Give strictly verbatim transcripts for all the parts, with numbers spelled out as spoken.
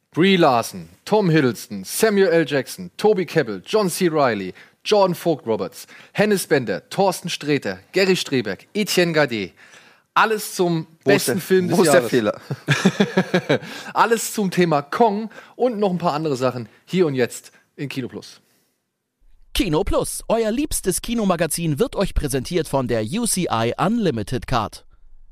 Brie Larson, Tom Hiddleston, Samuel L. Jackson, Toby Kebbell, John C. Reilly, Jordan Vogt Roberts, Hennes Bender, Thorsten Sträter, Gary Streberg, Etienne Gade. Alles zum Wo besten der, Film des wo ist Jahres. der Fehler? Alles zum Thema Kong und noch ein paar andere Sachen hier und jetzt in Kino Plus. Kino Plus, euer liebstes Kinomagazin, wird euch präsentiert von der U C I Unlimited Card.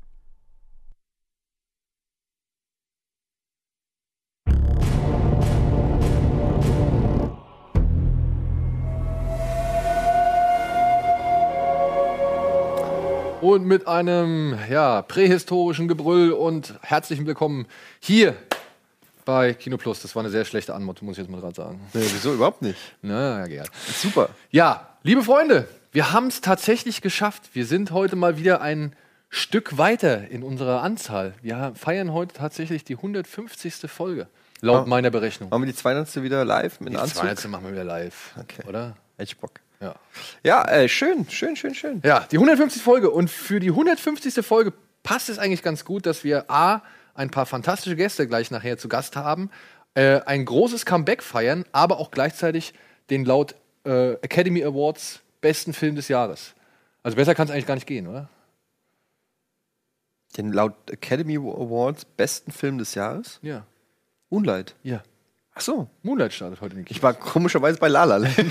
Und mit einem ja, prähistorischen Gebrüll und herzlichen Willkommen hier bei Kino Plus. Das war eine sehr schlechte Antwort, muss ich jetzt mal gerade sagen. Nee, wieso überhaupt nicht? Na, ja, Super. Ja, liebe Freunde, wir haben es tatsächlich geschafft. Wir sind heute mal wieder ein Stück weiter in unserer Anzahl. Wir feiern heute tatsächlich die hundertfünfzigste Folge, laut Ah. meiner Berechnung. Machen wir die zweihundertste wieder live mit Die einem Anzug? zweihundertste machen wir wieder live, Okay. oder? Hätte ich Bock. Ja. Ja, äh, schön, schön, schön, schön. Ja, die hundertfünfzigste Folge. Und für die hundertfünfzigste Folge passt es eigentlich ganz gut, dass wir A, ein paar fantastische Gäste gleich nachher zu Gast haben, äh, ein großes Comeback feiern, aber auch gleichzeitig den laut äh, Academy Awards besten Film des Jahres. Also besser kann es eigentlich gar nicht gehen, oder? Den laut Academy Awards besten Film des Jahres? Ja. Moonlight. Ja. Ach so. Moonlight startet heute in den Kinos. Ich war komischerweise bei La La Land.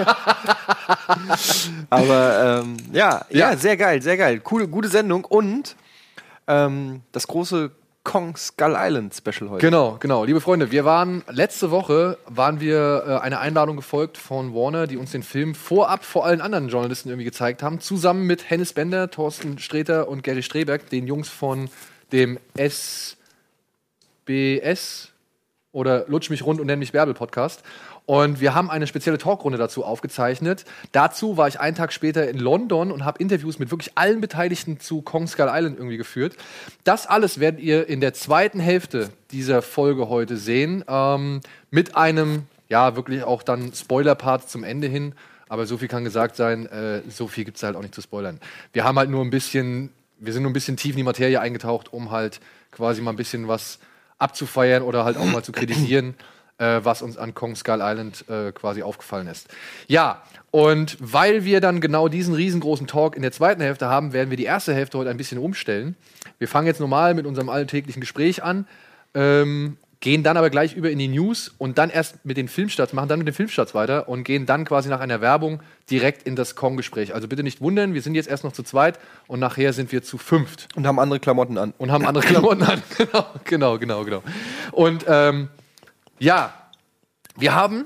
Aber ähm, ja, ja, Ja. sehr geil, sehr geil. Coole, gute Sendung und ähm, das große Kong Skull Island Special heute. Genau, genau. Liebe Freunde, wir waren letzte Woche waren wir äh, einer Einladung gefolgt von Warner, die uns den Film vorab vor allen anderen Journalisten irgendwie gezeigt haben, zusammen mit Hennes Bender, Thorsten Sträter und Gary Streberg, den Jungs von dem S B S oder Lutsch mich rund und nenn mich Bärbel Podcast. Und wir haben eine spezielle Talkrunde dazu aufgezeichnet. Dazu war ich einen Tag später in London und habe Interviews mit wirklich allen Beteiligten zu Kong Skull Island irgendwie geführt. Das alles werdet ihr in der zweiten Hälfte dieser Folge heute sehen. Ähm, mit einem, ja, wirklich auch dann Spoiler-Part zum Ende hin. Aber so viel kann gesagt sein, äh, so viel gibt es halt auch nicht zu spoilern. Wir haben halt nur ein bisschen, wir sind nur ein bisschen tief in die Materie eingetaucht, um halt quasi mal ein bisschen was abzufeiern oder halt auch mal zu kritisieren, äh, was uns an Kong Skull Island äh, quasi aufgefallen ist. Ja, und weil wir dann genau diesen riesengroßen Talk in der zweiten Hälfte haben, werden wir die erste Hälfte heute ein bisschen umstellen. Wir fangen jetzt normal mit unserem alltäglichen Gespräch an, ähm, gehen dann aber gleich über in die News und dann erst mit den Filmstarts, machen dann mit den Filmstarts weiter und gehen dann quasi nach einer Werbung direkt in das Kong-Gespräch. Also bitte nicht wundern, wir sind jetzt erst noch zu zweit und nachher sind wir zu fünft. Und haben andere Klamotten an. Und haben andere Klamotten an. Genau, genau, genau, genau. Und ähm, ja, wir haben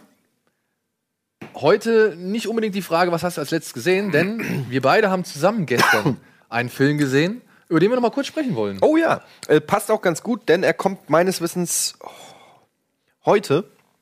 heute nicht unbedingt die Frage, was hast du als letztes gesehen, denn wir beide haben zusammen gestern einen Film gesehen, über den wir noch mal kurz sprechen wollen. Oh ja, äh, passt auch ganz gut, denn er kommt meines Wissens oh, heute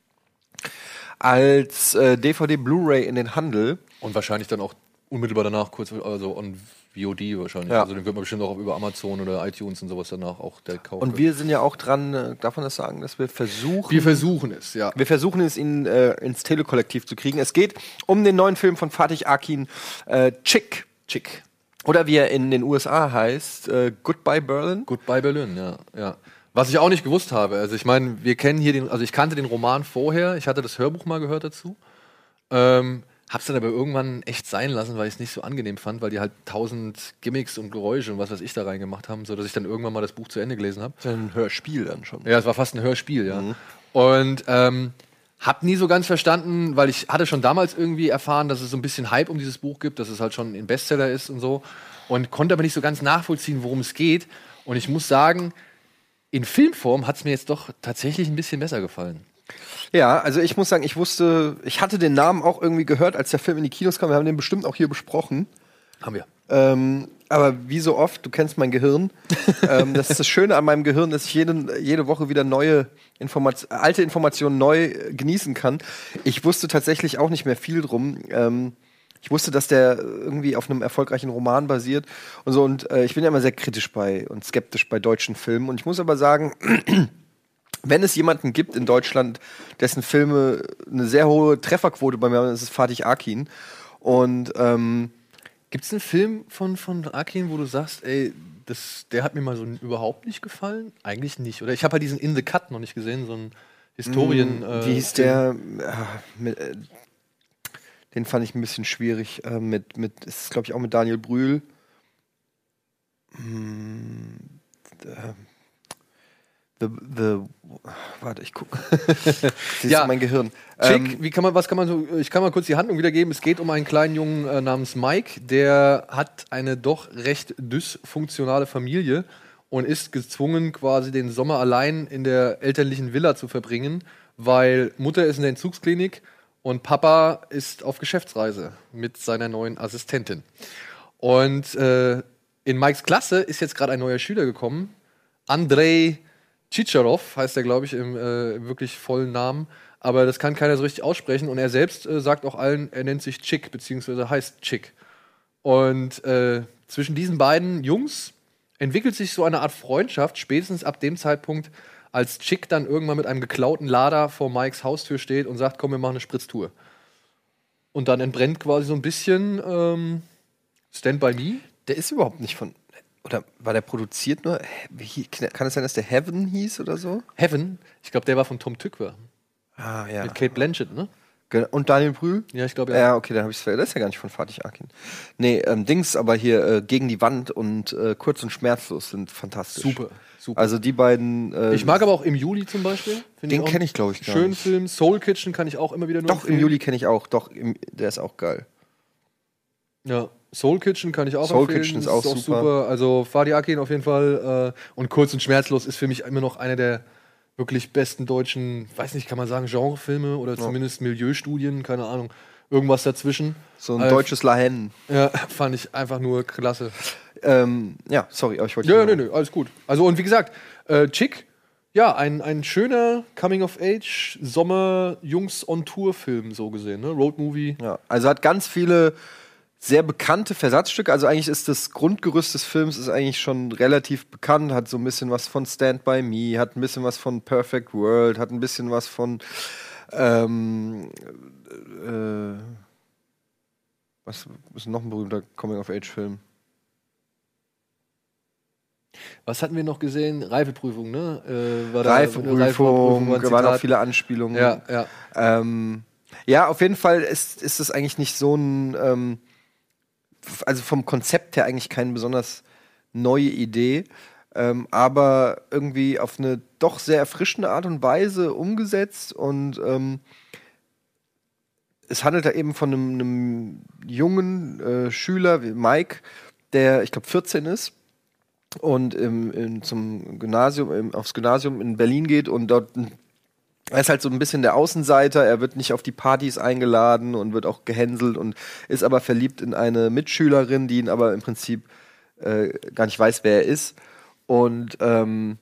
als äh, D V D Blu-ray in den Handel. Und wahrscheinlich dann auch unmittelbar danach kurz, also on V O D wahrscheinlich. Ja. Also den wird man bestimmt auch über Amazon oder iTunes und sowas danach auch der kaufen. Und wir sind ja auch dran, äh, darf man das sagen, dass wir versuchen... wir versuchen es, ja. Wir versuchen es in, äh, ins Telekollektiv zu kriegen. Es geht um den neuen Film von Fatih Akin, äh, Chick. Chick. Oder wie er in den U S A heißt, äh, Goodbye Berlin. Goodbye Berlin, ja, ja. Was ich auch nicht gewusst habe. Also ich meine, wir kennen hier den, also ich kannte den Roman vorher, ich hatte das Hörbuch mal gehört dazu. Ähm, hab's dann aber irgendwann echt sein lassen, weil ich es nicht so angenehm fand, weil die halt tausend Gimmicks und Geräusche und was weiß ich da reingemacht haben, sodass ich dann irgendwann mal das Buch zu Ende gelesen habe. Das ist ein Hörspiel dann schon. Ja, es war fast ein Hörspiel, ja. Mhm. Und ähm, hab nie so ganz verstanden, weil ich hatte schon damals irgendwie erfahren, dass es so ein bisschen Hype um dieses Buch gibt, dass es halt schon ein Bestseller ist und so. Und konnte aber nicht so ganz nachvollziehen, worum es geht. Und ich muss sagen, in Filmform hat es mir jetzt doch tatsächlich ein bisschen besser gefallen. Ja, also ich muss sagen, ich wusste, ich hatte den Namen auch irgendwie gehört, als der Film in die Kinos kam. Wir haben den bestimmt auch hier besprochen. Haben wir. Ähm, aber wie so oft, du kennst mein Gehirn. ähm, das ist das Schöne an meinem Gehirn, dass ich jede, jede Woche wieder neue Informat- alte Informationen neu äh, genießen kann. Ich wusste tatsächlich auch nicht mehr viel drum. Ähm, ich wusste, dass der irgendwie auf einem erfolgreichen Roman basiert und so. Und äh, ich bin ja immer sehr kritisch bei und skeptisch bei deutschen Filmen. Und ich muss aber sagen, wenn es jemanden gibt in Deutschland, dessen Filme eine sehr hohe Trefferquote bei mir haben, das ist Fatih Akin. Und ähm, Gibt es einen Film von, von Akin, wo du sagst, ey, das, der hat mir mal so überhaupt nicht gefallen? Eigentlich nicht. Oder ich habe halt diesen In the Cut noch nicht gesehen, so ein Historien. Mm, äh, wie hieß der? Äh, mit, äh, den fand ich ein bisschen schwierig. Äh, mit, mit, ist glaube ich auch mit Daniel Brühl. Mm, äh, The, the, warte, ich gucke. Siehst Ja, du mein Gehirn? Chick, Ähm, wie kann man, was kann man so, ich kann mal kurz die Handlung wiedergeben. Es geht um einen kleinen Jungen äh, namens Mike, der hat eine doch recht dysfunktionale Familie und ist gezwungen, quasi den Sommer allein in der elterlichen Villa zu verbringen, weil Mutter ist in der Entzugsklinik und Papa ist auf Geschäftsreise mit seiner neuen Assistentin. Und äh, in Mikes Klasse ist jetzt gerade ein neuer Schüler gekommen, Andrei Chicharov heißt er, glaube ich, im äh, wirklich vollen Namen. Aber das kann keiner so richtig aussprechen. Und er selbst äh, sagt auch allen, er nennt sich Chick, beziehungsweise heißt Chick. Und äh, zwischen diesen beiden Jungs entwickelt sich so eine Art Freundschaft, spätestens ab dem Zeitpunkt, als Chick dann irgendwann mit einem geklauten Lader vor Mikes Haustür steht und sagt, komm, wir machen eine Spritztour. Und dann entbrennt quasi so ein bisschen ähm, Stand By Me. der ist überhaupt nicht von. Oder war der produziert nur? Wie, kann es sein, dass der Heaven hieß oder so? Heaven, ich glaube, der war von Tom Tykwer. Ah, ja. Mit Kate Blanchett, ne? Und Daniel Brühl? Ja, ich glaube, ja. Ja, okay, dann habe ich es vergessen. Das ist ja gar nicht von Fatih Akin. Nee, ähm, Dings, aber hier äh, Gegen die Wand und äh, Kurz und Schmerzlos sind fantastisch. Super, super. Also die beiden. Äh, Ich mag aber auch Im Juli zum Beispiel. Find Den auch kenn ich, glaub ich, gar Schönen nicht. Film. Soul Kitchen kann ich auch immer wieder nur Doch, im empfehlen. Juli kenne ich auch. Doch, im, der ist auch geil. Ja, Soul Kitchen kann ich auch Soul empfehlen. Kitchen ist auch super. Also Fatih Akin auf jeden Fall. Äh, und Kurz und Schmerzlos ist für mich immer noch einer der wirklich besten deutschen, weiß nicht, kann man sagen, Genrefilme oder zumindest Milieustudien, keine Ahnung. Irgendwas dazwischen. So ein Äh, deutsches Lahen. Ja, fand ich einfach nur klasse. Ähm, ja, sorry, aber ich wollte. Ja, nö, nö, alles gut. Also, und wie gesagt, äh, Chick, ja, ein, ein schöner Coming-of-Age Sommer-Jungs-on-Tour-Film, so gesehen, ne? Road-Movie. Ja, also hat ganz viele sehr bekannte Versatzstücke. Also eigentlich ist das Grundgerüst des Films ist eigentlich schon relativ bekannt. Hat so ein bisschen was von Stand By Me, hat ein bisschen was von Perfect World, hat ein bisschen was von ähm, äh, was ist noch ein berühmter Coming-of-Age-Film? Was hatten wir noch gesehen? Reifeprüfung, ne? Äh, war da- Reifeprüfung, Reifeprüfung war ein da waren auch Zitat. viele Anspielungen. Ja, ja. Ähm, ja, auf jeden Fall ist, ist es eigentlich nicht so ein, ähm, f- also vom Konzept her eigentlich keine besonders neue Idee, ähm, aber irgendwie auf eine doch sehr erfrischende Art und Weise umgesetzt und ähm, es handelt da eben von einem, einem jungen äh, Schüler wie Mike, der, ich glaube, vierzehn ist und im, in, zum Gymnasium, im, aufs Gymnasium in Berlin geht und dort ein er ist halt so ein bisschen der Außenseiter, er wird nicht auf die Partys eingeladen und wird auch gehänselt und ist aber verliebt in eine Mitschülerin, die ihn aber im Prinzip äh, gar nicht weiß, wer er ist. Und ähm,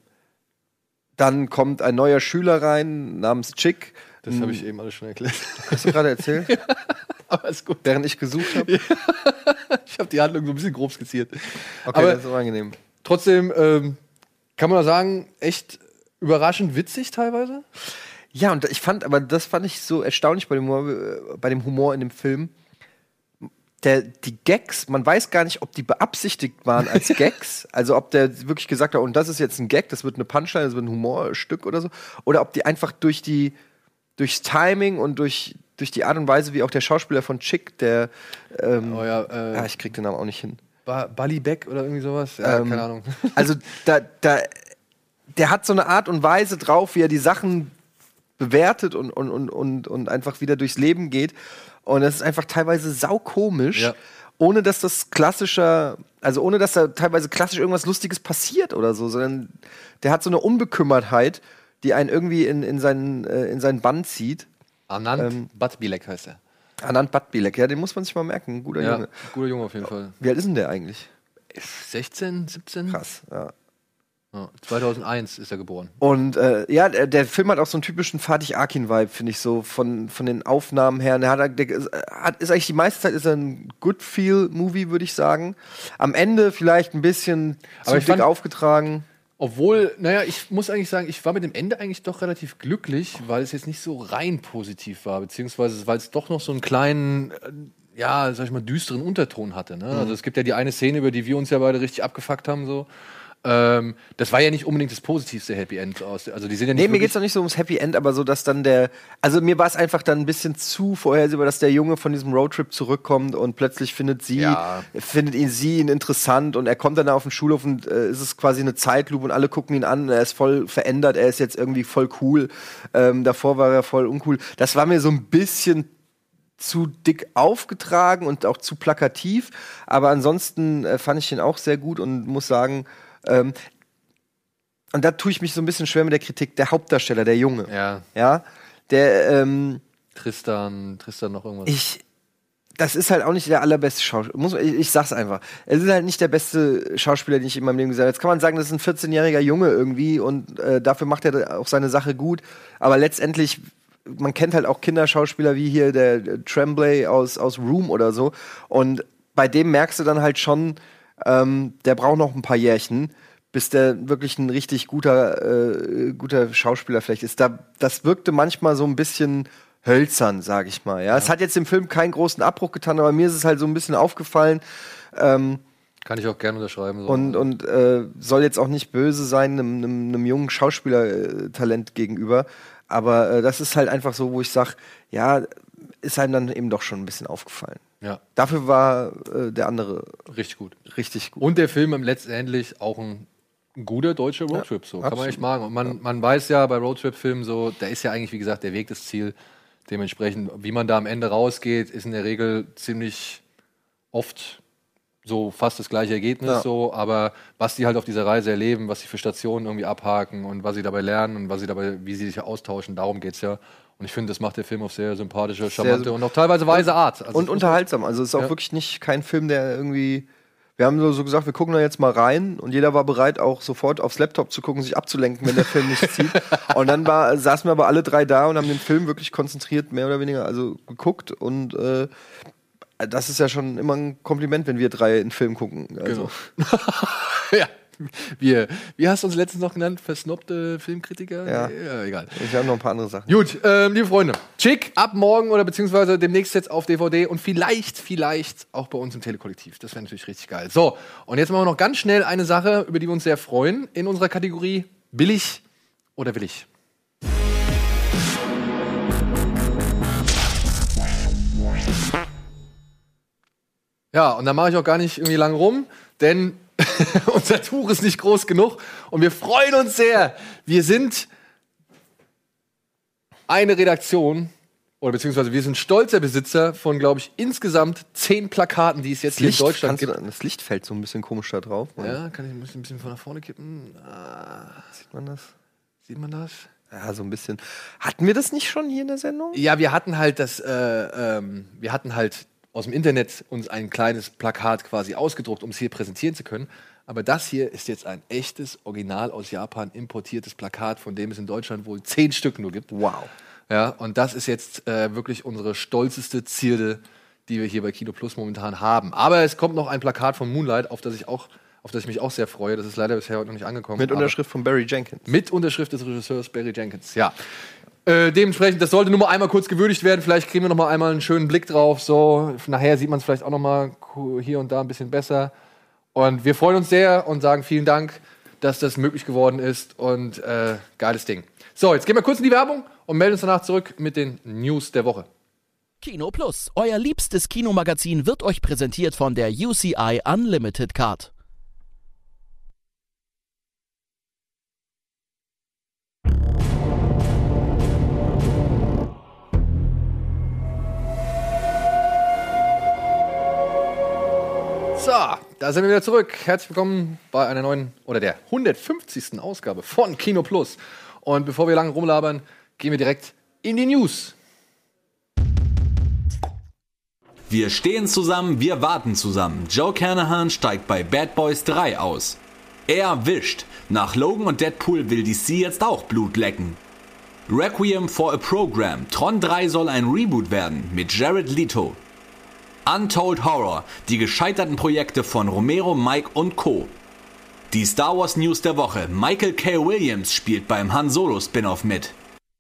dann kommt ein neuer Schüler rein namens Chick. Das habe ich eben alles schon erklärt. Hast du gerade erzählt? Aber ist gut. Während ich gesucht habe? Ich habe die Handlung so ein bisschen grob skizziert. Okay, Aber das ist unangenehm. trotzdem ähm, kann man sagen, echt überraschend witzig teilweise. Ja, und ich fand, aber das fand ich so erstaunlich bei dem Humor, äh, bei dem Humor in dem Film. Der, die Gags, man weiß gar nicht, ob die beabsichtigt waren als Gags, also ob der wirklich gesagt hat, und das ist jetzt ein Gag, das wird eine Punchline, das wird ein Humorstück oder so, oder ob die einfach durch die, durchs Timing und durch, durch die Art und Weise, wie auch der Schauspieler von Chick, der, ähm, Oh ja, äh, ja, ich krieg den Namen auch nicht hin. Ba- Bali Beck oder irgendwie sowas? Ja, Ähm, keine Ahnung. Also da, da, der hat so eine Art und Weise drauf, wie er die Sachen bewertet und, und, und, und, und einfach wieder durchs Leben geht. Und das ist einfach teilweise saukomisch, Ja. ohne dass das klassischer, also ohne dass da teilweise klassisch irgendwas Lustiges passiert oder so, sondern der hat so eine Unbekümmertheit, die einen irgendwie in, in, seinen, äh, in seinen Bann zieht. Anand ähm, Batbilek heißt er. Anand Batbilek, ja, den muss man sich mal merken, ein guter Ja, Junge. guter Junge auf jeden Fall. Wie alt ist denn der eigentlich? sechzehn, siebzehn? Krass, ja. Ja, zweitausendeins ist er geboren. Und äh, ja, der, der Film hat auch so einen typischen Fatih Akin-Vibe, finde ich so, von, von den Aufnahmen her. Der hat, der hat, ist eigentlich die meiste Zeit ist er ein Good-Feel-Movie, würde ich sagen. Am Ende vielleicht ein bisschen zu Aber ich dick fand- aufgetragen. Obwohl, naja, ich muss eigentlich sagen, ich war mit dem Ende eigentlich doch relativ glücklich, weil es jetzt nicht so rein positiv war, beziehungsweise weil es doch noch so einen kleinen, äh, ja, sag ich mal, düsteren Unterton hatte. Ne? Also es gibt ja die eine Szene, über die wir uns ja beide richtig abgefuckt haben, so. Ähm, das war ja nicht unbedingt das positivste Happy End aus. Also die sind ja nicht nee, mir geht's doch nicht so ums Happy End, aber so, dass dann der. Also mir war es einfach dann ein bisschen zu vorhersehbar, dass der Junge von diesem Roadtrip zurückkommt und plötzlich findet sie, Ja. findet ihn sie ihn interessant und er kommt dann auf den Schulhof und äh, es ist quasi eine Zeitlupe und alle gucken ihn an. Er ist voll verändert, er ist jetzt irgendwie voll cool. Ähm, davor war er voll uncool. Das war mir so ein bisschen zu dick aufgetragen und auch zu plakativ. Aber ansonsten äh, fand ich den auch sehr gut und muss sagen, ähm, und da tue ich mich so ein bisschen schwer mit der Kritik, der Hauptdarsteller, der Junge. Ja. Ja, der, ähm, Tristan, Tristan noch irgendwas. ich, das ist halt auch nicht der allerbeste Schauspieler. Muss, ich, ich sag's einfach. Es ist halt nicht der beste Schauspieler, den ich in meinem Leben gesehen habe. Jetzt kann man sagen, das ist ein vierzehnjähriger Junge irgendwie und äh, dafür macht er auch seine Sache gut. Aber letztendlich, man kennt halt auch Kinderschauspieler wie hier der, der Tremblay aus, aus Room oder so. Und bei dem merkst du dann halt schon, ähm, der braucht noch ein paar Jährchen, bis der wirklich ein richtig guter, äh, guter Schauspieler vielleicht ist. Da, das wirkte manchmal so ein bisschen hölzern, sag ich mal. Ja? Ja. Es hat jetzt dem Film keinen großen Abbruch getan, aber mir ist es halt so ein bisschen aufgefallen. Ähm, Kann ich auch gerne unterschreiben. So. Und, und äh, soll jetzt auch nicht böse sein, einem, einem, einem jungen Schauspielertalent gegenüber. Aber äh, das ist halt einfach so, wo ich sage, ja, ist einem dann eben doch schon ein bisschen aufgefallen. Ja. Dafür war äh, der andere Richtig gut. richtig gut. Und der Film letztendlich auch ein guter deutscher Roadtrip. So. Kann man echt machen. Und man, man weiß ja bei Roadtrip-Filmen so, da ist ja eigentlich, wie gesagt, der Weg das Ziel. Dementsprechend, wie man da am Ende rausgeht, ist in der Regel ziemlich oft so fast das gleiche Ergebnis. Ja. So, aber was die halt auf dieser Reise erleben, was sie für Stationen irgendwie abhaken und was sie dabei lernen und was sie dabei, wie sie sich austauschen, darum geht's ja. Und ich finde, das macht der Film auf sehr sympathische, charmante Sehr, und auch teilweise weise Art. Also und unterhaltsam. Also es ist auch Ja. wirklich nicht kein Film, der irgendwie. Wir haben so, so gesagt, wir gucken da jetzt mal rein und jeder war bereit, auch sofort aufs Laptop zu gucken, sich abzulenken, wenn der Film nicht zieht. Und dann war, saßen wir aber alle drei da und haben den Film wirklich konzentriert, mehr oder weniger, also geguckt. Und äh, das ist ja schon immer ein Kompliment, wenn wir drei einen Film gucken. Also. Genau. Ja. Wir, wie hast du uns letztens noch genannt? Versnobte Filmkritiker? Ja. ja egal. Wir haben noch ein paar andere Sachen. Gut, ähm, liebe Freunde, Chick ab morgen oder beziehungsweise demnächst jetzt auf D V D und vielleicht, vielleicht auch bei uns im Telekollektiv. Das wäre natürlich richtig geil. So, und jetzt machen wir noch ganz schnell eine Sache, über die wir uns sehr freuen in unserer Kategorie billig oder willig. Ja, und da mache ich auch gar nicht irgendwie lang rum, denn unser Tuch ist nicht groß genug und wir freuen uns sehr. Wir sind eine Redaktion, oder beziehungsweise wir sind stolzer Besitzer von, glaube ich, insgesamt zehn Plakaten, die es jetzt Das hier Licht, in Deutschland kannst du, gibt. das Licht fällt so ein bisschen komisch da drauf. Ja, kann ich ein bisschen, ein bisschen von nach vorne kippen? Ah, Sieht man das? sieht man das? Ja, so ein bisschen. Hatten wir das nicht schon hier in der Sendung? Ja, wir hatten halt das, äh, ähm, wir hatten halt aus dem Internet uns ein kleines Plakat quasi ausgedruckt, um es hier präsentieren zu können. Aber das hier ist jetzt ein echtes, original aus Japan importiertes Plakat, von dem es in Deutschland wohl zehn Stück nur gibt. Wow. Ja, und das ist jetzt äh, wirklich unsere stolzeste Zierde, die wir hier bei Kino Plus momentan haben. Aber es kommt noch ein Plakat von Moonlight, auf das ich auch, auf das ich mich auch sehr freue. Das ist leider bisher heute noch nicht angekommen. Mit aber Unterschrift von Barry Jenkins. mit Unterschrift des Regisseurs Barry Jenkins, ja. Äh, dementsprechend, das sollte nur mal einmal kurz gewürdigt werden. Vielleicht kriegen wir noch mal einmal einen schönen Blick drauf. So, nachher sieht man es vielleicht auch noch mal hier und da ein bisschen besser. Und wir freuen uns sehr und sagen vielen Dank, dass das möglich geworden ist. Und äh, geiles Ding. So, jetzt gehen wir kurz in die Werbung und melden uns danach zurück mit den News der Woche. Kino Plus, euer liebstes Kinomagazin, wird euch präsentiert von der U C I Unlimited Card. So, da sind wir wieder zurück. Herzlich willkommen bei einer neuen, oder der hundertfünfzigsten Ausgabe von Kino Plus. Und bevor wir lange rumlabern, gehen wir direkt in die News. Wir stehen zusammen, wir warten zusammen. Joe Carnahan steigt bei Bad Boys drei aus. Er wischt. Nach Logan und Deadpool will D C jetzt auch Blut lecken. Requiem for a Program. Tron drei soll ein Reboot werden mit Jared Leto. Untold Horror. Die gescheiterten Projekte von Romero, Mike und Co. Die Star Wars News der Woche. Michael K. Williams spielt beim Han Solo Spin-off mit.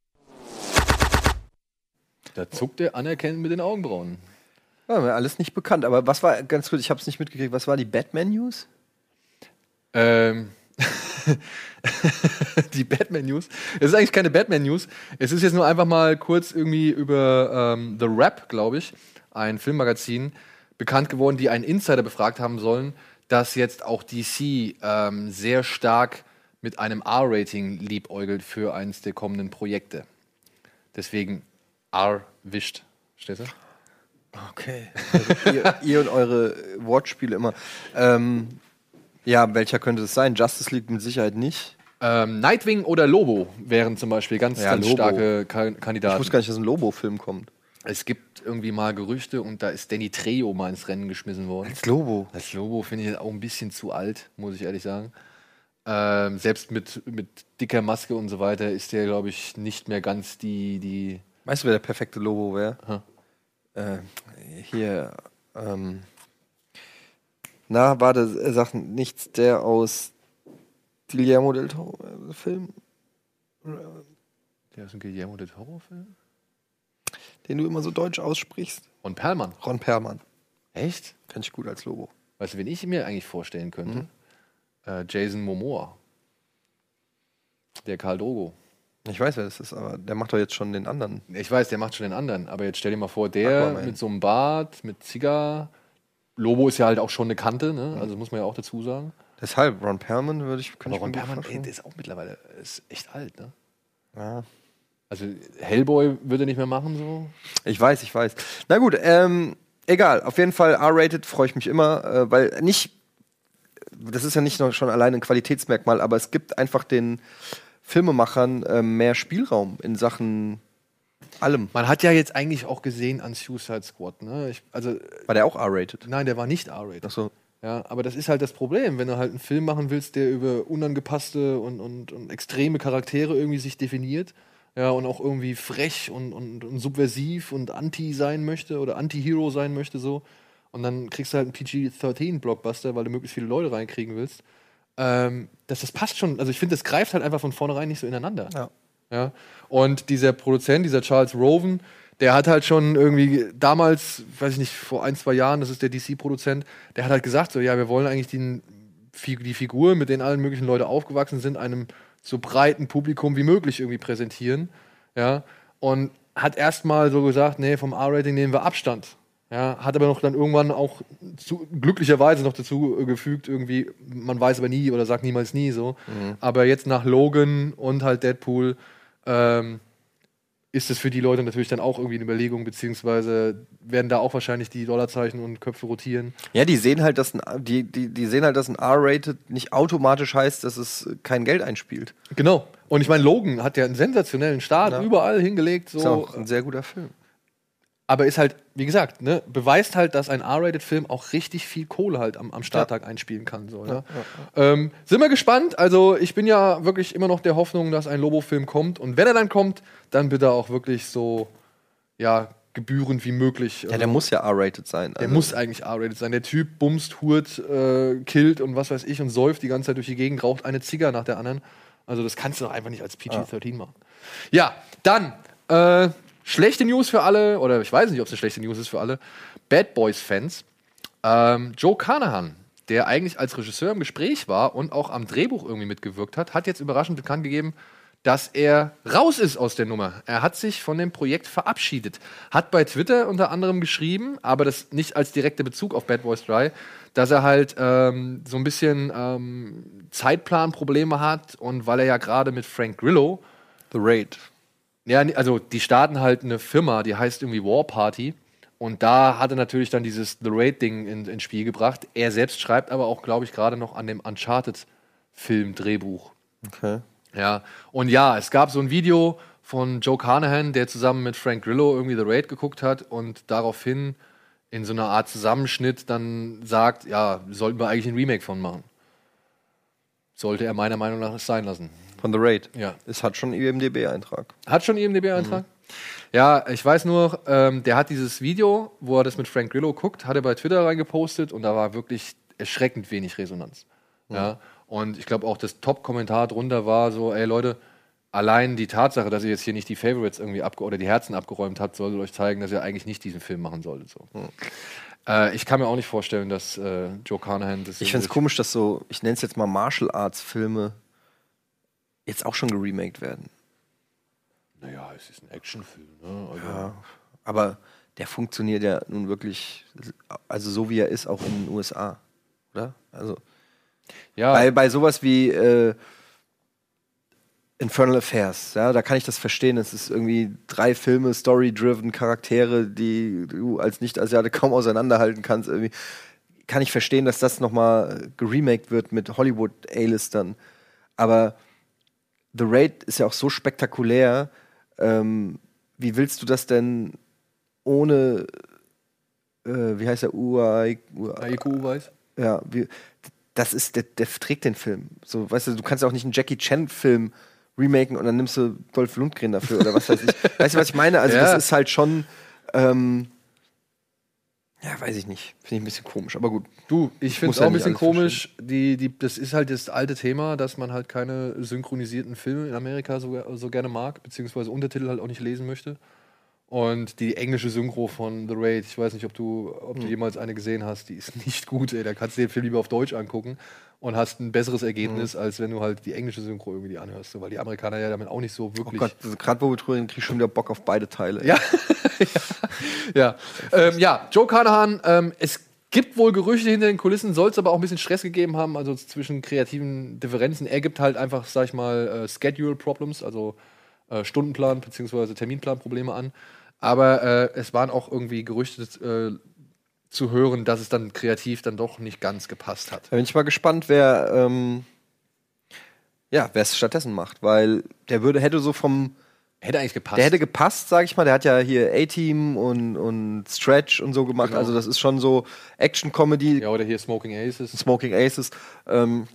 Da zuckt er anerkennend mit den Augenbrauen. Ja, mir alles nicht bekannt. Aber was war, ganz kurz, ich habe es nicht mitgekriegt, was war die Batman-News? Ähm, die Batman-News. Es ist eigentlich keine Batman-News. Es ist jetzt nur einfach mal kurz irgendwie über ähm, The Wrap, glaube ich, ein Filmmagazin, bekannt geworden, die einen Insider befragt haben sollen, dass jetzt auch D C ähm, sehr stark mit einem R-Rating liebäugelt für eines der kommenden Projekte. Deswegen R-wischt. Steht da? Okay. Also ihr, ihr und eure Wortspiele immer. Ähm, ja, welcher könnte es sein? Justice League mit Sicherheit nicht. Ähm, Nightwing oder Lobo wären zum Beispiel ganz, Ja, ganz Lobo. starke Ka- Kandidaten. Ich wusste gar nicht, dass ein Lobo-Film kommt. Es gibt irgendwie mal Gerüchte und da ist Danny Trejo mal ins Rennen geschmissen worden. Als Lobo. Als Lobo finde ich jetzt auch ein bisschen zu alt, muss ich ehrlich sagen. Ähm, selbst mit, mit dicker Maske und so weiter ist der, glaube ich, nicht mehr ganz die, die. Weißt du, wer der perfekte Lobo wäre? Huh. Äh, hier, ähm. Na, warte, er sagt nichts, der aus Guillermo del Toro äh, Film, Der ist ein Guillermo del Toro-Film? den du immer so deutsch aussprichst. Und Perlmann. Ron Perlman. Echt? Kenn ich gut als Lobo. Weißt du, wen ich mir eigentlich vorstellen könnte? Mhm. Äh, Jason Momoa. Der Khal Drogo. Ich weiß, wer das ist, aber der macht doch jetzt schon den anderen. Ich weiß, der macht schon den anderen, aber jetzt stell dir mal vor, der Aquaman. mit so einem Bart, mit Zigarre. Lobo ist ja halt auch schon eine Kante, ne? Also muss man ja auch dazu sagen. Deshalb, Ron Perlman würde ich, Aber könnte ich Ron mir gut Perlman, ey, vorstellen. der ist auch mittlerweile ist echt alt, ne? Ja. Also Hellboy würde er nicht mehr machen, so. Ich weiß, ich weiß. Na gut, ähm, egal. Auf jeden Fall R-rated freue ich mich immer, äh, weil nicht, das ist ja nicht noch schon allein ein Qualitätsmerkmal, aber es gibt einfach den Filmemachern äh, mehr Spielraum in Sachen allem. Man hat ja jetzt eigentlich auch gesehen an Suicide Squad, ne? Ich, also, War der auch R-rated? nein, der war nicht R-rated. Achso. Ja, aber das ist halt das Problem, wenn du halt einen Film machen willst, der über unangepasste und, und, und extreme Charaktere irgendwie sich definiert, ja, und auch irgendwie frech und, und, und subversiv und anti sein möchte oder Anti-Hero sein möchte, so. Und dann kriegst du halt einen P G dreizehn Blockbuster, weil du möglichst viele Leute reinkriegen willst. Ähm, das, das passt schon, also ich finde, das greift halt einfach von vornherein nicht so ineinander. Ja. Ja. Und dieser Produzent, dieser Charles Roven, der hat halt schon irgendwie damals, weiß ich nicht, vor ein, zwei Jahren, das ist der D C-Produzent, der hat halt gesagt, so, ja, wir wollen eigentlich den, die Figur, mit denen allen möglichen Leute aufgewachsen sind, einem so breiten Publikum wie möglich irgendwie präsentieren. Ja. Und hat erstmal so gesagt, nee, vom R-Rating nehmen wir Abstand. Ja, hat aber noch dann irgendwann auch zu, glücklicherweise noch dazu äh, gefügt, irgendwie, man weiß aber nie oder sagt niemals nie so. Mhm. Aber jetzt nach Logan und halt Deadpool ähm, ist es für die Leute natürlich dann auch irgendwie eine Überlegung, beziehungsweise werden da auch wahrscheinlich die Dollarzeichen und Köpfe rotieren. Ja, die sehen halt, dass ein, die, die, die sehen halt, dass ein R-rated nicht automatisch heißt, dass es kein Geld einspielt. Genau. Und ich meine, Logan hat ja einen sensationellen Start Ja. überall hingelegt. So. Ist auch ein sehr guter Film. Aber ist halt, wie gesagt, ne, beweist halt, dass ein R-Rated-Film auch richtig viel Kohle halt am, am Starttag einspielen kann. So, ja. Ähm, sind wir gespannt. Also ich bin ja wirklich immer noch der Hoffnung, dass ein Lobo-Film kommt. Und wenn er dann kommt, dann bitte auch wirklich so, ja, gebührend wie möglich. Ja, der Also, muss ja R-rated sein. der also. muss eigentlich R-Rated sein. Der Typ bumst, hurt, äh, killt und was weiß ich und säuft die ganze Zeit durch die Gegend, raucht eine Zigarre nach der anderen. Also das kannst du doch einfach nicht als P G dreizehn machen. Ja, dann äh, schlechte News für alle, oder ich weiß nicht, ob es eine schlechte News ist für alle Bad Boys-Fans. Ähm, Joe Carnahan, der eigentlich als Regisseur im Gespräch war und auch am Drehbuch irgendwie mitgewirkt hat, hat jetzt überraschend bekannt gegeben, dass er raus ist aus der Nummer. Er hat sich von dem Projekt verabschiedet. Hat bei Twitter unter anderem geschrieben, aber das nicht als direkter Bezug auf Bad Boys drei, dass er halt ähm, so ein bisschen ähm, Zeitplanprobleme hat und weil er ja gerade mit Frank Grillo The Raid. ja, also die starten halt eine Firma, die heißt irgendwie War Party. Und da hat er natürlich dann dieses The Raid-Ding in, ins Spiel gebracht. Er selbst schreibt aber auch, glaube ich, gerade noch an dem Uncharted-Film-Drehbuch. Okay. Ja, und ja, es gab so ein Video von Joe Carnahan, der zusammen mit Frank Grillo irgendwie The Raid geguckt hat und daraufhin in so einer Art Zusammenschnitt dann sagt, ja, sollten wir eigentlich ein Remake von machen. Sollte er meiner Meinung nach es sein lassen. Von The Raid. Ja. Es hat schon einen I M D B-Eintrag. Hat schon I M D B-Eintrag? Mhm. Ja, ich weiß nur, ähm, der hat dieses Video, wo er das mit Frank Grillo guckt, hat er bei Twitter reingepostet und da war wirklich erschreckend wenig Resonanz. Mhm. Ja, und ich glaube auch, das Top-Kommentar drunter war so, ey Leute, allein die Tatsache, dass ihr jetzt hier nicht die Favorites irgendwie abge oder die Herzen abgeräumt habt, sollte euch zeigen, dass ihr eigentlich nicht diesen Film machen solltet. So. Mhm. Äh, ich kann mir auch nicht vorstellen, dass äh, Joe Carnahan das. Ich finde es komisch, dass so, ich nenne es jetzt mal Martial Arts Filme jetzt auch schon geremaked werden. Naja, es ist ein Actionfilm, ne? Also Ja, aber der funktioniert ja nun wirklich, also so wie er ist, auch in den U S A, oder? Also ja, bei, bei sowas wie äh, Infernal Affairs, ja, da kann ich das verstehen. Es ist irgendwie drei Filme, Story-driven, Charaktere, die du als Nicht-Asiate kaum auseinanderhalten kannst. Irgendwie kann ich verstehen, dass das nochmal geremaked wird mit Hollywood-A-Listern. Aber The Raid ist ja auch so spektakulär. Ähm, wie willst du das denn ohne, äh, wie heißt der, Uai, Aiku weiß. ja, wie, das ist, der, der trägt den Film. So, weißt du, du kannst ja auch nicht einen Jackie Chan-Film remaken und dann nimmst du Dolph Lundgren dafür oder was weiß ich. Weißt du, was ich meine? Also, Ja. das ist halt schon, ähm, ja, weiß ich nicht. Finde ich ein bisschen komisch, aber gut. Du, ich finde Muss es ja auch ein nicht bisschen alles komisch. Die, die, das ist halt das alte Thema, dass man halt keine synchronisierten Filme in Amerika so, so gerne mag, beziehungsweise Untertitel halt auch nicht lesen möchte. Und die englische Synchro von The Raid, ich weiß nicht, ob du, ob du jemals eine gesehen hast, die ist nicht gut, ey. Da kannst du dir den Film lieber auf Deutsch angucken und hast ein besseres Ergebnis, als wenn du halt die englische Synchro irgendwie die anhörst. So, weil die Amerikaner ja damit auch nicht so Oh wirklich. Gott, gerade wo wir drüber reden, krieg ich schon wieder Bock auf beide Teile. Ja, ja. Ähm, ja, Joe Carnahan, ähm, es gibt wohl Gerüchte hinter den Kulissen, soll es aber auch ein bisschen Stress gegeben haben, also zwischen kreativen Differenzen. Er gibt halt einfach, sag ich mal, äh, Schedule Problems, also äh, Stundenplan- bzw. Terminplanprobleme an. Aber äh, es waren auch irgendwie Gerüchte äh, zu hören, dass es dann kreativ dann doch nicht ganz gepasst hat. Da bin ich mal gespannt, wer ähm, ja, wer es stattdessen macht, weil der würde, hätte so vom Hätte eigentlich gepasst. Der hätte gepasst, sag ich mal. Der hat ja hier A-Team und, und Stretch und so gemacht. Genau. Also das ist schon so Action-Comedy, ja, oder hier Smoking Aces. Smoking Aces. Ähm,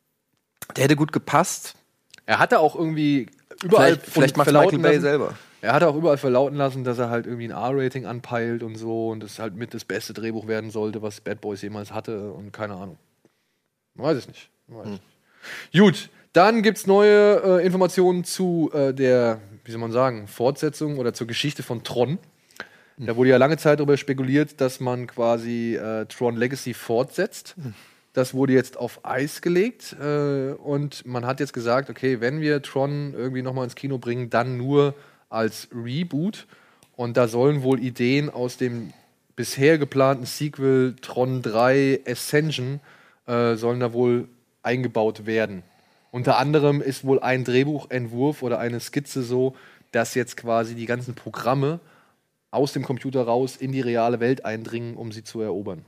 der hätte gut gepasst. Er hatte auch irgendwie überall Vielleicht, vielleicht von macht verlauten Michael Bay lassen- selber. Er hat auch überall verlauten lassen, dass er halt irgendwie ein R-Rating anpeilt und so und das halt mit das beste Drehbuch werden sollte, was Bad Boys jemals hatte und keine Ahnung. Man weiß es nicht. Man weiß es nicht. Gut, dann gibt's neue äh, Informationen zu äh, der, wie soll man sagen, Fortsetzung oder zur Geschichte von Tron. Da wurde ja lange Zeit darüber spekuliert, dass man quasi äh, Tron Legacy fortsetzt. Das wurde jetzt auf Eis gelegt äh, und man hat jetzt gesagt, okay, wenn wir Tron irgendwie nochmal ins Kino bringen, dann nur als Reboot. Und da sollen wohl Ideen aus dem bisher geplanten Sequel Tron drei Ascension äh, sollen da wohl eingebaut werden. Unter anderem ist wohl ein Drehbuchentwurf oder eine Skizze so, dass jetzt quasi die ganzen Programme aus dem Computer raus in die reale Welt eindringen, um sie zu erobern.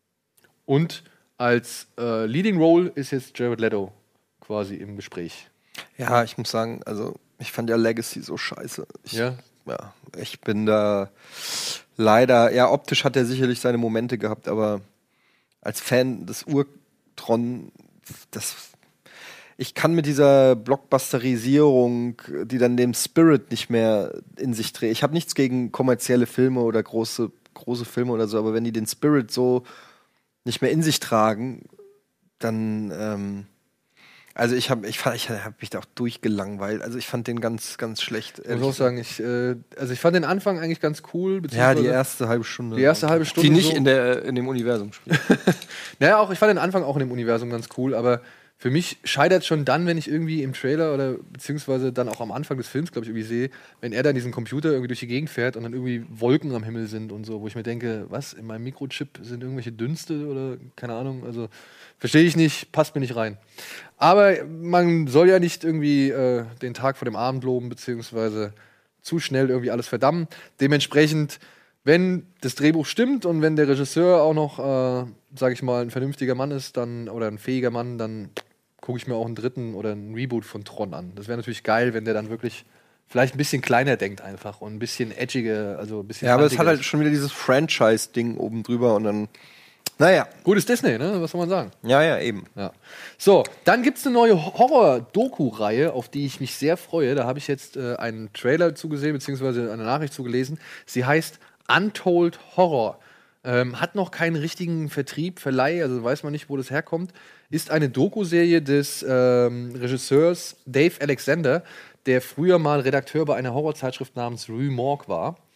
Und als äh, Leading Role ist jetzt Jared Leto quasi im Gespräch. Ja, ich muss sagen, also ich fand ja Legacy so scheiße. Ich, Ja? ja, ich bin da leider, ja, optisch hat er sicherlich seine Momente gehabt, aber als Fan des Urtron, das, ich kann mit dieser Blockbusterisierung, die dann dem Spirit nicht mehr in sich dreht. Ich habe nichts gegen kommerzielle Filme oder große, große Filme oder so, aber wenn die den Spirit so nicht mehr in sich tragen, dann, ähm, also ich habe ich fand, ich hab mich da auch durchgelangweilt. Also ich fand den ganz, ganz schlecht. Ich muss auch sagen, ich, äh, also ich fand den Anfang eigentlich ganz cool. Ja, beziehungsweise- die erste halbe Stunde. Die erste halbe Stunde Die nicht so. in, der, in dem Universum spielt. Naja, auch, ich fand den Anfang auch in dem Universum ganz cool, aber für mich scheitert es schon dann, wenn ich irgendwie im Trailer oder beziehungsweise dann auch am Anfang des Films, glaube ich, irgendwie sehe, wenn er dann diesen Computer irgendwie durch die Gegend fährt und dann irgendwie Wolken am Himmel sind und so, wo ich mir denke, was, in meinem Mikrochip sind irgendwelche Dünste oder keine Ahnung, also verstehe ich nicht, passt mir nicht rein. Aber man soll ja nicht irgendwie äh, den Tag vor dem Abend loben, beziehungsweise zu schnell irgendwie alles verdammen. Dementsprechend, wenn das Drehbuch stimmt und wenn der Regisseur auch noch, äh, sag ich mal, ein vernünftiger Mann ist, dann oder ein fähiger Mann, dann gucke ich mir auch einen dritten oder einen Reboot von Tron an. Das wäre natürlich geil, wenn der dann wirklich vielleicht ein bisschen kleiner denkt einfach und ein bisschen edgiger, also ein bisschen Ja, aber es hat kantiger halt schon wieder dieses Franchise-Ding oben drüber und dann, naja, ist. Gutes Disney, ne? Was soll man sagen? ja, ja, eben. Ja. So, dann gibt es eine neue Horror-Doku-Reihe, auf die ich mich sehr freue. Da habe ich jetzt äh, einen Trailer zugesehen, beziehungsweise eine Nachricht zugelesen. Sie heißt Untold Horror. Ähm, hat noch keinen richtigen Vertrieb, Verleih, also weiß man nicht, wo das herkommt. Ist eine Doku-Serie des ähm, Regisseurs Dave Alexander, der früher mal Redakteur bei einer Horrorzeitschrift namens Rue Morgue war.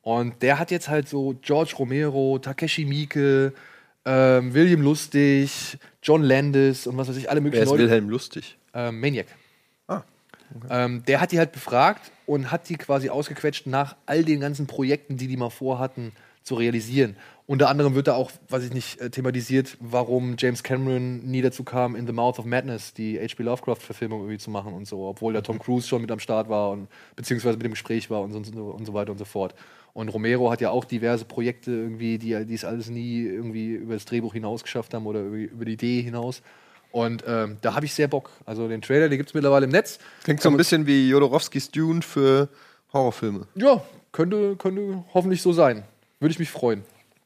Und der hat jetzt halt so George Romero, Takeshi Miike, ähm, William Lustig, John Landis und was weiß ich, alle möglichen Wer ist Leute. Wilhelm Lustig? Ähm, Maniac. Ah. Okay. Ähm, der hat die halt befragt und hat die quasi ausgequetscht nach all den ganzen Projekten, die die mal vorhatten, zu realisieren. Unter anderem wird da auch, weiß ich nicht, äh, thematisiert, warum James Cameron nie dazu kam, in The Mouth of Madness die H P Lovecraft-Verfilmung irgendwie zu machen und so, obwohl da Tom Cruise schon mit am Start war und beziehungsweise mit dem Gespräch war und so, und so, und so weiter und so fort. Und Romero hat ja auch diverse Projekte irgendwie, die, die es alles nie irgendwie über das Drehbuch hinaus geschafft haben oder irgendwie über die Idee hinaus. Und ähm, da habe ich sehr Bock. Also den Trailer, den gibt es mittlerweile im Netz. Klingt so ein bisschen wie Jodorowskis Dune für Horrorfilme. Ja, könnte, könnte hoffentlich so sein. Würde ich mich freuen.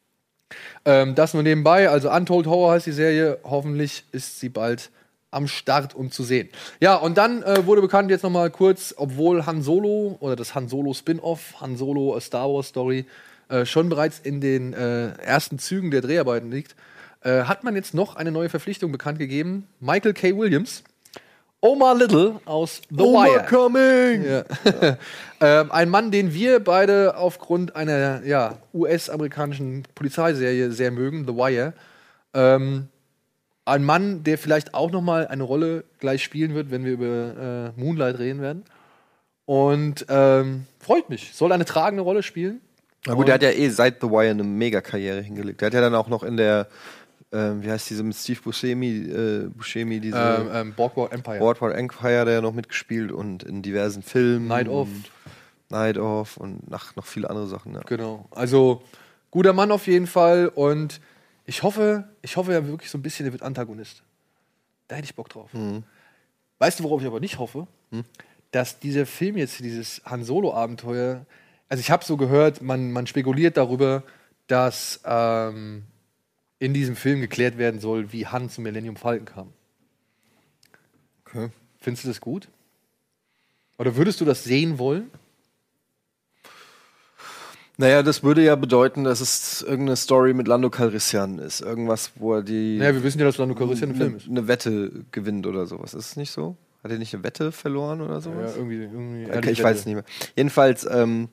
Ähm, das nur nebenbei. Also Untold Horror heißt die Serie. Hoffentlich ist sie bald am Start und zu sehen. Ja, und dann äh, wurde bekannt jetzt noch mal kurz, obwohl Han Solo oder das Han Solo Spin-Off, Han Solo A Star Wars Story, äh, schon bereits in den äh, ersten Zügen der Dreharbeiten liegt, äh, hat man jetzt noch eine neue Verpflichtung bekannt gegeben. Michael K. Williams, Omar Little aus The Omar Wire. coming! Ja. ähm, ein Mann, den wir beide aufgrund einer ja, U S-amerikanischen Polizeiserie sehr mögen, The Wire. Ähm, ein Mann, der vielleicht auch noch mal eine Rolle gleich spielen wird, wenn wir über äh, Moonlight reden werden. Und ähm, freut mich. Soll eine tragende Rolle spielen. Na gut, der hat ja eh seit The Wire eine Mega-Karriere hingelegt. Der hat ja dann auch noch in der, ähm, wie heißt diese mit Steve Buscemi, äh, Buscemi diese Ähm, ähm, Boardwalk Empire. Boardwalk Empire, der ja noch mitgespielt und in diversen Filmen. Night Of. und Night Of und nach, noch viele andere Sachen. Ja. Genau. Also guter Mann auf jeden Fall. Und ich hoffe, ich hoffe ja wirklich so ein bisschen, der wird Antagonist. Da hätte ich Bock drauf. Mhm. Weißt du, worauf ich aber nicht hoffe? Hm? Dass dieser Film jetzt, dieses Han Solo-Abenteuer, also ich habe so gehört, man, man spekuliert darüber, dass ähm, in diesem Film geklärt werden soll, wie Han zum Millennium Falcon kam. Okay. Findest du das gut? Oder würdest du das sehen wollen? Naja, das würde ja bedeuten, dass es irgendeine Story mit Lando Calrissian ist. Irgendwas, wo er die Naja, wir wissen ja, dass Lando Calrissian ein Film ist. eine Wette gewinnt oder sowas. Ist es nicht so? Hat er nicht eine Wette verloren oder Ja, sowas? irgendwie, irgendwie Okay, ich weiß es nicht mehr. Jedenfalls, ähm,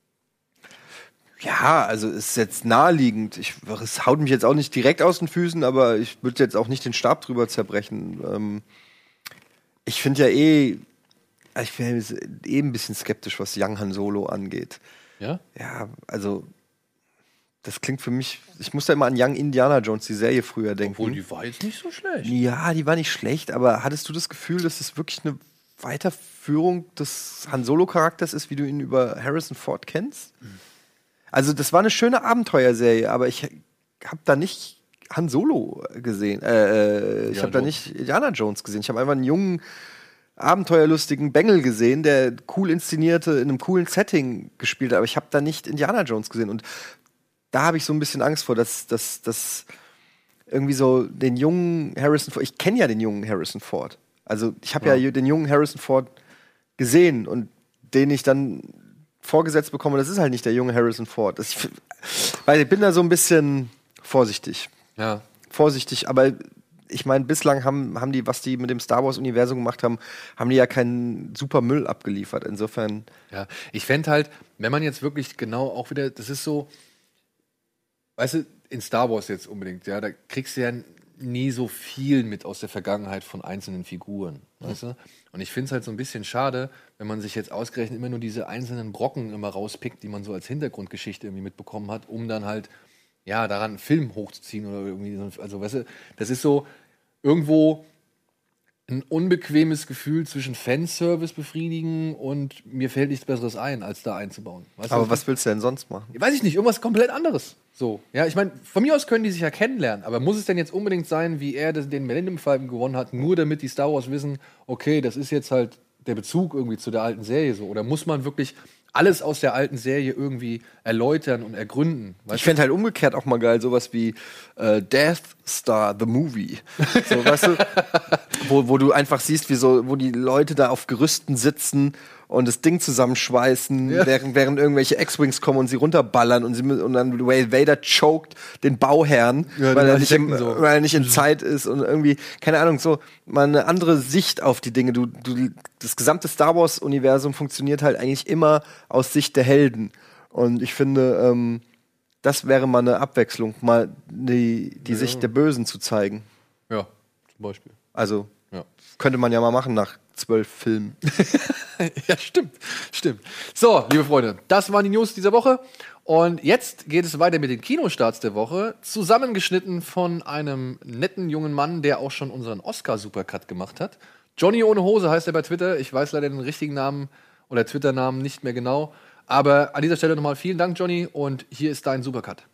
ja, also ist jetzt naheliegend. Ich, es haut mich jetzt auch nicht direkt aus den Füßen, aber ich würde jetzt auch nicht den Stab drüber zerbrechen. Ähm, ich finde ja eh, ich bin ja eh ein bisschen skeptisch, was Young Han Solo angeht. Ja? Ja, also das klingt für mich, ich muss da immer an Young Indiana Jones, die Serie früher denken. Obwohl, die war jetzt nicht so schlecht. Ja, die war nicht schlecht, aber hattest du das Gefühl, dass es wirklich eine Weiterführung des Han Solo-Charakters ist, wie du ihn über Harrison Ford kennst? Mhm. Also das war eine schöne Abenteuerserie, aber ich habe da nicht Han Solo gesehen. Äh, ich habe da nicht Indiana Jones gesehen. Ich habe einfach einen jungen, abenteuerlustigen Bengel gesehen, der cool inszenierte, in einem coolen Setting gespielt hat, aber ich habe da nicht Indiana Jones gesehen. Und da habe ich so ein bisschen Angst vor, dass, dass, dass irgendwie so den jungen Harrison Ford, ich kenne ja den jungen Harrison Ford. Also ich habe ja. ja den jungen Harrison Ford gesehen und den ich dann vorgesetzt bekomme, das ist halt nicht der junge Harrison Ford. Das, ich, weil ich bin da so ein bisschen vorsichtig. Ja. Vorsichtig, aber ich meine, bislang haben, haben die, was die mit dem Star Wars-Universum gemacht haben, haben die ja keinen super Müll abgeliefert. Insofern. Ja, ich fände halt, wenn man jetzt wirklich genau auch wieder, das ist so, weißt du, in Star Wars jetzt unbedingt, ja, da kriegst du ja nie so viel mit aus der Vergangenheit von einzelnen Figuren, mhm. weißt du? Und ich finde es halt so ein bisschen schade, wenn man sich jetzt ausgerechnet immer nur diese einzelnen Brocken immer rauspickt, die man so als Hintergrundgeschichte irgendwie mitbekommen hat, um dann halt, ja, daran einen Film hochzuziehen oder irgendwie so, also weißt du, das ist so irgendwo ein unbequemes Gefühl zwischen Fanservice befriedigen und mir fällt nichts Besseres ein, als da einzubauen. Weißt aber du, was willst du denn sonst machen? Weiß ich nicht, irgendwas komplett anderes. So, ja, ich meine, von mir aus können die sich ja kennenlernen, aber muss es denn jetzt unbedingt sein, wie er den Millennium Falcon gewonnen hat, nur damit die Star Wars wissen, okay, das ist jetzt halt der Bezug irgendwie zu der alten Serie so? Oder muss man wirklich alles aus der alten Serie irgendwie erläutern und ergründen? Weißt ich fände halt umgekehrt auch mal geil, sowas wie äh, Death Star, the Movie. So, weißt du, wo, wo du einfach siehst, wie so, wo die Leute da auf Gerüsten sitzen und das Ding zusammenschweißen, ja. während, während irgendwelche X-Wings kommen und sie runterballern und, sie, und dann Vader choked den Bauherrn, ja, weil, er nicht im, so. weil er nicht in Zeit ist und irgendwie, keine Ahnung, so mal eine andere Sicht auf die Dinge. Du, du, das gesamte Star Wars-Universum funktioniert halt eigentlich immer aus Sicht der Helden. Und ich finde, ähm, das wäre mal eine Abwechslung, mal die, die Ja. Sicht der Bösen zu zeigen. Ja, zum Beispiel. Also Ja. könnte man ja mal machen nach zwölf Filmen. Ja, stimmt, stimmt. So, liebe Freunde, das waren die News dieser Woche. Und jetzt geht es weiter mit den Kinostarts der Woche, zusammengeschnitten von einem netten jungen Mann, der auch schon unseren Oscar-Supercut gemacht hat. Johnny ohne Hose heißt er bei Twitter. Ich weiß leider den richtigen Namen oder Twitter-Namen nicht mehr genau. Aber an dieser Stelle nochmal vielen Dank, Johnny. Und hier ist dein Supercut.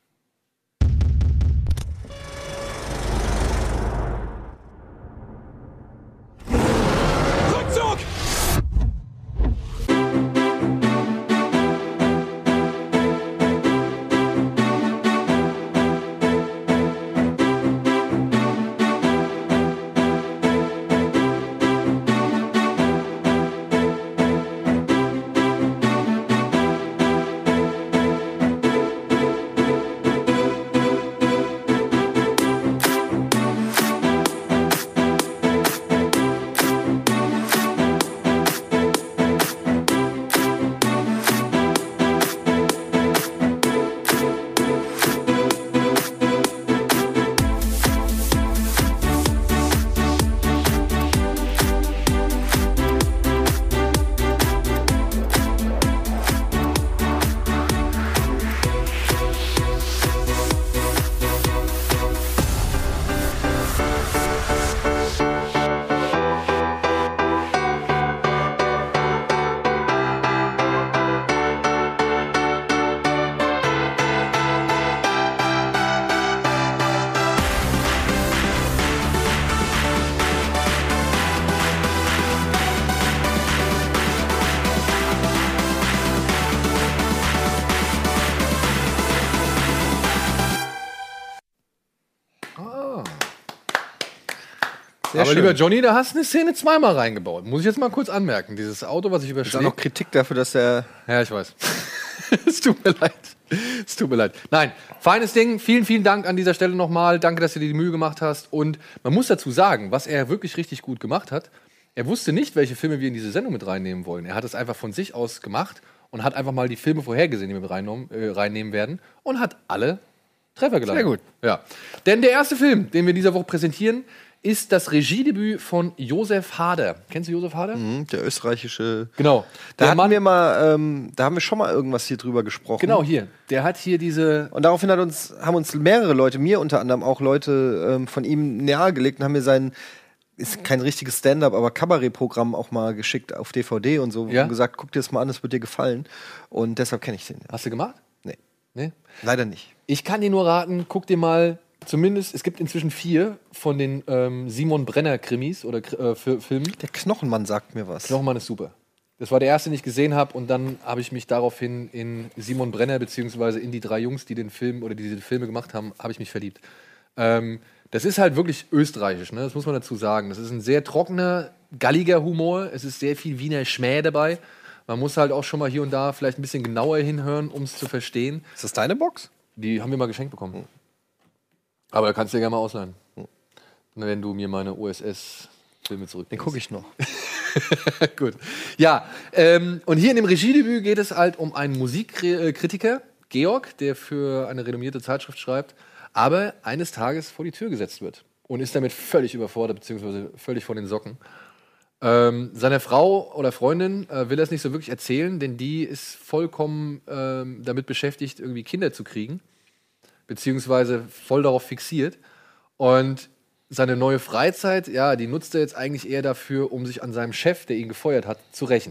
Rückzug! Sehr Aber schön. lieber Johnny, da hast du eine Szene zweimal reingebaut. Muss ich jetzt mal kurz anmerken. Dieses Auto, was ich ist auch überschlägt. noch Kritik dafür, dass er Ja, ich weiß. Es tut mir leid. Es tut mir leid. Nein, feines Ding. Vielen, vielen Dank an dieser Stelle nochmal. Danke, dass du dir die Mühe gemacht hast. Und man muss dazu sagen, was er wirklich richtig gut gemacht hat, er wusste nicht, welche Filme wir in diese Sendung mit reinnehmen wollen. Er hat es einfach von sich aus gemacht und hat einfach mal die Filme vorhergesehen, die wir mit reinnehmen, äh, reinnehmen werden und hat alle Treffer gelandet. Sehr gut. Ja. Denn der erste Film, den wir in dieser Woche präsentieren, ist das Regiedebüt von Josef Hader. Kennst du Josef Hader? hm, der österreichische. Genau. Da Der hatten Mann- wir mal, ähm, da haben wir schon mal irgendwas hier drüber gesprochen. Genau, hier. Der hat hier diese. Und daraufhin hat uns, haben uns mehrere Leute, mir unter anderem auch Leute ähm, von ihm nahegelegt und haben mir sein, ist kein richtiges Stand-up, aber Kabarettprogramm auch mal geschickt auf D V D und so Ja? und gesagt, guck dir das mal an, das wird dir gefallen. Und deshalb kenne ich den. Ja. Hast du gemacht? Nee, Nee? leider nicht. Ich kann dir nur raten, guck dir mal, zumindest, es gibt inzwischen vier von den ähm, Simon Brenner-Krimis oder äh, Fi- Filmen. Der Knochenmann sagt mir was. Knochenmann ist super. Das war der erste, den ich gesehen habe, und dann habe ich mich daraufhin in Simon Brenner beziehungsweise in die drei Jungs, die den Film oder die diese Filme gemacht haben, habe ich mich verliebt. Ähm, das ist halt wirklich österreichisch, ne? Das muss man dazu sagen. Das ist ein sehr trockener, galliger Humor. Es ist sehr viel Wiener Schmäh dabei. Man muss halt auch schon mal hier und da vielleicht ein bisschen genauer hinhören, um es zu verstehen. Ist das deine Box? Die haben wir mal geschenkt bekommen. Aber da kannst du dir gerne mal ausleihen. Wenn du mir meine O S S-Filme zurückgibst. Den gucke ich noch. Gut. Ja, ähm, und hier in dem Regiedebüt geht es halt um einen Musikkritiker, Georg, der für eine renommierte Zeitschrift schreibt, aber eines Tages vor die Tür gesetzt wird und ist damit völlig überfordert, beziehungsweise völlig von den Socken. Ähm, seiner Frau oder Freundin äh, will er es nicht so wirklich erzählen, denn die ist vollkommen ähm, damit beschäftigt, irgendwie Kinder zu kriegen, beziehungsweise voll darauf fixiert. Und seine neue Freizeit, ja, die nutzt er jetzt eigentlich eher dafür, um sich an seinem Chef, der ihn gefeuert hat, zu rächen.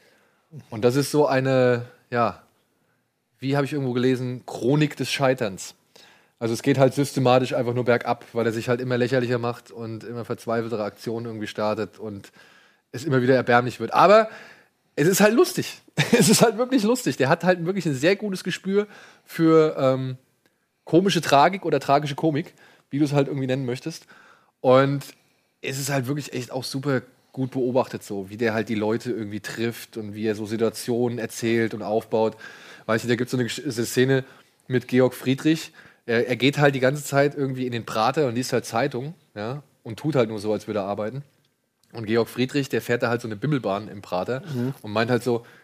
Und das ist so eine, ja, wie habe ich irgendwo gelesen, Chronik des Scheiterns. Also es geht halt systematisch einfach nur bergab, weil er sich halt immer lächerlicher macht und immer verzweifeltere Aktionen irgendwie startet und es immer wieder erbärmlich wird. Aber es ist halt lustig. Es ist halt wirklich lustig. Der hat halt wirklich ein sehr gutes Gespür für ähm, komische Tragik oder tragische Komik, wie du es halt irgendwie nennen möchtest. Und es ist halt wirklich echt auch super gut beobachtet, so wie der halt die Leute irgendwie trifft und wie er so Situationen erzählt und aufbaut. Weißt du, da gibt es so eine, Gesch- eine Szene mit Georg Friedrich. Er, er geht halt die ganze Zeit irgendwie in den Prater und liest halt Zeitung, ja, und tut halt nur so, als würde er arbeiten. Und Georg Friedrich, der fährt da halt so eine Bimmelbahn im Prater und meint halt so,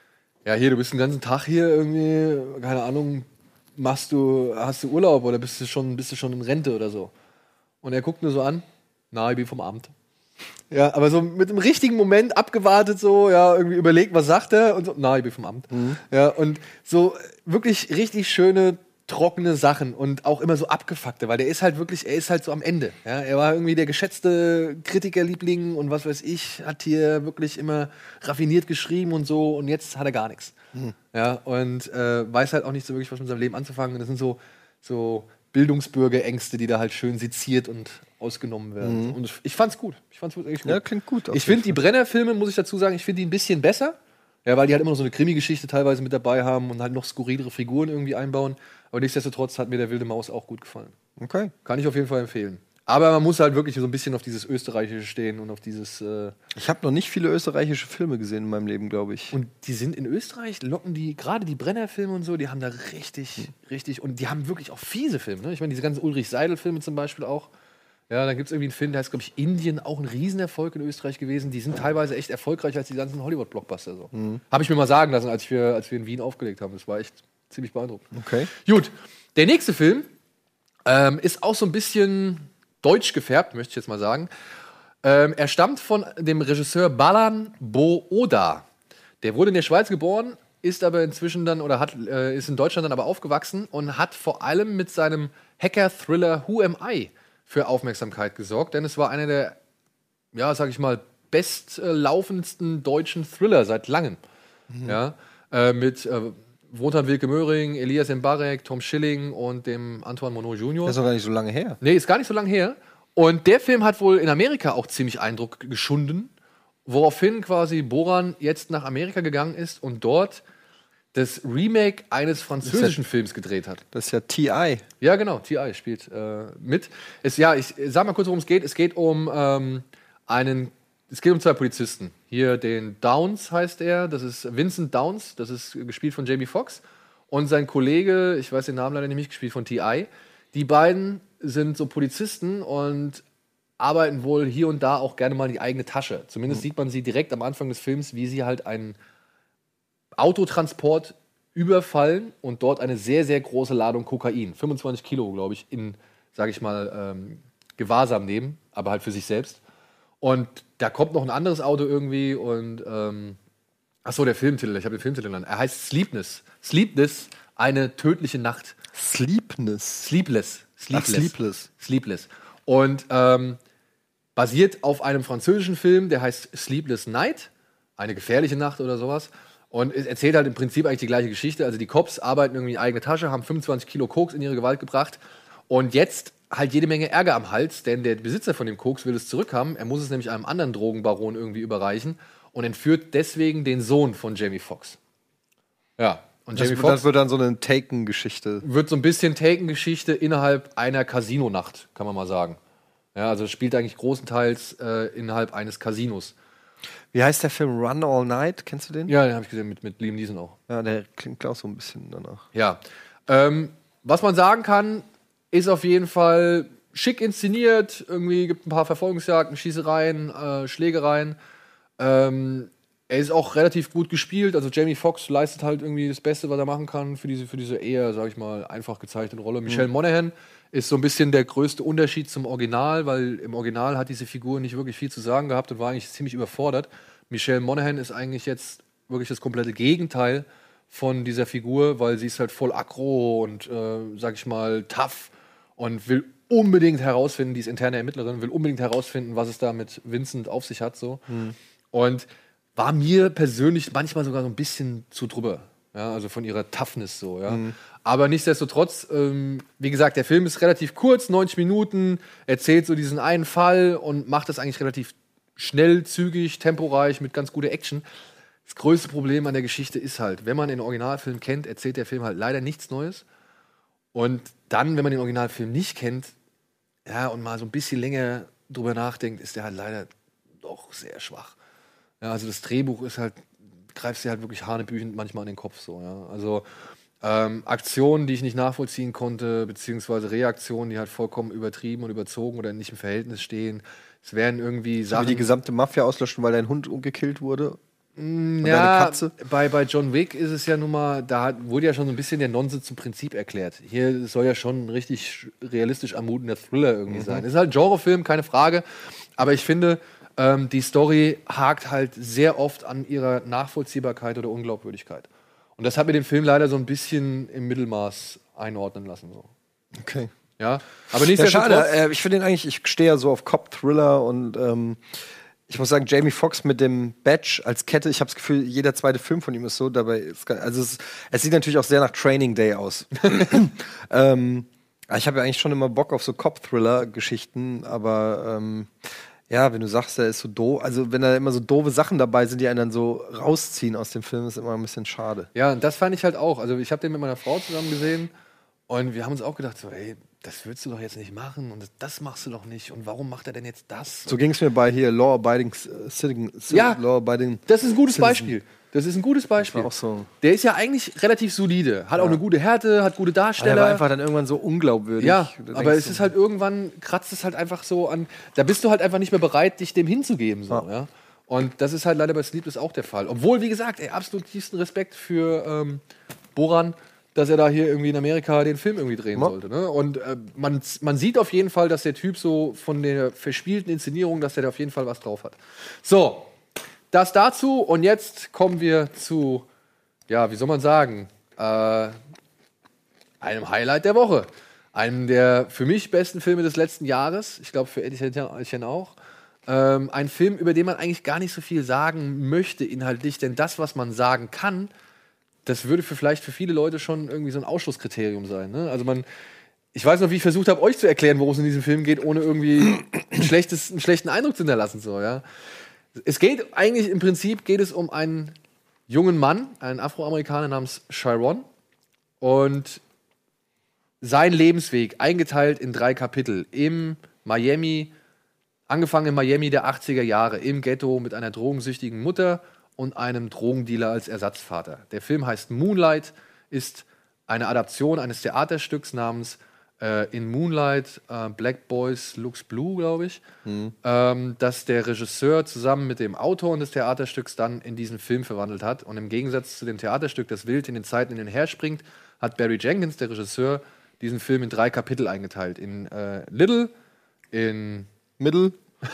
ja, hier, du bist den ganzen Tag hier irgendwie, keine Ahnung, machst du, hast du Urlaub oder bist du schon, bist du schon in Rente oder so? Und er guckt nur so an, na, ich bin vom Amt. Ja, aber so mit dem richtigen Moment abgewartet, so, ja, irgendwie überlegt, was sagt er und so, na, ich bin vom Amt. Mhm. Ja, und so wirklich richtig schöne, trockene Sachen und auch immer so abgefuckte, weil der ist halt wirklich, er ist halt so am Ende. Ja, er war irgendwie der geschätzte Kritikerliebling und was weiß ich, hat hier wirklich immer raffiniert geschrieben und so und jetzt hat er gar nichts. Mhm. Ja, und äh, weiß halt auch nicht so wirklich, was mit seinem Leben anzufangen. Und das sind so, so Bildungsbürgerängste, die da halt schön seziert und ausgenommen werden. Mhm. Und ich fand's gut. Ich fand's wirklich gut. Ja, klingt gut. Ich finde die Brenner-Filme, muss ich dazu sagen, ich finde die ein bisschen besser. Ja, weil die halt immer noch so eine Krimi-Geschichte teilweise mit dabei haben und halt noch skurrilere Figuren irgendwie einbauen. Aber nichtsdestotrotz hat mir der Wilde Maus auch gut gefallen. Okay. Kann ich auf jeden Fall empfehlen. Aber man muss halt wirklich so ein bisschen auf dieses Österreichische stehen und auf dieses. Äh ich habe noch nicht viele österreichische Filme gesehen in meinem Leben, glaube ich. Und die sind in Österreich, locken die, gerade die Brenner-Filme und so, die haben da richtig, hm. richtig. Und die haben wirklich auch fiese Filme. Ne? Ich meine, diese ganzen Ulrich-Seidel-Filme zum Beispiel auch. Ja, da gibt es irgendwie einen Film, der heißt, glaube ich, Indien, auch ein Riesenerfolg in Österreich gewesen. Die sind teilweise echt erfolgreicher als die ganzen Hollywood-Blockbuster. So. Mhm. Habe ich mir mal sagen lassen, als wir, als wir in Wien aufgelegt haben. Das war echt ziemlich beeindruckend. Okay. Gut, der nächste Film ähm, ist auch so ein bisschen deutsch gefärbt, möchte ich jetzt mal sagen. Ähm, er stammt von dem Regisseur Balan Booda. Der wurde in der Schweiz geboren, ist aber inzwischen dann, oder hat, äh, ist in Deutschland dann aber aufgewachsen und hat vor allem mit seinem Hacker-Thriller Who Am I für Aufmerksamkeit gesorgt, denn es war einer der, ja, sag ich mal, bestlaufendsten deutschen Thriller seit langem. Mhm. Ja, äh, mit äh, Wotan Wilke Möhring, Elias Mbarek, Tom Schilling und dem Antoine Monod Junior Das ist doch gar nicht so lange her. Nee, ist gar nicht so lange her. Und der Film hat wohl in Amerika auch ziemlich Eindruck geschunden, woraufhin quasi Boran jetzt nach Amerika gegangen ist und dort das Remake eines französischen ja, Films gedreht hat. Das ist ja T I Ja, genau, T I spielt äh, mit. Es, ja, ich sag mal kurz, worum es geht. Es geht um ähm, einen, es geht um zwei Polizisten. Hier den Downs heißt er, das ist Vincent Downs, das ist gespielt von Jamie Foxx. Und sein Kollege, ich weiß den Namen leider nicht, gespielt von T I Die beiden sind so Polizisten und arbeiten wohl hier und da auch gerne mal in die eigene Tasche. Zumindest mhm. sieht man sie direkt am Anfang des Films, wie sie halt einen Autotransport überfallen und dort eine sehr, sehr große Ladung Kokain, fünfundzwanzig Kilo, glaube ich, in, sage ich mal, ähm, Gewahrsam nehmen, aber halt für sich selbst. Und da kommt noch ein anderes Auto irgendwie und, ähm, achso, der Filmtitel, ich habe den Filmtitel genannt. Er heißt Sleepness. Sleepness, eine tödliche Nacht. Sleepness? Sleepless. Sleepless. Ach, Sleepless. Sleepless. Und ähm, basiert auf einem französischen Film, der heißt Sleepless Night, eine gefährliche Nacht oder sowas. Und es erzählt halt im Prinzip eigentlich die gleiche Geschichte. Also die Cops arbeiten irgendwie in eigene Tasche, haben fünfundzwanzig Kilo Koks in ihre Gewalt gebracht. Und jetzt halt jede Menge Ärger am Hals, denn der Besitzer von dem Koks will es zurückhaben. Er muss es nämlich einem anderen Drogenbaron irgendwie überreichen und entführt deswegen den Sohn von Jamie Foxx. Ja. Und Jamie das, Foxx das wird dann so eine Taken-Geschichte. Wird so ein bisschen Taken-Geschichte innerhalb einer Casino-Nacht, kann man mal sagen. Ja, also es spielt eigentlich großenteils äh, innerhalb eines Casinos. Wie heißt der Film Run All Night? Kennst du den? Ja, den habe ich gesehen mit, mit Liam Neeson auch. Ja, der klingt auch so ein bisschen danach. Ja. Ähm, was man sagen kann, ist auf jeden Fall schick inszeniert. Irgendwie gibt ein paar Verfolgungsjagden, Schießereien, äh, Schlägereien. Ähm, er ist auch relativ gut gespielt. Also Jamie Foxx leistet halt irgendwie das Beste, was er machen kann für diese, für diese eher, sag ich mal, einfach gezeichnete Rolle. Michelle mhm. Monaghan ist so ein bisschen der größte Unterschied zum Original, weil im Original hat diese Figur nicht wirklich viel zu sagen gehabt und war eigentlich ziemlich überfordert. Michelle Monaghan ist eigentlich jetzt wirklich das komplette Gegenteil von dieser Figur, weil sie ist halt voll aggro und, äh, sag ich mal, tough und will unbedingt herausfinden, die ist interne Ermittlerin, will unbedingt herausfinden, was es da mit Vincent auf sich hat. So. Mhm. Und war mir persönlich manchmal sogar so ein bisschen zu drüber. Ja, also von ihrer Toughness so, ja. Mhm. Aber nichtsdestotrotz, ähm, wie gesagt, der Film ist relativ kurz, neunzig Minuten, erzählt so diesen einen Fall und macht das eigentlich relativ schnell, zügig, temporeich, mit ganz guter Action. Das größte Problem an der Geschichte ist halt, wenn man den Originalfilm kennt, erzählt der Film halt leider nichts Neues. Und dann, wenn man den Originalfilm nicht kennt, ja, und mal so ein bisschen länger drüber nachdenkt, ist der halt leider doch sehr schwach. Ja, also das Drehbuch ist halt, greifst dir halt wirklich hanebüchend manchmal an den Kopf so, ja. Also ähm, Aktionen, die ich nicht nachvollziehen konnte, beziehungsweise Reaktionen, die halt vollkommen übertrieben und überzogen oder nicht im Verhältnis stehen. Es werden irgendwie Sachen... die gesamte Mafia auslöschen, weil dein Hund gekillt wurde? Und Ja, deine Katze? bei, bei John Wick ist es ja nun mal, da hat, wurde ja schon so ein bisschen der Nonsens zum Prinzip erklärt. Hier soll ja schon ein richtig realistisch anmutender Thriller irgendwie mhm. sein. Es ist halt ein Genrefilm, keine Frage. Aber ich finde, ähm, die Story hakt halt sehr oft an ihrer Nachvollziehbarkeit oder Unglaubwürdigkeit. Und das hat mir den Film leider so ein bisschen im Mittelmaß einordnen lassen. So. Okay. Ja, aber Ja, nichtsdestotrotz. schade. Äh, ich finde den eigentlich, ich stehe ja so auf Cop-Thriller und ähm, ich muss sagen, Jamie Foxx mit dem Badge als Kette, ich habe das Gefühl, jeder zweite Film von ihm ist so. Dabei ist gar, also es, es sieht natürlich auch sehr nach Training Day aus. ähm, ich habe ja eigentlich schon immer Bock auf so Cop-Thriller-Geschichten, aber ähm, ja, wenn du sagst, er ist so doof, also wenn da immer so doofe Sachen dabei sind, die einen dann so rausziehen aus dem Film, ist immer ein bisschen schade. Ja, und das fand ich halt auch. Also ich habe den mit meiner Frau zusammen gesehen und wir haben uns auch gedacht, so, ey, das würdest du doch jetzt nicht machen und das, das machst du doch nicht und warum macht er denn jetzt das? So ging es mir bei hier Law Abiding uh, Sitting. Ja, Law Abiding das ist ein gutes Citizen. Beispiel. Das ist ein gutes Beispiel. war auch so. Der ist ja eigentlich relativ solide, hat auch eine gute Härte, hat gute Der Darsteller. war einfach dann irgendwann so unglaubwürdig. Ja, Da aber denkst es ist halt irgendwann, kratzt es halt einfach so an, da bist du halt einfach nicht mehr bereit, dich dem hinzugeben. So, Ja. ja. Und das ist halt leider bei Sleepless auch der Fall. Obwohl, wie gesagt, ey, absolut tiefsten Respekt für ähm, Boran, dass er da hier irgendwie in Amerika den Film irgendwie drehen Ja. sollte. Ne? Und äh, man, man sieht auf jeden Fall, dass der Typ so von der verspielten Inszenierung, dass der da auf jeden Fall was drauf hat. So, das dazu. Und jetzt kommen wir zu, ja, wie soll man sagen, äh, einem Highlight der Woche. Einem der für mich besten Filme des letzten Jahres. Ich glaube, für Etienne auch. Ähm, ein Film, über den man eigentlich gar nicht so viel sagen möchte inhaltlich, denn das, was man sagen kann, das würde für vielleicht für viele Leute schon irgendwie so ein Ausschlusskriterium sein. Ne? Also man, ich weiß noch, wie ich versucht habe, euch zu erklären, worum es in diesem Film geht, ohne irgendwie ein schlechtes, einen schlechten Eindruck zu hinterlassen. So, ja? Es geht eigentlich im Prinzip geht es um einen jungen Mann, einen Afroamerikaner namens Chiron und sein Lebensweg eingeteilt in drei Kapitel im Miami, angefangen in Miami der achtziger Jahre, im Ghetto mit einer drogensüchtigen Mutter und einem Drogendealer als Ersatzvater. Der Film heißt Moonlight, ist eine Adaption eines Theaterstücks namens äh, In Moonlight, äh, Black Boys Looks Blue, glaube ich, mhm. ähm, das der Regisseur zusammen mit dem Autor des Theaterstücks dann in diesen Film verwandelt hat. Und im Gegensatz zu dem Theaterstück, das wild in den Zeiten in den her springt, hat Barry Jenkins, der Regisseur, diesen Film in drei Kapitel eingeteilt. In äh, Little, in Middle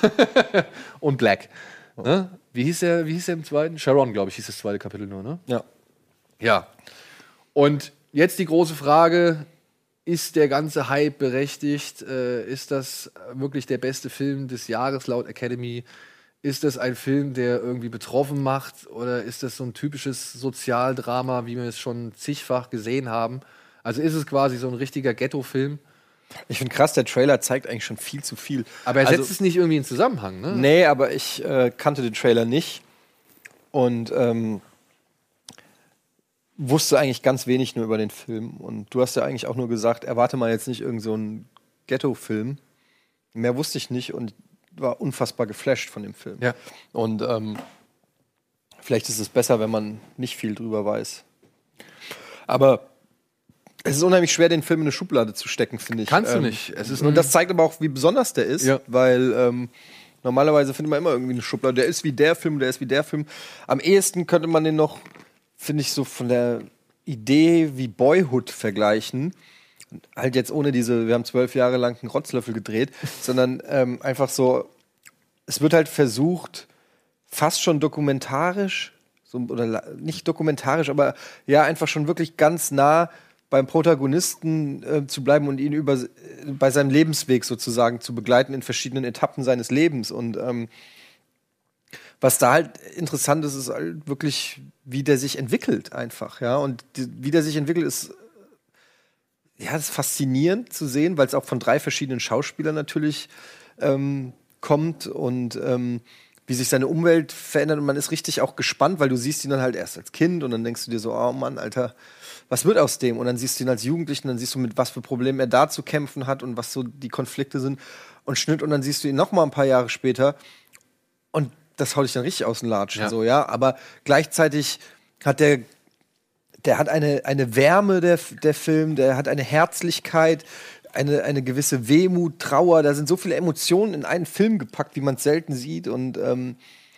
und Black. Oh. Ne? Wie hieß der, wie hieß der im zweiten? Sharon, glaube ich, hieß das zweite Kapitel nur, ne? Ja. Ja. Und jetzt die große Frage, ist der ganze Hype berechtigt? Äh, ist das wirklich der beste Film des Jahres laut Academy? Ist das ein Film, der irgendwie betroffen macht? Oder ist das so ein typisches Sozialdrama, wie wir es schon zigfach gesehen haben? Also ist es quasi so ein richtiger Ghetto-Film? Ich finde krass, der Trailer zeigt eigentlich schon viel zu viel. Aber er also, setzt es nicht irgendwie in Zusammenhang, ne? Nee, aber ich äh, kannte den Trailer nicht und ähm, wusste eigentlich ganz wenig nur über den Film. Und du hast ja eigentlich auch nur gesagt, erwarte mal jetzt nicht irgend so einen Ghetto-Film. Mehr wusste ich nicht und war unfassbar geflasht von dem Film. Ja. Und ähm, vielleicht ist es besser, wenn man nicht viel drüber weiß. Aber es ist unheimlich schwer, den Film in eine Schublade zu stecken, finde ich. Kannst ähm, du nicht. Es ist und das zeigt aber auch, wie besonders der ist, ja. weil ähm, normalerweise findet man immer irgendwie eine Schublade. Der ist wie der Film, der ist wie der Film. Am ehesten könnte man den noch, finde ich, so von der Idee wie Boyhood vergleichen. Halt jetzt ohne diese, wir haben zwölf Jahre lang einen Rotzlöffel gedreht, sondern ähm, einfach so, es wird halt versucht, fast schon dokumentarisch, so, oder nicht dokumentarisch, aber ja, einfach schon wirklich ganz nah beim Protagonisten äh, zu bleiben und ihn über, äh, bei seinem Lebensweg sozusagen zu begleiten in verschiedenen Etappen seines Lebens. Und ähm, was da halt interessant ist, ist halt wirklich, wie der sich entwickelt einfach. Ja? Und die, wie der sich entwickelt, ist, ja, das ist faszinierend zu sehen, weil es auch von drei verschiedenen Schauspielern natürlich ähm, kommt und ähm, wie sich seine Umwelt verändert. Und man ist richtig auch gespannt, weil du siehst ihn dann halt erst als Kind und dann denkst du dir so, oh Mann, Alter, was wird aus dem? Und dann siehst du ihn als Jugendlichen, dann siehst du, mit was für Problemen er da zu kämpfen hat und was so die Konflikte sind. Und Schnitt, und dann siehst du ihn noch mal ein paar Jahre später und das haut dich dann richtig aus den Latschen. Ja. So, ja? Aber gleichzeitig hat der, der hat eine, eine Wärme, der, der Film, der hat eine Herzlichkeit, eine, eine gewisse Wehmut, Trauer. Da sind so viele Emotionen in einen Film gepackt, wie man es selten sieht. Und ähm,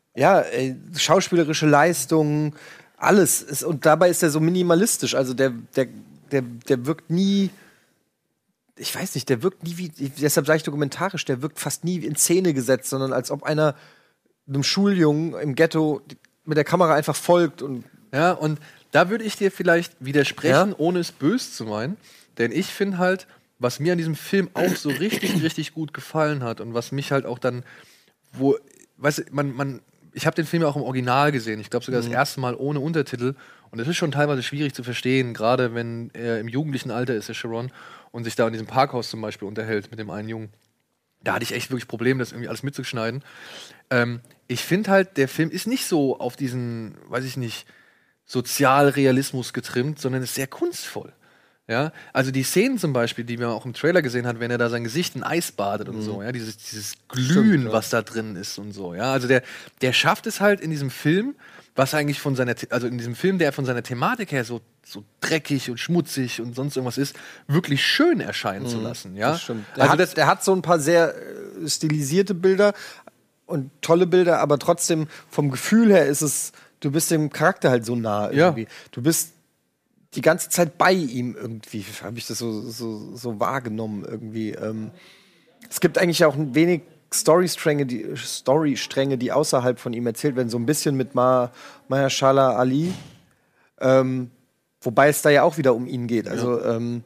ja, ey, schauspielerische Leistungen, alles. Ist, und dabei ist er so minimalistisch. Also der, der, der, der wirkt nie, ich weiß nicht, der wirkt nie wie, deshalb sage ich dokumentarisch, der wirkt fast nie in Szene gesetzt, sondern als ob einer einem Schuljungen im Ghetto mit der Kamera einfach folgt. Und ja, und da würde ich dir vielleicht widersprechen, Ja? ohne es böse zu meinen. Denn ich finde halt, was mir an diesem Film auch so richtig, richtig gut gefallen hat und was mich halt auch dann, wo, weißt du, man, man, ich habe den Film ja auch im Original gesehen. Ich glaube sogar das erste Mal ohne Untertitel. Und es ist schon teilweise schwierig zu verstehen, gerade wenn er im jugendlichen Alter ist, der Sharon, und sich da in diesem Parkhaus zum Beispiel unterhält mit dem einen Jungen. Da hatte ich echt wirklich Probleme, das irgendwie alles mitzuschneiden. Ähm, ich finde halt, der Film ist nicht so auf diesen, weiß ich nicht, Sozialrealismus getrimmt, sondern ist sehr kunstvoll. Ja, also die Szenen zum Beispiel, die man auch im Trailer gesehen hat, wenn er da sein Gesicht in Eis badet und so, ja, dieses, dieses Glühen, Stimmt, ja. was da drin ist und so, ja, also der, der schafft es halt in diesem Film, was eigentlich von seiner, The- also in diesem Film, der von seiner Thematik her so, so dreckig und schmutzig und sonst irgendwas ist, wirklich schön erscheinen zu lassen, ja. Das stimmt. Der, Also hat, das, der hat so ein paar sehr äh, stilisierte Bilder und tolle Bilder, aber trotzdem vom Gefühl her ist es, du bist dem Charakter halt so nah Ja. irgendwie. Du bist die ganze Zeit bei ihm irgendwie, habe ich das so, so, so wahrgenommen irgendwie. Ähm, es gibt eigentlich auch ein wenig Storystränge, die Storystränge, die außerhalb von ihm erzählt werden, so ein bisschen mit Ma, Mahershala Ali, ähm, wobei es da ja auch wieder um ihn geht. Also ähm,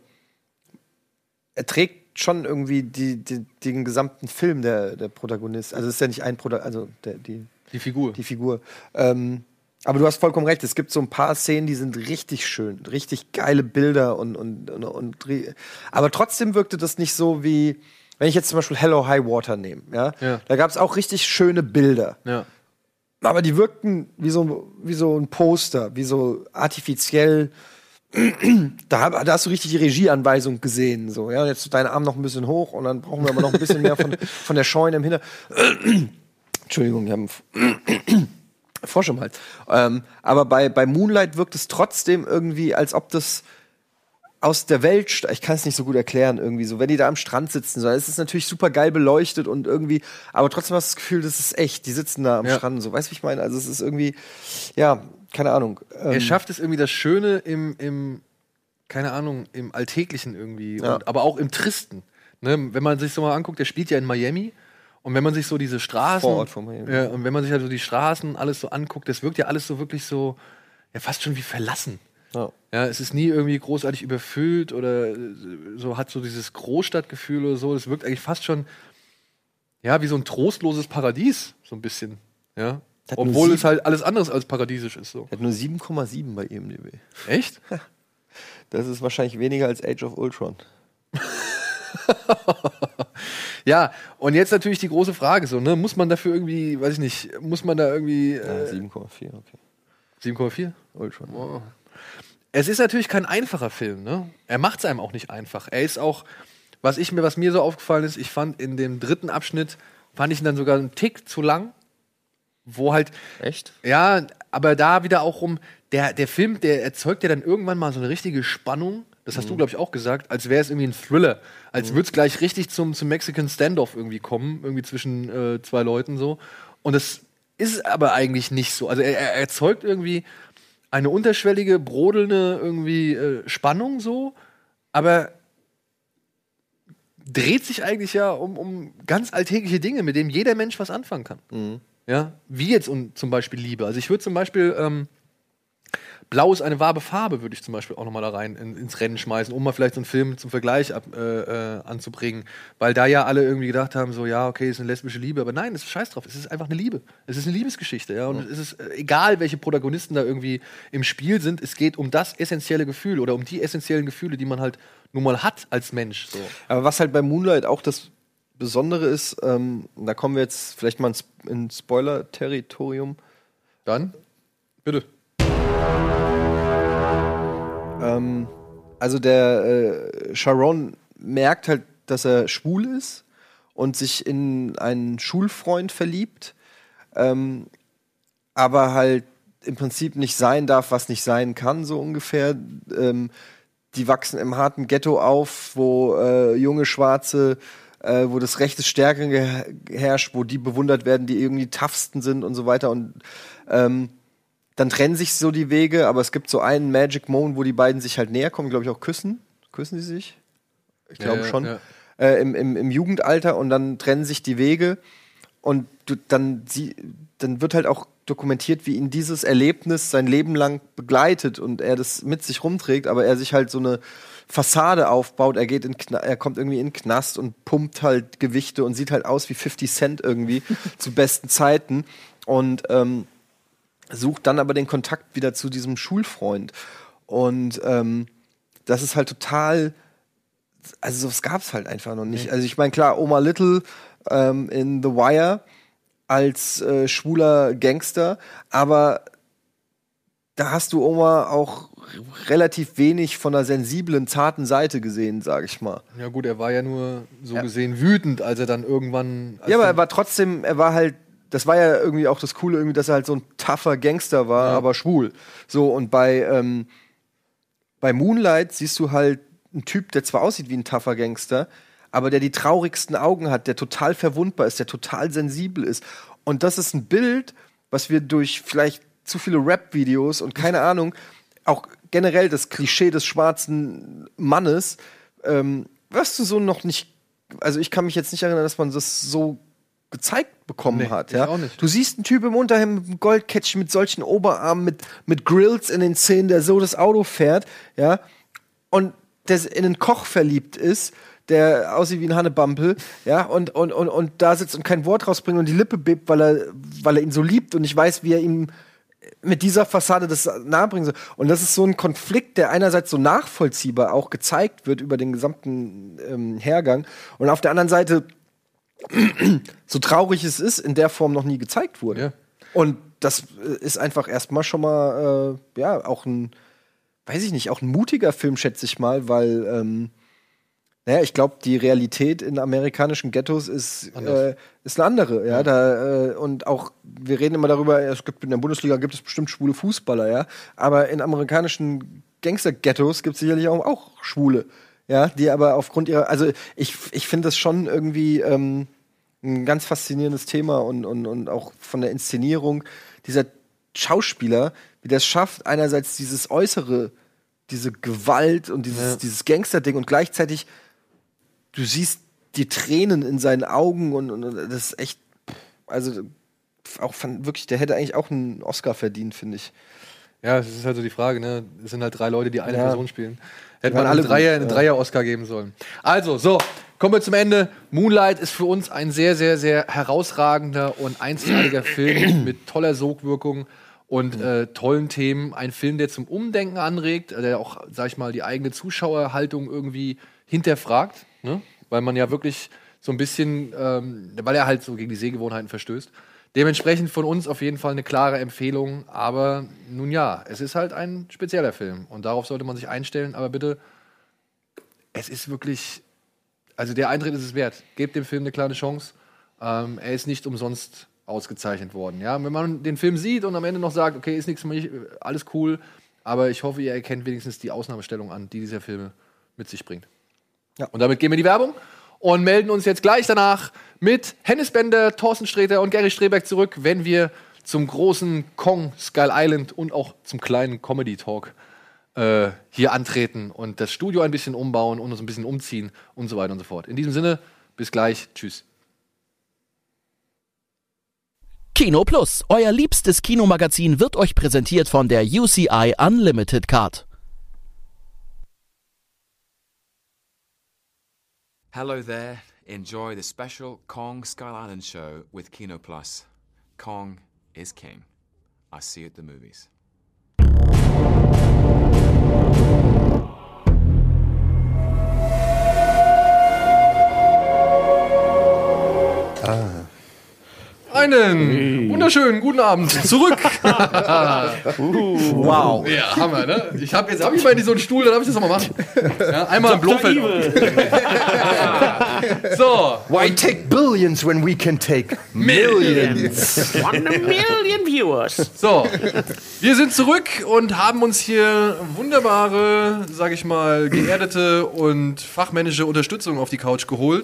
er trägt schon irgendwie die, die, den gesamten Film, der, der Protagonist. Also es ist ja nicht ein Protagonist, also der, die, die Figur. die Figur. Ähm, aber du hast vollkommen recht, es gibt so ein paar Szenen, die sind richtig schön, richtig geile Bilder und, und, und, und aber trotzdem wirkte das nicht so wie, wenn ich jetzt zum Beispiel Hello High Water nehme, ja, Ja. da gab es auch richtig schöne Bilder. Ja. Aber die wirkten wie so, wie so ein Poster, wie so artifiziell. Da, hab- da hast du richtig die Regieanweisung gesehen. So, ja, jetzt deinen Arm noch ein bisschen hoch und dann brauchen wir aber noch ein bisschen mehr von, von der Scheune im Hintergrund. Entschuldigung, wir haben Frosch im Hals. Ähm, aber bei, bei Moonlight wirkt es trotzdem irgendwie, als ob das aus der Welt, sta- ich kann es nicht so gut erklären irgendwie so, wenn die da am Strand sitzen, so, es ist natürlich super geil beleuchtet und irgendwie, aber trotzdem hast du das Gefühl, das ist echt, die sitzen da am Ja. Strand, so, weißt du, wie ich meine? Also es ist irgendwie, ja, keine Ahnung. Ähm, Er schafft es irgendwie das Schöne im, im keine Ahnung, im Alltäglichen irgendwie, Ja. und, aber auch im Tristen. Ne? Wenn man sich so mal anguckt, der spielt ja in Miami. Und wenn man sich so diese Straßen, Vorort von Miami. ja, und wenn man sich halt so die Straßen alles so anguckt, das wirkt ja alles so wirklich so, ja, fast schon wie verlassen. ja. Ja, es ist nie irgendwie großartig überfüllt oder äh, so, hat so dieses Großstadtgefühl oder so. Es wirkt eigentlich fast schon, ja, wie so ein trostloses Paradies, so ein bisschen. Ja. Hat nur Obwohl sieben- es halt alles anderes als paradiesisch ist. So. Er hat nur sieben Komma sieben bei I M D B. Echt? Das ist wahrscheinlich weniger als Age of Ultron. Ja, und jetzt natürlich die große Frage so, ne, muss man dafür irgendwie, weiß ich nicht, muss man da irgendwie Ja, äh, sieben Komma vier, okay. sieben Komma vier? Ultron. Oh. Es ist natürlich kein einfacher Film, ne? Er macht es einem auch nicht einfach. Er ist auch, was ich mir, was mir so aufgefallen ist, ich fand in dem dritten Abschnitt, fand ich ihn dann sogar einen Tick zu lang, wo halt, Echt? ja, aber da wieder auch rum, der, der Film, der erzeugt ja dann irgendwann mal so eine richtige Spannung. Das hast du, glaube ich, auch gesagt, als wäre es irgendwie ein Thriller. Als würde es gleich richtig zum, zum Mexican Standoff irgendwie kommen, irgendwie zwischen äh, zwei Leuten so. Und das ist aber eigentlich nicht so. Also er, er erzeugt irgendwie eine unterschwellige, brodelnde irgendwie äh, Spannung so, aber dreht sich eigentlich ja um, um ganz alltägliche Dinge, mit denen jeder Mensch was anfangen kann. Ja, wie jetzt um, zum Beispiel Liebe. Also ich würde zum Beispiel ähm, Blau ist eine wahre Farbe, würde ich zum Beispiel auch noch mal da rein in, ins Rennen schmeißen, um mal vielleicht so einen Film zum Vergleich ab, äh, äh, anzubringen. Weil da ja alle irgendwie gedacht haben, so, ja, okay, ist eine lesbische Liebe. Aber nein, es ist scheiß drauf. Es ist einfach eine Liebe. Es ist eine Liebesgeschichte. Ja? Und es ist äh, egal, welche Protagonisten da irgendwie im Spiel sind. Es geht um das essentielle Gefühl oder um die essentiellen Gefühle, die man halt nun mal hat als Mensch. So. Aber was halt bei Moonlight auch das Besondere ist, ähm, da kommen wir jetzt vielleicht mal ins, in Spoiler-Territorium. Dann, bitte. Ähm, also der äh, Sharon merkt halt, dass er schwul ist und sich in einen Schulfreund verliebt, ähm, aber halt im Prinzip nicht sein darf, was nicht sein kann, so ungefähr. Ähm, die wachsen im harten Ghetto auf, wo äh, junge Schwarze äh, wo das Recht des Stärkeren ge- herrscht, wo die bewundert werden, die irgendwie toughsten sind und so weiter. Und ähm, dann trennen sich so die Wege, aber es gibt so einen Magic Moment, wo die beiden sich halt näher kommen, glaube ich auch küssen. Küssen sie sich? Ich glaube ja, schon. Ja. Äh, im, im, Im Jugendalter und dann trennen sich die Wege und du, dann, sie, dann wird halt auch dokumentiert, wie ihn dieses Erlebnis sein Leben lang begleitet und er das mit sich rumträgt, aber er sich halt so eine Fassade aufbaut, er geht in Kna- er kommt irgendwie in den Knast und pumpt halt Gewichte und sieht halt aus wie fifty Cent irgendwie zu besten Zeiten und ähm, sucht dann aber den Kontakt wieder zu diesem Schulfreund und ähm, das ist halt total, also sowas gab's halt einfach noch nicht. Nee. Also ich meine, klar, Omar Little ähm, in The Wire als äh, schwuler Gangster, aber da hast du Omar auch relativ wenig von einer sensiblen, zarten Seite gesehen, sag ich mal. Ja gut, er war ja nur so Ja. gesehen wütend, als er dann irgendwann... als Ja, aber dann- er war trotzdem, er war halt, das war ja irgendwie auch das Coole, irgendwie, dass er halt so ein tougher Gangster war, Ja. aber schwul. So, und bei, ähm, bei Moonlight siehst du halt einen Typ, der zwar aussieht wie ein tougher Gangster, aber der die traurigsten Augen hat, der total verwundbar ist, der total sensibel ist. Und das ist ein Bild, was wir durch vielleicht zu viele Rap-Videos und keine Ahnung, auch generell das Klischee des schwarzen Mannes, ähm, was du so noch nicht, also ich kann mich jetzt nicht erinnern, dass man das so gezeigt bekommen Nee, hat. ich Ja? auch nicht. Du siehst einen Typ im Unterhemd mit einem Goldkettchen, mit solchen Oberarmen, mit, mit Grills in den Zähnen, der so das Auto fährt, ja, und der in einen Koch verliebt ist, der aussieht wie ein Hannebampel, ja, und, und, und, und da sitzt und kein Wort rausbringt und die Lippe bebt, weil er, weil er ihn so liebt und ich weiß, wie er ihm mit dieser Fassade das nahebringen soll. Und das ist so ein Konflikt, der einerseits so nachvollziehbar auch gezeigt wird über den gesamten ähm, Hergang und auf der anderen Seite so traurig es ist, in der Form noch nie gezeigt wurde. Ja. Und das äh, ist einfach erstmal schon mal, äh, ja, auch ein, weiß ich nicht, auch ein mutiger Film, schätze ich mal, weil, ähm, naja, ich glaube, die Realität in amerikanischen Ghettos ist, äh, ist eine andere, ja. Da, äh, und auch, wir reden immer darüber, es gibt in der Bundesliga gibt es bestimmt schwule Fußballer, ja. Aber in amerikanischen Gangster-Ghettos gibt es sicherlich auch, auch Schwule, ja, die aber aufgrund ihrer, also ich, ich finde das schon irgendwie ähm, ein ganz faszinierendes Thema und, und, und auch von der Inszenierung dieser Schauspieler, wie der es schafft, einerseits dieses Äußere, diese Gewalt und dieses, Ja. dieses Gangster-Ding und gleichzeitig du siehst die Tränen in seinen Augen und, und, und das ist echt, also auch von, wirklich, der hätte eigentlich auch einen Oscar verdient, finde ich. Ja, es ist halt so die Frage, ne? Es sind halt drei Leute, die eine Ja. Person spielen. Hätte waren man alle alle Dreier, gut, einen ja. Dreier-Oscar geben sollen. Also, so, kommen wir zum Ende. Moonlight ist für uns ein sehr, sehr, sehr herausragender und einzigartiger Film mit toller Sogwirkung und äh, tollen Themen. Ein Film, der zum Umdenken anregt, der auch, sag ich mal, die eigene Zuschauerhaltung irgendwie hinterfragt, ne? Weil man ja wirklich so ein bisschen, ähm, weil er halt so gegen die Sehgewohnheiten verstößt. Dementsprechend von uns auf jeden Fall eine klare Empfehlung, aber nun ja, es ist halt ein spezieller Film und darauf sollte man sich einstellen, aber bitte, es ist wirklich, also der Eintritt ist es wert. Gebt dem Film eine kleine Chance. Ähm, er ist nicht umsonst ausgezeichnet worden. Ja? Wenn man den Film sieht und am Ende noch sagt, okay, ist nichts für mich, alles cool, aber ich hoffe, ihr erkennt wenigstens die Ausnahmestellung an, die dieser Film mit sich bringt. Ja. Und damit gehen wir in die Werbung und melden uns jetzt gleich danach mit Hennes Bender, Thorsten Sträter und Gary Streberg zurück, wenn wir zum großen Kong, Skull Island und auch zum kleinen Comedy Talk äh, hier antreten und das Studio ein bisschen umbauen und uns ein bisschen umziehen und so weiter und so fort. In diesem Sinne, bis gleich. Tschüss. Kino Plus, euer liebstes Kinomagazin, wird euch präsentiert von der U C I Unlimited Card. Hello there. Enjoy the special Kong Skull Island show with Kino Plus. Kong is king. I see you at the movies. Einen wunderschönen guten Abend zurück. Wow. Ja, Hammer, ne? Ich habe jetzt hab ich mal in so einen Stuhl, dann darf ich das nochmal machen. Ja, einmal im Blofeld. So, Why take billions when we can take millions? One million viewers. so, wir sind zurück und haben uns hier wunderbare, sag ich mal, geerdete und fachmännische Unterstützung auf die Couch geholt.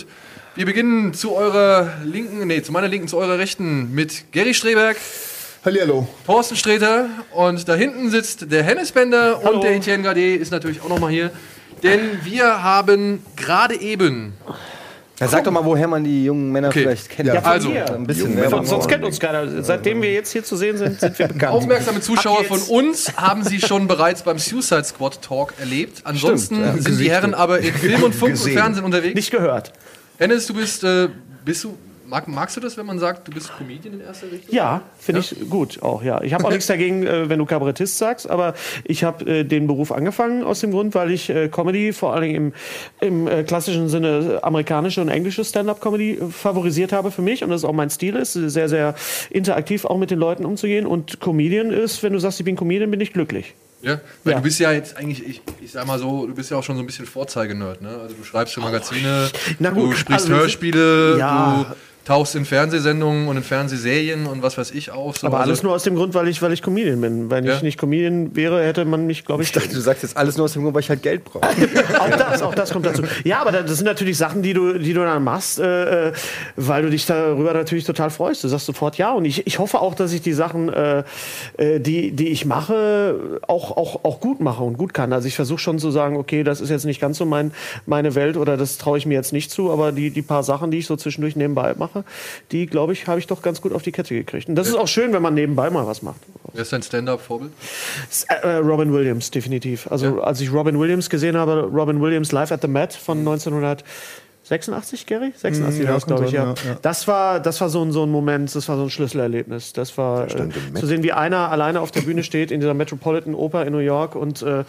Wir beginnen zu eurer linken, nee, zu meiner linken, zu eurer rechten mit Gary Streberg, Hallihallo. Thorsten Sträter und da hinten sitzt der Hennes Bender Hallo. und der Etienne Gade ist natürlich auch nochmal hier. Denn wir haben gerade eben... Ja, sag doch mal, woher man die jungen Männer Okay. vielleicht kennt. Ja, also, ein bisschen Männer. Werbung. Sonst kennt uns keiner. Seitdem wir jetzt hier zu sehen sind, sind wir bekannt. Aufmerksame Zuschauer Ab von jetzt. uns haben sie schon bereits beim Suicide Squad Talk erlebt. Ansonsten Stimmt, ja. sind die Gesichter. Herren aber in Film und Funk und Gesehen. Fernsehen unterwegs. Nicht gehört. Hennes, du bist, äh, bist du, mag, magst du das, wenn man sagt, du bist Comedian in erster Richtung? Ja, finde ich gut auch, ja. Ich habe auch nichts dagegen, äh, wenn du Kabarettist sagst, aber ich habe äh, den Beruf angefangen aus dem Grund, weil ich äh, Comedy, vor allen Dingen im, im äh, klassischen Sinne äh, amerikanische und englische Stand-up-Comedy äh, favorisiert habe für mich und das auch mein Stil ist, sehr, sehr interaktiv auch mit den Leuten umzugehen und Comedian ist, wenn du sagst, ich bin Comedian, bin ich glücklich. Ja, weil Ja. du bist ja jetzt eigentlich, ich, ich sag mal so, du bist ja auch schon so ein bisschen Vorzeigenerd, ne? Also du schreibst für Magazine, Na gut, du sprichst also- Hörspiele, Ja. du tauchst in Fernsehsendungen und in Fernsehserien und was weiß ich auch. So. Aber also, alles nur aus dem Grund, weil ich, weil ich Comedian bin. Wenn Ja. ich nicht Comedian wäre, hätte man mich, glaube ich, Ich dachte, du sagst jetzt alles nur aus dem Grund, weil ich halt Geld brauche. auch das, auch das kommt dazu. Ja, aber das sind natürlich Sachen, die du, die du dann machst, äh, weil du dich darüber natürlich total freust. Du sagst sofort ja. Und ich, ich hoffe auch, dass ich die Sachen, äh, äh, die, die ich mache, auch, auch, auch gut mache und gut kann. Also ich versuche schon zu sagen, okay, das ist jetzt nicht ganz so mein, meine Welt oder das traue ich mir jetzt nicht zu. Aber die, die paar Sachen, die ich so zwischendurch nebenbei mache, die, glaube ich, habe ich doch ganz gut auf die Kette gekriegt. Und das ist auch schön, wenn man nebenbei mal was macht. wer ist dein Stand-Up-Vorbild? Äh, Robin Williams, definitiv. Also Ja. als ich Robin Williams gesehen habe, Robin Williams live at the Met von neunzehnhundertsechsundachtzig, Gary? sechsundachtzig Mm, ja, war das, kann glaube ich, sein, ja. ja, ja. Das war, das war so ein, so ein Moment, das war so ein Schlüsselerlebnis. Das war äh, stand im Met. zu sehen, wie einer alleine auf der Bühne steht in dieser Metropolitan Oper in New York und äh,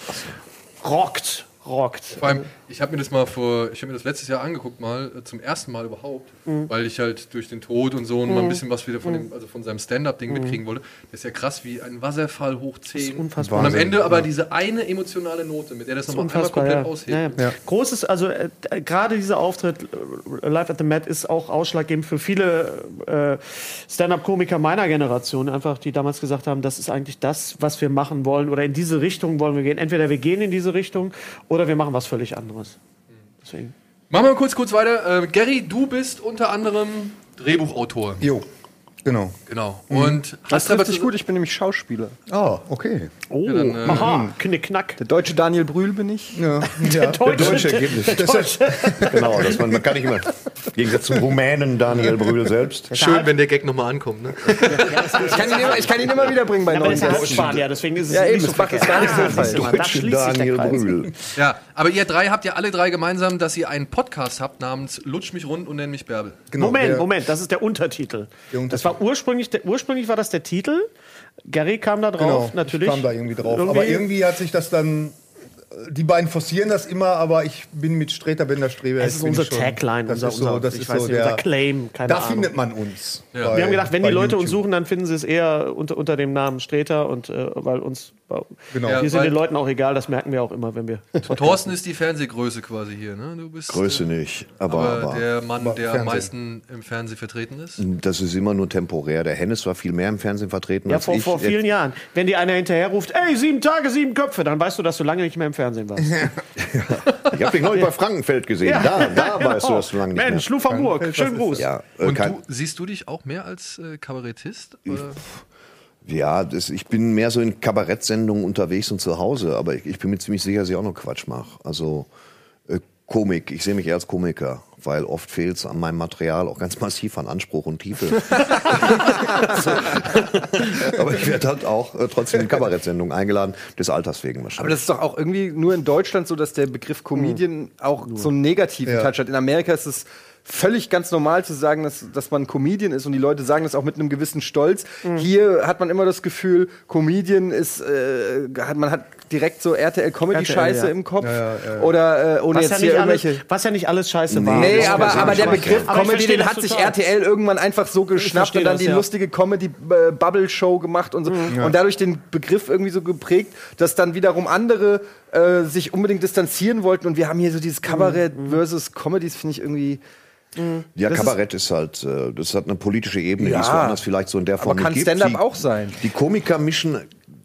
rockt, rockt. Vor allem, ich habe mir das mal vor, ich habe mir das letztes Jahr angeguckt mal, äh, zum ersten Mal überhaupt, Mhm. weil ich halt durch den Tod und so und mal ein bisschen was wieder von dem, also von seinem Stand-Up-Ding mitkriegen wollte. Das ist ja krass, wie ein Wasserfall hoch zehn. unfassbar. Und am Wahnsinn, Ende aber ja. diese eine emotionale Note, mit der das nochmal einmal Unfassbar, komplett ja. aushebt. Ja, ja. Ja. Großes, also äh, äh, gerade dieser Auftritt äh, live at the Met ist auch ausschlaggebend für viele äh, Stand-up-Komiker meiner Generation, einfach die damals gesagt haben, das ist eigentlich das, was wir machen wollen oder in diese Richtung wollen wir gehen. Entweder wir gehen in diese Richtung oder wir machen was völlig anderes. Deswegen. Machen wir mal kurz, kurz weiter. Äh, Gary, du bist unter anderem Drehbuchautor. Jo, genau. Genau. Und Das hast aber trifft dich gut, ich bin nämlich Schauspieler. Ah, okay. Oh, dann, äh, aha, knick, knack. Der deutsche Daniel Brühl bin ich. Ja, ja. Deutsche. Ergebnis. Genau, das man, man kann nicht immer. Im Gegensatz zum Rumänen Daniel Brühl selbst. schön, wenn der Gag nochmal ankommt. Ne? Ich kann ihn immer, ich kann ihn immer wieder bringen bei Aber neuen das ist ja Gästen. Halbspanier, deswegen ist es Ja, eben, nicht so das macht es verkehrt. gar nicht so Ah, falsch. siehst du mal, da Deutsche schließt sich der Daniel Kreis. Brühl. Ja, aber ihr drei habt ja alle drei gemeinsam, dass ihr einen Podcast habt namens Lutsch mich rund und nenn mich Bärbel. Genau, Moment, der- Moment, das ist der Untertitel. Der Untertitel. Das war ursprünglich, der, ursprünglich war das der Titel. Gary kam da drauf, Genau, natürlich. ich kam da irgendwie drauf. Aber irgendwie hat sich das dann. Die beiden forcieren das immer, aber ich bin mit Sträter Bender Strebe. Das ist bin unsere ich schon- Tagline, das unser, ist so, unser, das ich ist weiß so nicht, der, unser Claim, keine Da Ahnung. findet man uns. Ja. bei- Wir haben gedacht, wenn die bei Leute uns YouTube. suchen, dann finden sie es eher unter, unter dem Namen Sträter und äh, weil uns, Genau. Ja, wir sind weil- den Leuten auch egal, das merken wir auch immer, wenn wir. Thorsten ist die Fernsehgröße quasi hier, ne? Du bist Größe äh, nicht, aber, aber aber der Mann, aber der am Fernsehen. meisten im Fernsehen vertreten ist. das ist immer nur temporär. Der Hennes war viel mehr im Fernsehen vertreten Ja, als vor, ich. vor vielen Jahren. Wenn dir einer hinterher ruft, ey, sieben Tage, sieben Köpfe, dann weißt du, dass du lange nicht mehr im Fernsehen warst. Ich habe dich neulich bei Frankenfeld gesehen. Ja, da da genau. weißt du, dass du lange nicht Mensch, mehr. Luferburg, schönen Gruß. Ja, äh, Und kein, du, siehst du dich auch mehr als äh, Kabarettist? Oder? ja das, ich bin mehr so in Kabarettsendungen unterwegs und zu Hause, aber ich, ich bin mir ziemlich sicher, dass ich auch noch Quatsch mache. Also äh, Komik, ich sehe mich eher als Komiker, weil oft fehlt es an meinem Material auch ganz massiv an Anspruch und Tiefe. Aber ich werde halt auch äh, trotzdem in Kabarettsendungen eingeladen, des Alters wegen Aber wahrscheinlich. das ist doch auch irgendwie nur in Deutschland so, dass der Begriff Comedian auch so einen negativen Ja. Touch hat. In Amerika ist es völlig ganz normal zu sagen, dass, dass man Comedian ist und die Leute sagen das auch mit einem gewissen Stolz. Hier hat man immer das Gefühl, Comedian ist, äh, hat, man hat direkt so R T L-Comedy-Scheiße R T L, ja. im Kopf. Ja, ja, ja. Oder äh, ohne Was jetzt ja, hier nicht irgendwelche... alles, was ja nicht alles scheiße war. Nee, Das aber, kann aber ich der schon Begriff verstehen. Aber ich Comedy, verstehe den das hat sich total. R T L irgendwann einfach so geschnappt verstehe und dann das, die ja. lustige Comedy-Bubble-Show gemacht und so. Und dadurch den Begriff irgendwie so geprägt, dass dann wiederum andere äh, sich unbedingt distanzieren wollten. Und wir haben hier so dieses Kabarett versus Comedies, finde ich irgendwie... Ja, das Kabarett ist, halt, äh, das hat eine politische Ebene, die es Ja. woanders vielleicht so in der Form Aber kann nicht gibt. Stand-up Die- auch sein? Die Komiker mischen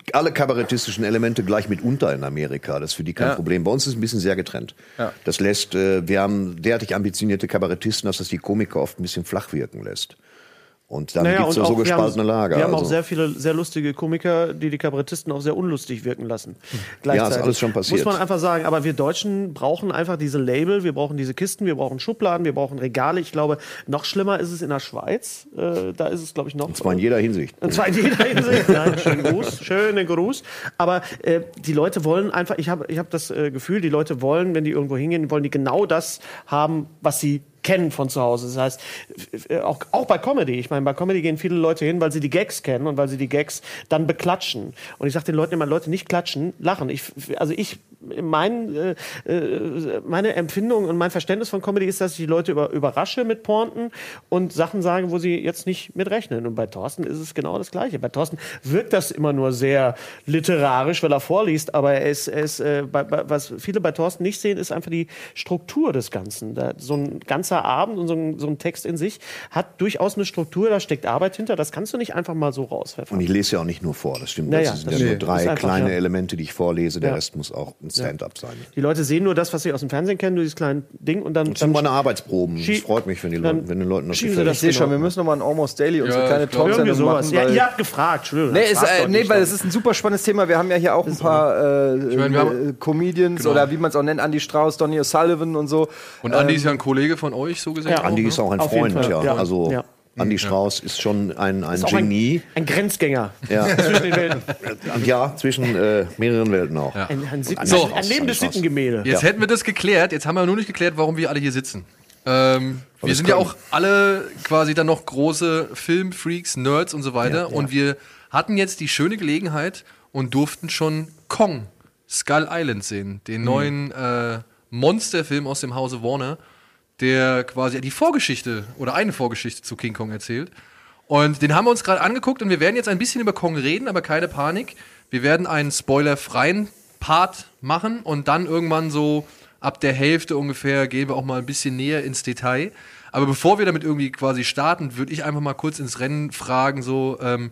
alle kabarettistischen Elemente gleich mit unter in Amerika. Das ist für die kein Ja. Problem. Bei uns ist es ein bisschen sehr getrennt. Ja. Das lässt, äh, wir haben derartig ambitionierte Kabarettisten, dass das die Komiker oft ein bisschen flach wirken lässt. Und dann Naja, gibt es und so auch, wir gespaltene haben, Lager. Wir haben auch also. sehr viele sehr lustige Komiker, die die Kabarettisten auch sehr unlustig wirken lassen. Ja, ist alles schon passiert. Muss man einfach sagen. Aber wir Deutschen brauchen einfach diese Label, wir brauchen diese Kisten, wir brauchen Schubladen, wir brauchen Regale. Ich glaube, noch schlimmer ist es in der Schweiz. Äh, da ist es, glaube ich, noch... Und zwar in jeder Hinsicht. Und zwar in jeder Hinsicht. Nein, schönen Gruß, schönen Gruß. Aber äh, die Leute wollen einfach, ich habe ich hab das äh, Gefühl, die Leute wollen, wenn die irgendwo hingehen, wollen die genau das haben, was sie kennen von zu Hause. Das heißt, äh, auch, auch bei Comedy. Ich meine, bei Comedy gehen viele Leute hin, weil sie die Gags kennen und weil sie die Gags dann beklatschen. Und ich sage den Leuten immer, Leute, nicht klatschen, lachen. Ich, also ich, mein, äh, äh, meine Empfindung und mein Verständnis von Comedy ist, dass ich die Leute über, überrasche mit Pointen und Sachen sage, wo sie jetzt nicht mit rechnen. Und bei Thorsten ist es genau das Gleiche. Bei Thorsten wirkt das immer nur sehr literarisch, weil er vorliest, aber er ist, er ist äh, bei, bei, was viele bei Thorsten nicht sehen, ist einfach die Struktur des Ganzen. Da, so ein ganzer Abend und so ein, so ein Text in sich hat durchaus eine Struktur, da steckt Arbeit hinter, das kannst du nicht einfach mal so rauspfeffern. Und ich lese ja auch nicht nur vor, das stimmt. Naja, das sind das ja nur stimmt. drei Das ist einfach, kleine ja. Elemente, die ich vorlese. Der Ja. Rest muss auch ein Stand-up sein. Die Leute sehen nur das, was sie aus dem Fernsehen kennen, nur dieses kleine Ding und dann... Das sind dann meine Arbeitsproben. Schie- Es freut mich, wenn, die dann Leute, wenn den Leuten das schieben sie gefällt. das Ich sehe schon, wir genau. müssen nochmal ein Almost Daily, unsere Ja, kleine ich glaub, irgendwie Talksendung sowas. machen. Ja, weil- ihr habt gefragt, Entschuldigung. Nee, ist, Fragt äh, doch nee, nicht. weil es ist ein super spannendes Thema. Wir haben ja hier auch ein paar äh, meine, wir haben- äh, Comedians Genau. oder wie man es auch nennt, Andy Strauß, Donny O'Sullivan und so. Und Andi Ähm, ist ja ein Kollege von euch, so gesehen. Ja. Andi ne? ist auch ein Auf jeden Freund, Fall, ja. ja. Also Ja. Andi Strauß ist schon ein, ein Ist auch ein, Genie. ein Grenzgänger Ja. zwischen den Welten. Ja, zwischen äh, mehreren Welten auch. Ja. Ein, ein, Sitten, So. ein, ein lebendes Strauß. Sittengemälde. Jetzt hätten wir das geklärt. Jetzt haben wir nur nicht geklärt, warum wir alle hier sitzen. Ähm, wir sind ja auch alle quasi dann noch große Filmfreaks, Nerds und so weiter. Und wir hatten jetzt die schöne Gelegenheit und durften schon Kong, Skull Island sehen. Den neuen äh, Monsterfilm aus dem Hause Warner, der quasi die Vorgeschichte oder eine Vorgeschichte zu King Kong erzählt. Und den haben wir uns gerade angeguckt und wir werden jetzt ein bisschen über Kong reden, aber keine Panik. Wir werden einen spoilerfreien Part machen und dann irgendwann so ab der Hälfte ungefähr gehen wir auch mal ein bisschen näher ins Detail. Aber bevor wir damit irgendwie quasi starten, würde ich einfach mal kurz ins Rennen fragen, so, ähm,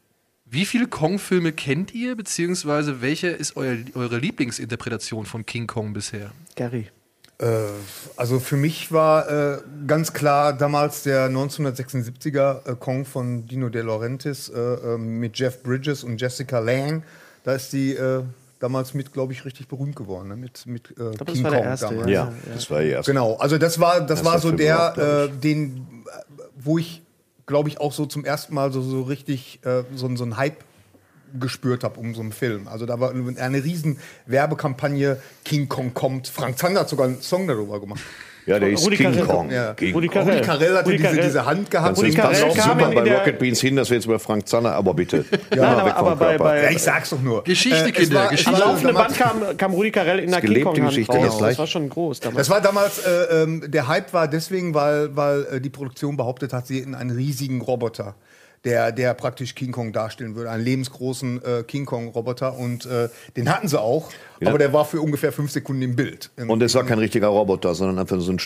wie viele Kong-Filme kennt ihr, beziehungsweise welche ist euer, eure Lieblingsinterpretation von King Kong bisher? Gary. Äh, also für mich war äh, ganz klar damals der neunzehnhundertsechsundsiebziger äh, Kong von Dino De Laurentiis äh, äh, mit Jeff Bridges und Jessica Lange. Da ist die äh, damals mit, glaube ich, richtig berühmt geworden. Ne? Mit, mit äh, das King war der Kong erste, damals. Ja, das war die erste. Genau, also das war, das Das war war so Film der, überhaupt, glaub äh, den, äh, wo ich, glaube ich, auch so zum ersten Mal so, so richtig äh, so, so einen Hype gespürt habe um so einen Film. Also da war eine riesen Werbekampagne, King Kong kommt. Frank Zander hat sogar einen Song darüber gemacht. Ja, der ist Rudi King Carrell. Kong. Ja. King Rudi Kong. Carrell. Rudi Carell hatte Rudi diese, Carell. diese Hand gehabt. Kannst Rudi du und Carell pass auf, kam super in bei der- Rocket Beans hin, dass wir jetzt über Frank Zanner, aber bitte. Nein, Mal aber, weg vom aber bei, Körper. bei, Ja, ich sag's doch nur. Geschichte, es Kinder, war- Geschichte. am es war laufenden Band damals- kam, kam Rudi Carell in der King gelebte Kong Hand Geschichte, raus. das Das gleich. war schon groß damals. Das war damals, äh, ähm, der Hype war deswegen, weil, weil äh, die Produktion behauptet hat, sie hätten einen riesigen Roboter, der, der praktisch King Kong darstellen würde, einen lebensgroßen äh, King Kong-Roboter. Und äh, den hatten sie auch, Ja. aber der war für ungefähr fünf Sekunden im Bild. Und es war kein richtiger Roboter, sondern einfach so ein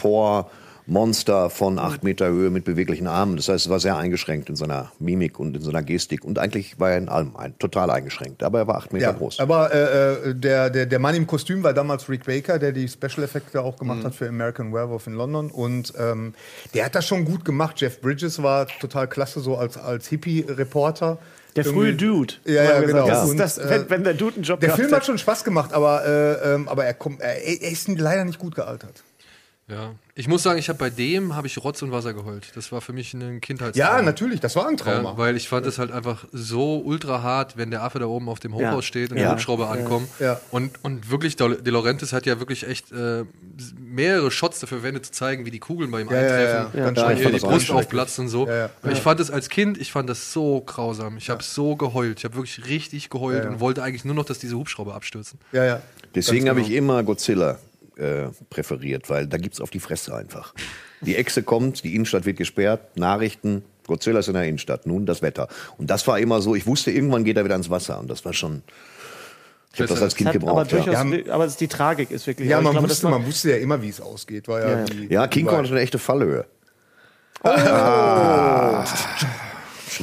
Styropor-Monster von acht Meter Höhe mit beweglichen Armen. Das heißt, es war sehr eingeschränkt in seiner Mimik und in seiner Gestik. Und eigentlich war er in allem ein, total eingeschränkt. Aber er war acht Meter Ja, groß. aber äh, äh, der, der, der Mann im Kostüm war damals Rick Baker, der die Special-Effekte auch gemacht hat für American Werewolf in London. Und ähm, der hat das schon gut gemacht. Jeff Bridges war total klasse, so als, als Hippie-Reporter. Der frühe Irgendwie- Dude. Ja, haben ja, wir genau. gesagt. Das Und, ist das, äh, wenn, wenn der Dude einen Job Der gehabt Film hat hat. schon Spaß gemacht, aber, äh, ähm, aber er, kommt, er, er ist leider nicht gut gealtert. Ja. Ich muss sagen, ich habe bei dem habe ich Rotz und Wasser geheult. Das war für mich ein Kindheitstraum. Ja, natürlich, das war ein Trauma. Ja, weil ich fand es halt einfach so ultra hart, wenn der Affe da oben auf dem Hochhaus Ja. steht und Ja. die Hubschrauber ankommen. Ja. Und, und wirklich, De Laurentiis hat ja wirklich echt äh, mehrere Shots dafür verwendet, zu zeigen, wie die Kugeln bei ihm Ja, ja, ja, eintreffen. ja. Ganz Und schrecklich. hier die Ich fand das auch Brust schrecklich. aufplatzt und so. Ja, ja. Und ich fand es als Kind, ich fand das so grausam. Ich habe so geheult. Ich habe wirklich richtig geheult Ja, ja. und wollte eigentlich nur noch, dass diese Hubschrauber abstürzen. Ja, ja. Deswegen Ganz habe genau. ich immer Godzilla äh, präferiert, weil da gibt's auf die Fresse einfach. Die Echse kommt, die Innenstadt wird gesperrt, Nachrichten, Godzilla ist in der Innenstadt, nun das Wetter. Und das war immer so, ich wusste, irgendwann geht er wieder ans Wasser. Und das war schon, ich habe das als Kind Hat aber, gebraucht. durchaus, Ja. aber es ist die Tragik ist wirklich. Ja, aber ich man, glaube, wusste, das war- man wusste ja immer, wie es ausgeht. War ja, Ja, ja. die, ja, King Kong die- hat eine echte Fallhöhe. Ah, schlimm.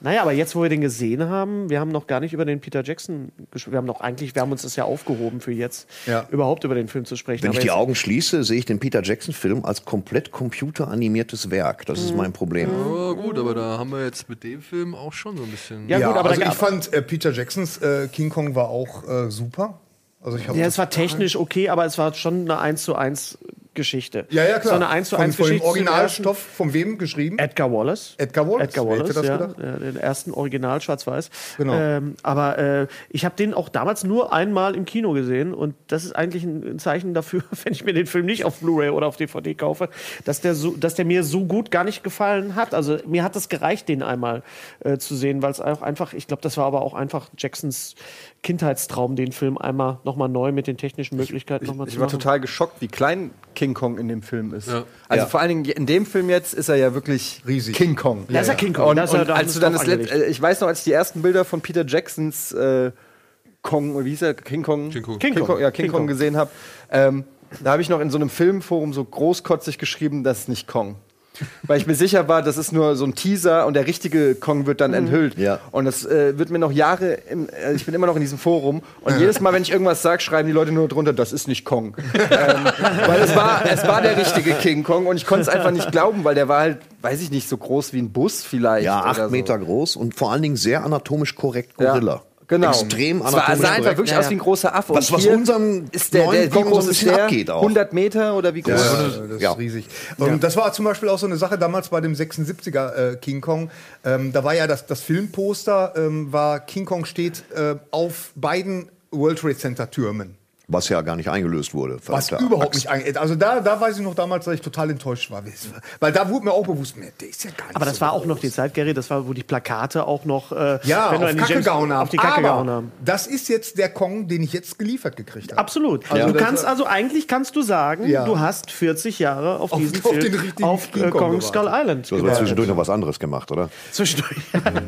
Naja, aber jetzt, wo wir den gesehen haben, wir haben noch gar nicht über den Peter Jackson gesprochen. Wir haben noch eigentlich, wir haben uns das ja aufgehoben für jetzt, Ja. überhaupt über den Film zu sprechen. Wenn aber ich die jetzt, Augen schließe, sehe ich den Peter Jackson-Film als komplett computeranimiertes Werk. Das ist mein Problem. Ja, gut, aber da haben wir jetzt mit dem Film auch schon so ein bisschen. Ja, Ja, gut, aber also da ich gab- fand äh, Peter Jacksons äh, King Kong war auch äh, super. Also ich hab ja, das es war technisch okay, aber es war schon eine eins zu eins Geschichte. Ja, ja, klar. So eine eins zu eins von, von dem Geschichte. zum Originalstoff, von wem geschrieben? ersten Edgar Wallace. Edgar Wallace. Edgar Wer hätte Wallace, das ja, gedacht? äh, den ersten Original Schwarz-Weiß. Genau. Ähm, aber äh, ich habe den auch damals nur einmal im Kino gesehen und das ist eigentlich ein, ein Zeichen dafür, wenn ich mir den Film nicht auf Blu-ray oder auf D V D kaufe, dass der, so, dass der mir so gut gar nicht gefallen hat. Also mir hat das gereicht, den einmal äh, zu sehen, weil es auch einfach, ich glaube, das war aber auch einfach Jacksons Kindheitstraum, den Film einmal nochmal neu mit den technischen Möglichkeiten nochmal Ich zu war machen. total geschockt, wie klein King Kong in dem Film ist. Ja. Also Ja. vor allen Dingen in dem Film jetzt ist er ja wirklich Riesig. King Kong. Da ist er King Kong. Und, Da ist er- und da als ist du dann drauf das Let angelegt. äh, ich weiß noch, als ich die ersten Bilder von Peter Jacksons äh, Kong, oder wie hieß er? King Kong? King Kong. King Kong, ja, King, King Kong Kong. gesehen habe, ähm, da habe ich noch in so einem Filmforum so großkotzig geschrieben, das ist nicht Kong. Weil ich mir sicher war, das ist nur so ein Teaser und der richtige Kong wird dann enthüllt. Ja. Und das äh, wird mir noch Jahre, im, äh, ich bin immer noch in diesem Forum und jedes Mal, wenn ich irgendwas sage, schreiben die Leute nur drunter, das ist nicht Kong. ähm, weil es war, es war der richtige King Kong und ich konnte es einfach nicht glauben, weil der war halt, weiß ich nicht, so groß wie ein Bus vielleicht. Ja, oder acht so. Meter groß und vor allen Dingen sehr anatomisch korrekt Gorilla. Ja, genau. Extrem Es war, anatomisch es sah einfach korrekt. wirklich Ja, aus ja. wie ein großer Affe. Was- Und was hier unserem ist der, neuen der, wie Kong so groß ein ist bisschen der? abgeht auch. hundert Meter oder wie groß? Ja, ist das ist Ja. riesig. Und das war zum Beispiel auch so eine Sache damals bei dem sechsundsiebziger äh, King Kong. Ähm, da war ja das, das Filmposter, ähm, war King Kong steht äh, auf beiden World Trade Center Türmen. Was ja gar nicht eingelöst wurde. Was Verdammter überhaupt Axt. nicht eingeht. Also da, da weiß ich noch damals, dass ich total enttäuscht war. Weil da wurde mir auch bewusst, mehr, der ist ja gar nicht Aber das so war auch groß. noch die Zeit, Gary, das war, wo die Plakate auch noch äh, Ja, wenn du auf an die Kacke James- gehauen haben. auf die Kacke Aber gehauen haben. das ist jetzt der Kong, den ich jetzt geliefert gekriegt habe. Absolut. Also du das- kannst also eigentlich kannst du sagen, Ja. du hast vierzig Jahre auf, Auf- diesen auf Film, den richtigen auf King äh, Kong Kong gewartet. Skull Island. Du hast aber zwischendurch noch was anderes gemacht, oder? Zwischendurch.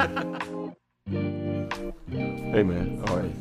Hey man, all right.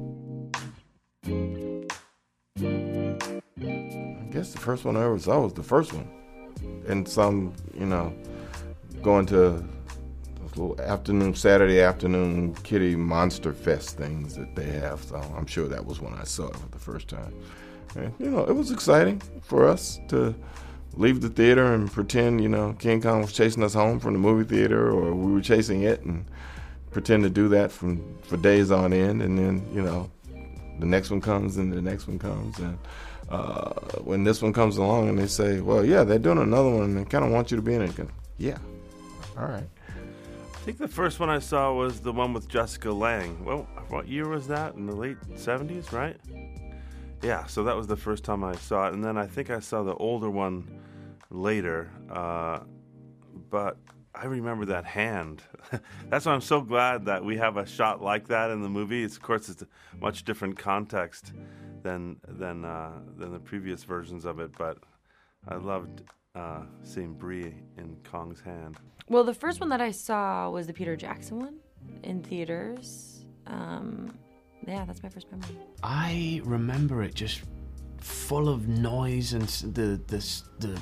I guess the first one I ever saw was the first one. And some, you know, going to those little afternoon, Saturday afternoon kitty monster fest things that they have. So I'm sure that was when I saw it for the first time. And, you know, it was exciting for us to leave the theater and pretend, you know, King Kong was chasing us home from the movie theater or we were chasing it and pretend to do that from, for days on end. And then, you know, the next one comes and the next one comes. And uh, when this one comes along and they say, well, yeah, they're doing another one and they kind of want you to be in it. Yeah, all right. I think the first one I saw was the one with Jessica Lange. Well, what year was that? In the late seventies, right? Yeah, so that was the first time I saw it. And then I think I saw the older one later. Uh, but I remember that hand. That's why I'm so glad that we have a shot like that in the movie. It's, of course, it's a much different context than than uh, than the previous versions of it. But I loved uh, seeing Bree in Kong's hand. Well, the first one that I saw was the Peter Jackson one in theaters. Um, yeah, that's my first memory. I remember it just full of noise and s- the the s- the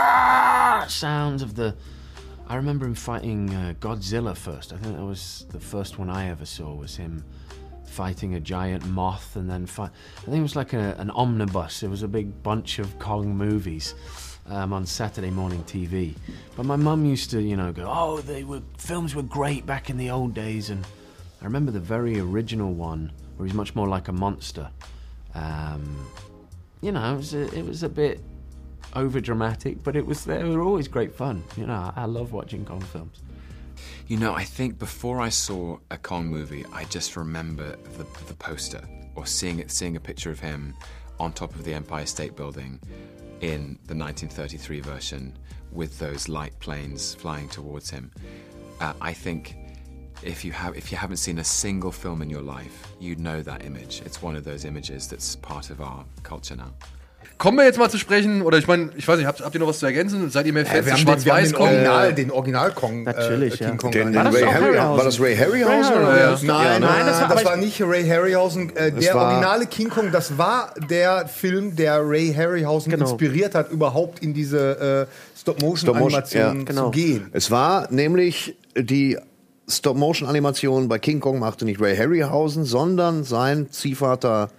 sounds of the. I remember him fighting uh, Godzilla first. I think that was the first one I ever saw. Was him fighting a giant moth and then fight. I think it was like a, an omnibus. It was a big bunch of Kong movies. Um, on Saturday morning T V, but my mum used to, you know, go, "Oh, they were films were great back in the old days." And I remember the very original one, where he's much more like a monster. Um, you know, it was a, it was a bit over dramatic, but it was they were always great fun. You know, I, I love watching Kong films. You know, I think before I saw a Kong movie, I just remember the the poster or seeing it, seeing a picture of him on top of the Empire State Building in the nineteen thirty-three version with those light planes flying towards him. Uh, I think if you have if you haven't seen a single film in your life, you know that image. It's one of those images that's part of our culture now. Kommen wir jetzt mal zu sprechen, oder ich meine, ich weiß nicht, habt, habt ihr noch was zu ergänzen? Seid ihr mehr Fans wir des haben den, wir haben den Schwarz-Weiß-Kong? Original, den Original Kong. Natürlich, äh, King ja. Kong. Den, War den das Ray auch Harryhausen? Harryhausen? War das Ray Harryhausen? Ray oder? Harryhausen. Nein, Ja, nein, nein, das das, war- das aber war nicht Ray Harryhausen. Äh, der war- originale King Kong, das war der Film, der Ray Harryhausen Genau. inspiriert hat, überhaupt in diese äh, Stop-Motion, Stop-Motion-Animation ja. Genau. zu gehen. Es war nämlich die Stop-Motion-Animation bei King Kong machte nicht Ray Harryhausen, sondern sein Ziehvater.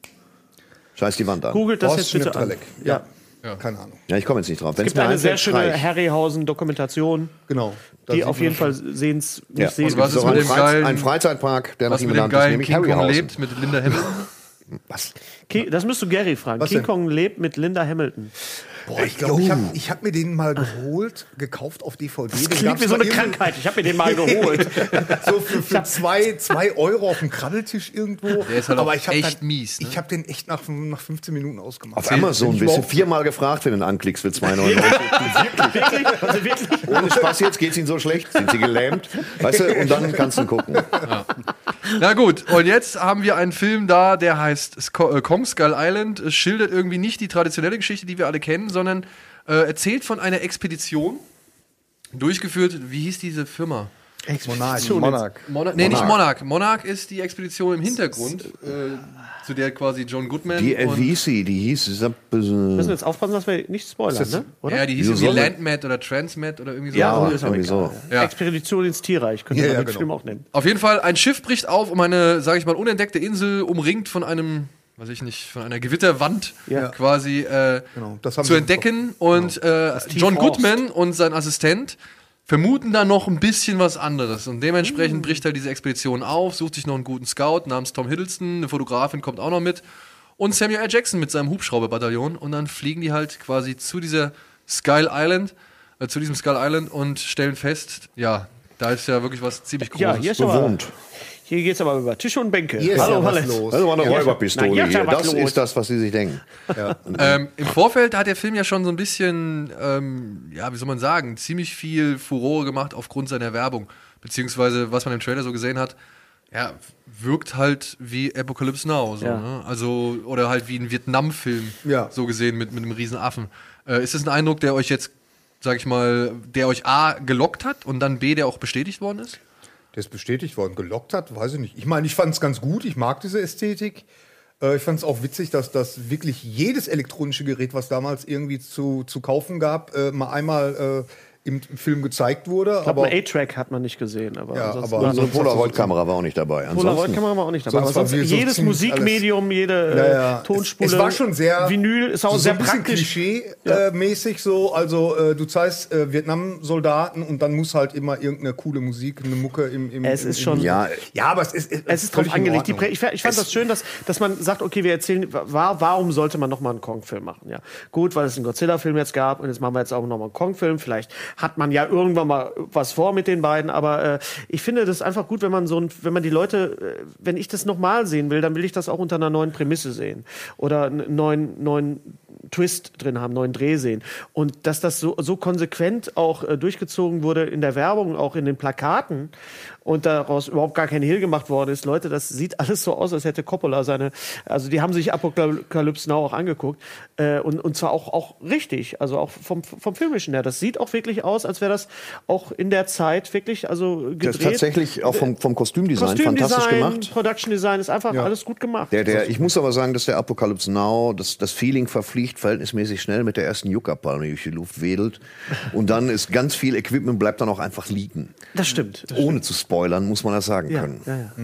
Scheiß die Wand an. Googelt das Horst jetzt bitte an. Schnitterleck. Ja. ja, keine Ahnung. Ja, ich komme jetzt nicht drauf. Es Wenn's gibt mir eine einfällt, sehr schöne streich. Harryhausen-Dokumentation, Genau. Da die sieht auf man jeden Fall schon. sehens, Ja. nicht sehen. Und was ist So mit ein, dem Freiz geilen, ein Freizeitpark, der nach was ihm mit dem benannt ist, geilen nämlich King Kong Harryhausen. lebt mit Linda Hamilton? Was? King, das müsst du Gary fragen. Was King denn? Kong lebt mit Linda Hamilton. Boah, ich glaube, ich habe ich hab mir den mal geholt, gekauft auf D V D. Das Den klingt gab's wie so mal eine irgendwo- Krankheit. Ich habe mir den mal geholt. so für, für zwei, zwei Euro auf dem Krabbeltisch irgendwo. Der ist halt Aber auch ich hab echt dann, mies, ne? Ich habe den echt nach, nach fünfzehn Minuten ausgemacht. Auf Amazon Ich wirst du überhaupt- viermal gefragt, wenn du ihn anklickst für zwei neunundneunzig. Wirklich? Also wirklich? Ohne Spaß jetzt, geht's ihnen so schlecht? Sind sie gelähmt? Weißt du, und dann kannst du gucken. Na gut, und jetzt haben wir einen Film da, der heißt Sk- äh, Kong Skull Island. Es schildert irgendwie nicht die traditionelle Geschichte, die wir alle kennen, sondern äh, erzählt von einer Expedition, durchgeführt, wie hieß diese Firma? Monarch. Monarch. Monarch, nee, nicht Monarch. Monarch ist die Expedition im Hintergrund, äh, zu der quasi John Goodman Die und Elvisi, die hieß. Wir müssen jetzt aufpassen, dass wir nicht spoilern, ne? Oder? ja, die hieß Wieso irgendwie soll man- Landmat oder Transmat oder irgendwie so. Ja, Ja, ist auch irgendwie egal. so. Ja. Expedition ins Tierreich, könnte Ja, man ja, den genau. Film auch nennen. Auf jeden Fall, ein Schiff bricht auf um eine, sage ich mal, unentdeckte Insel, umringt von einem, weiß ich nicht, von einer Gewitterwand Ja. quasi äh, Genau, das haben zu sie- entdecken. Und äh, Tief John Horst. Goodman und sein Assistent vermuten da noch ein bisschen was anderes. Und dementsprechend bricht halt diese Expedition auf, sucht sich noch einen guten Scout namens Tom Hiddleston, eine Fotografin kommt auch noch mit und Samuel L. Jackson mit seinem Hubschrauberbataillon. Und dann fliegen die halt quasi zu dieser Skull Island, äh, zu diesem Skull Island und stellen fest, ja, da ist ja wirklich was ziemlich Großes. Ja, hier ist aber, Bewohnt. hier geht's aber über Tische und Bänke. Hier ist Hallo, ja was Hannes. los. Das war eine Ja, Räuberpistole na, hier ist ja hier. was Das los. ist das, was sie sich denken. Ähm, Im Vorfeld hat der Film ja schon so ein bisschen, ähm, ja, wie soll man sagen, ziemlich viel Furore gemacht aufgrund seiner Werbung. Beziehungsweise, was man im Trailer so gesehen hat, ja, wirkt halt wie Apocalypse Now. So, Ja. ne? Also, oder halt wie ein Vietnam-Film, Ja. so gesehen, mit, mit einem riesen Affen. Äh, ist das ein Eindruck, der euch jetzt, sag ich mal, der euch A gelockt hat und dann B, der auch bestätigt worden ist? Der ist bestätigt worden, gelockt hat, weiß ich nicht. Ich meine, ich fand es ganz gut, ich mag diese Ästhetik. Äh, ich fand es auch witzig, dass das wirklich jedes elektronische Gerät, was damals irgendwie zu, zu kaufen gab, äh, mal einmal äh, im Film gezeigt wurde. Ich glaube, aber ein A-Track hat man nicht gesehen. Aber Ja, ansonsten aber- war Unsere sonst hast du Polaroid-Kamera war auch nicht dabei. Ansonsten, Polaroid-Kamera war auch nicht dabei. Sonst Aber war sonst wie so jedes ziemlich Musikmedium, jede Ja, äh, ja. Tonspule. Es, es war schon sehr Vinyl, ist auch so sehr ein bisschen praktisch. Klischee-mäßig so. Also äh, du zeigst äh, Vietnam-Soldaten und dann muss halt immer irgendeine coole Musik, eine Mucke im, im Es im, ist im, schon- Ja, ja, aber es ist es, Es ist drauf völlig in angelegt. Die Ordnung. Prä ich, ich fand das schön, dass, dass man sagt, okay, wir erzählen, wa warum sollte man nochmal einen Kong-Film machen? Ja, gut, weil es einen Godzilla-Film jetzt gab und jetzt machen wir jetzt auch nochmal einen Kong-Film. Vielleicht hat man ja irgendwann mal was vor mit den beiden, aber äh, ich finde das einfach gut, wenn man so ein, wenn man die Leute, äh, wenn ich das nochmal sehen will, dann will ich das auch unter einer neuen Prämisse sehen oder einen neuen, neuen Twist drin haben, neuen Dreh sehen. Und dass das so, so konsequent auch äh, durchgezogen wurde in der Werbung, auch in den Plakaten und daraus überhaupt gar kein Hehl gemacht worden ist. Leute, das sieht alles so aus, als hätte Coppola seine, also die haben sich Apocalypse Now auch angeguckt äh, und, und zwar auch, auch richtig, also auch vom, vom Filmischen her. Das sieht auch wirklich aus, als wäre das auch in der Zeit wirklich, also gedreht. das ist tatsächlich auch vom, vom Kostümdesign, Kostümdesign, fantastisch gemacht. Production Design ist einfach Ja. alles gut gemacht. Der, der, ich muss aber sagen, dass der Apocalypse Now, das, das Feeling verfliegt verhältnismäßig schnell mit der ersten Yucca-Palme, die durch die Luft wedelt. Und dann ist ganz viel Equipment, bleibt dann auch einfach liegen. Das stimmt. Das Ohne zu spoilern, muss man das sagen Ja, können. ja, ja.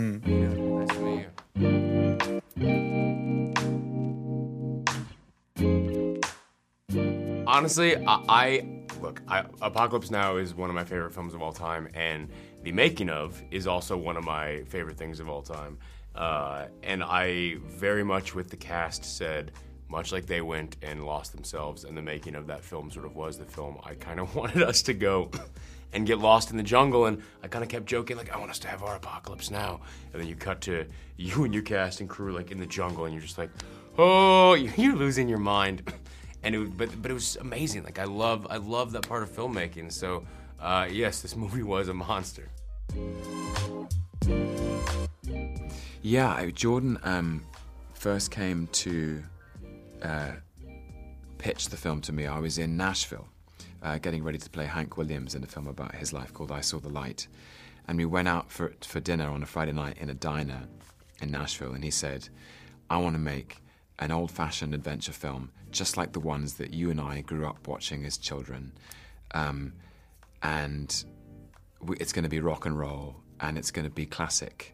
Honestly, I, I look. I, Apocalypse Now is one of my favorite films of all time, and the making of is also one of my favorite things of all time. Uh, and I very much, with the cast, said, much like they went and lost themselves, and the making of that film sort of was the film. I kind of wanted us to go and get lost in the jungle, and I kind of kept joking, like, I want us to have our Apocalypse Now. And then you cut to you and your cast and crew, like, in the jungle, and you're just like, oh, you're losing your mind. And it, was- but but it was amazing. Like I love I love that part of filmmaking. So uh, yes, this movie was a monster. Yeah, I- Jordan um, first came to uh, pitch the film to me. I was in Nashville, uh, getting ready to play Hank Williams in a film about his life called I Saw the Light. And we went out for, for dinner on a Friday night in a diner in Nashville, and he said, I want to make an old-fashioned adventure film, just like the ones that you and I grew up watching as children. Um, and w- it's going to be rock and roll and it's going to be classic,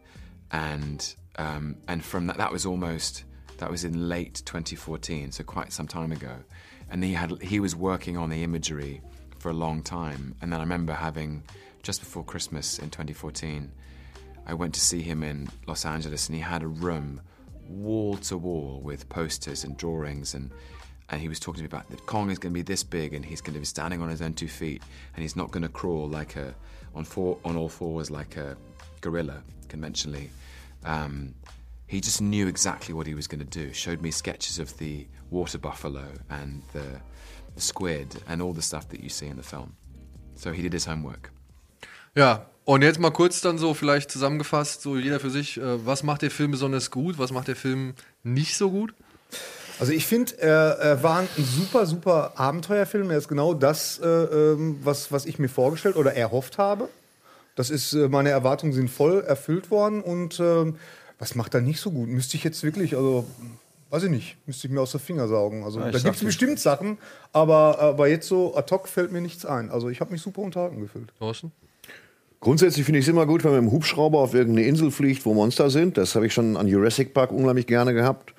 and um, and from that that was almost that was in late twenty fourteen, so quite some time ago, and he had he was working on the imagery for a long time, and then I remember having just before Christmas in twenty fourteen, I went to see him in Los Angeles, and he had a room wall to wall with posters and drawings, and and he was talking to me about that Kong is going to be this big, and he's going to be standing on his own two feet, and he's not going to crawl like a on four on all fours like a gorilla conventionally. Um, he just knew exactly what he was going to do. Showed me sketches of the water buffalo and the, the squid and all the stuff that you see in the film. So he did his homework. Ja, und jetzt mal kurz dann so vielleicht zusammengefasst, so jeder für sich, äh, was macht der Film besonders gut, was macht der Film nicht so gut? Also ich finde, er, er war ein super, super Abenteuerfilm. Er ist genau das, äh, ähm, was, was ich mir vorgestellt oder erhofft habe. Das ist, äh, meine Erwartungen sind voll erfüllt worden. Und äh, was macht er nicht so gut? Müsste ich jetzt wirklich, also weiß ich nicht, müsste ich mir aus den Finger saugen. Also Ja, ich da sag gibt es bestimmt Sachen, aber, aber jetzt so ad hoc fällt mir nichts ein. Also ich habe mich super unterhalten gefühlt. Thorsten? Grundsätzlich finde ich es immer gut, wenn man mit dem Hubschrauber auf irgendeine Insel fliegt, wo Monster sind. Das habe ich schon an Jurassic Park unheimlich gerne gehabt.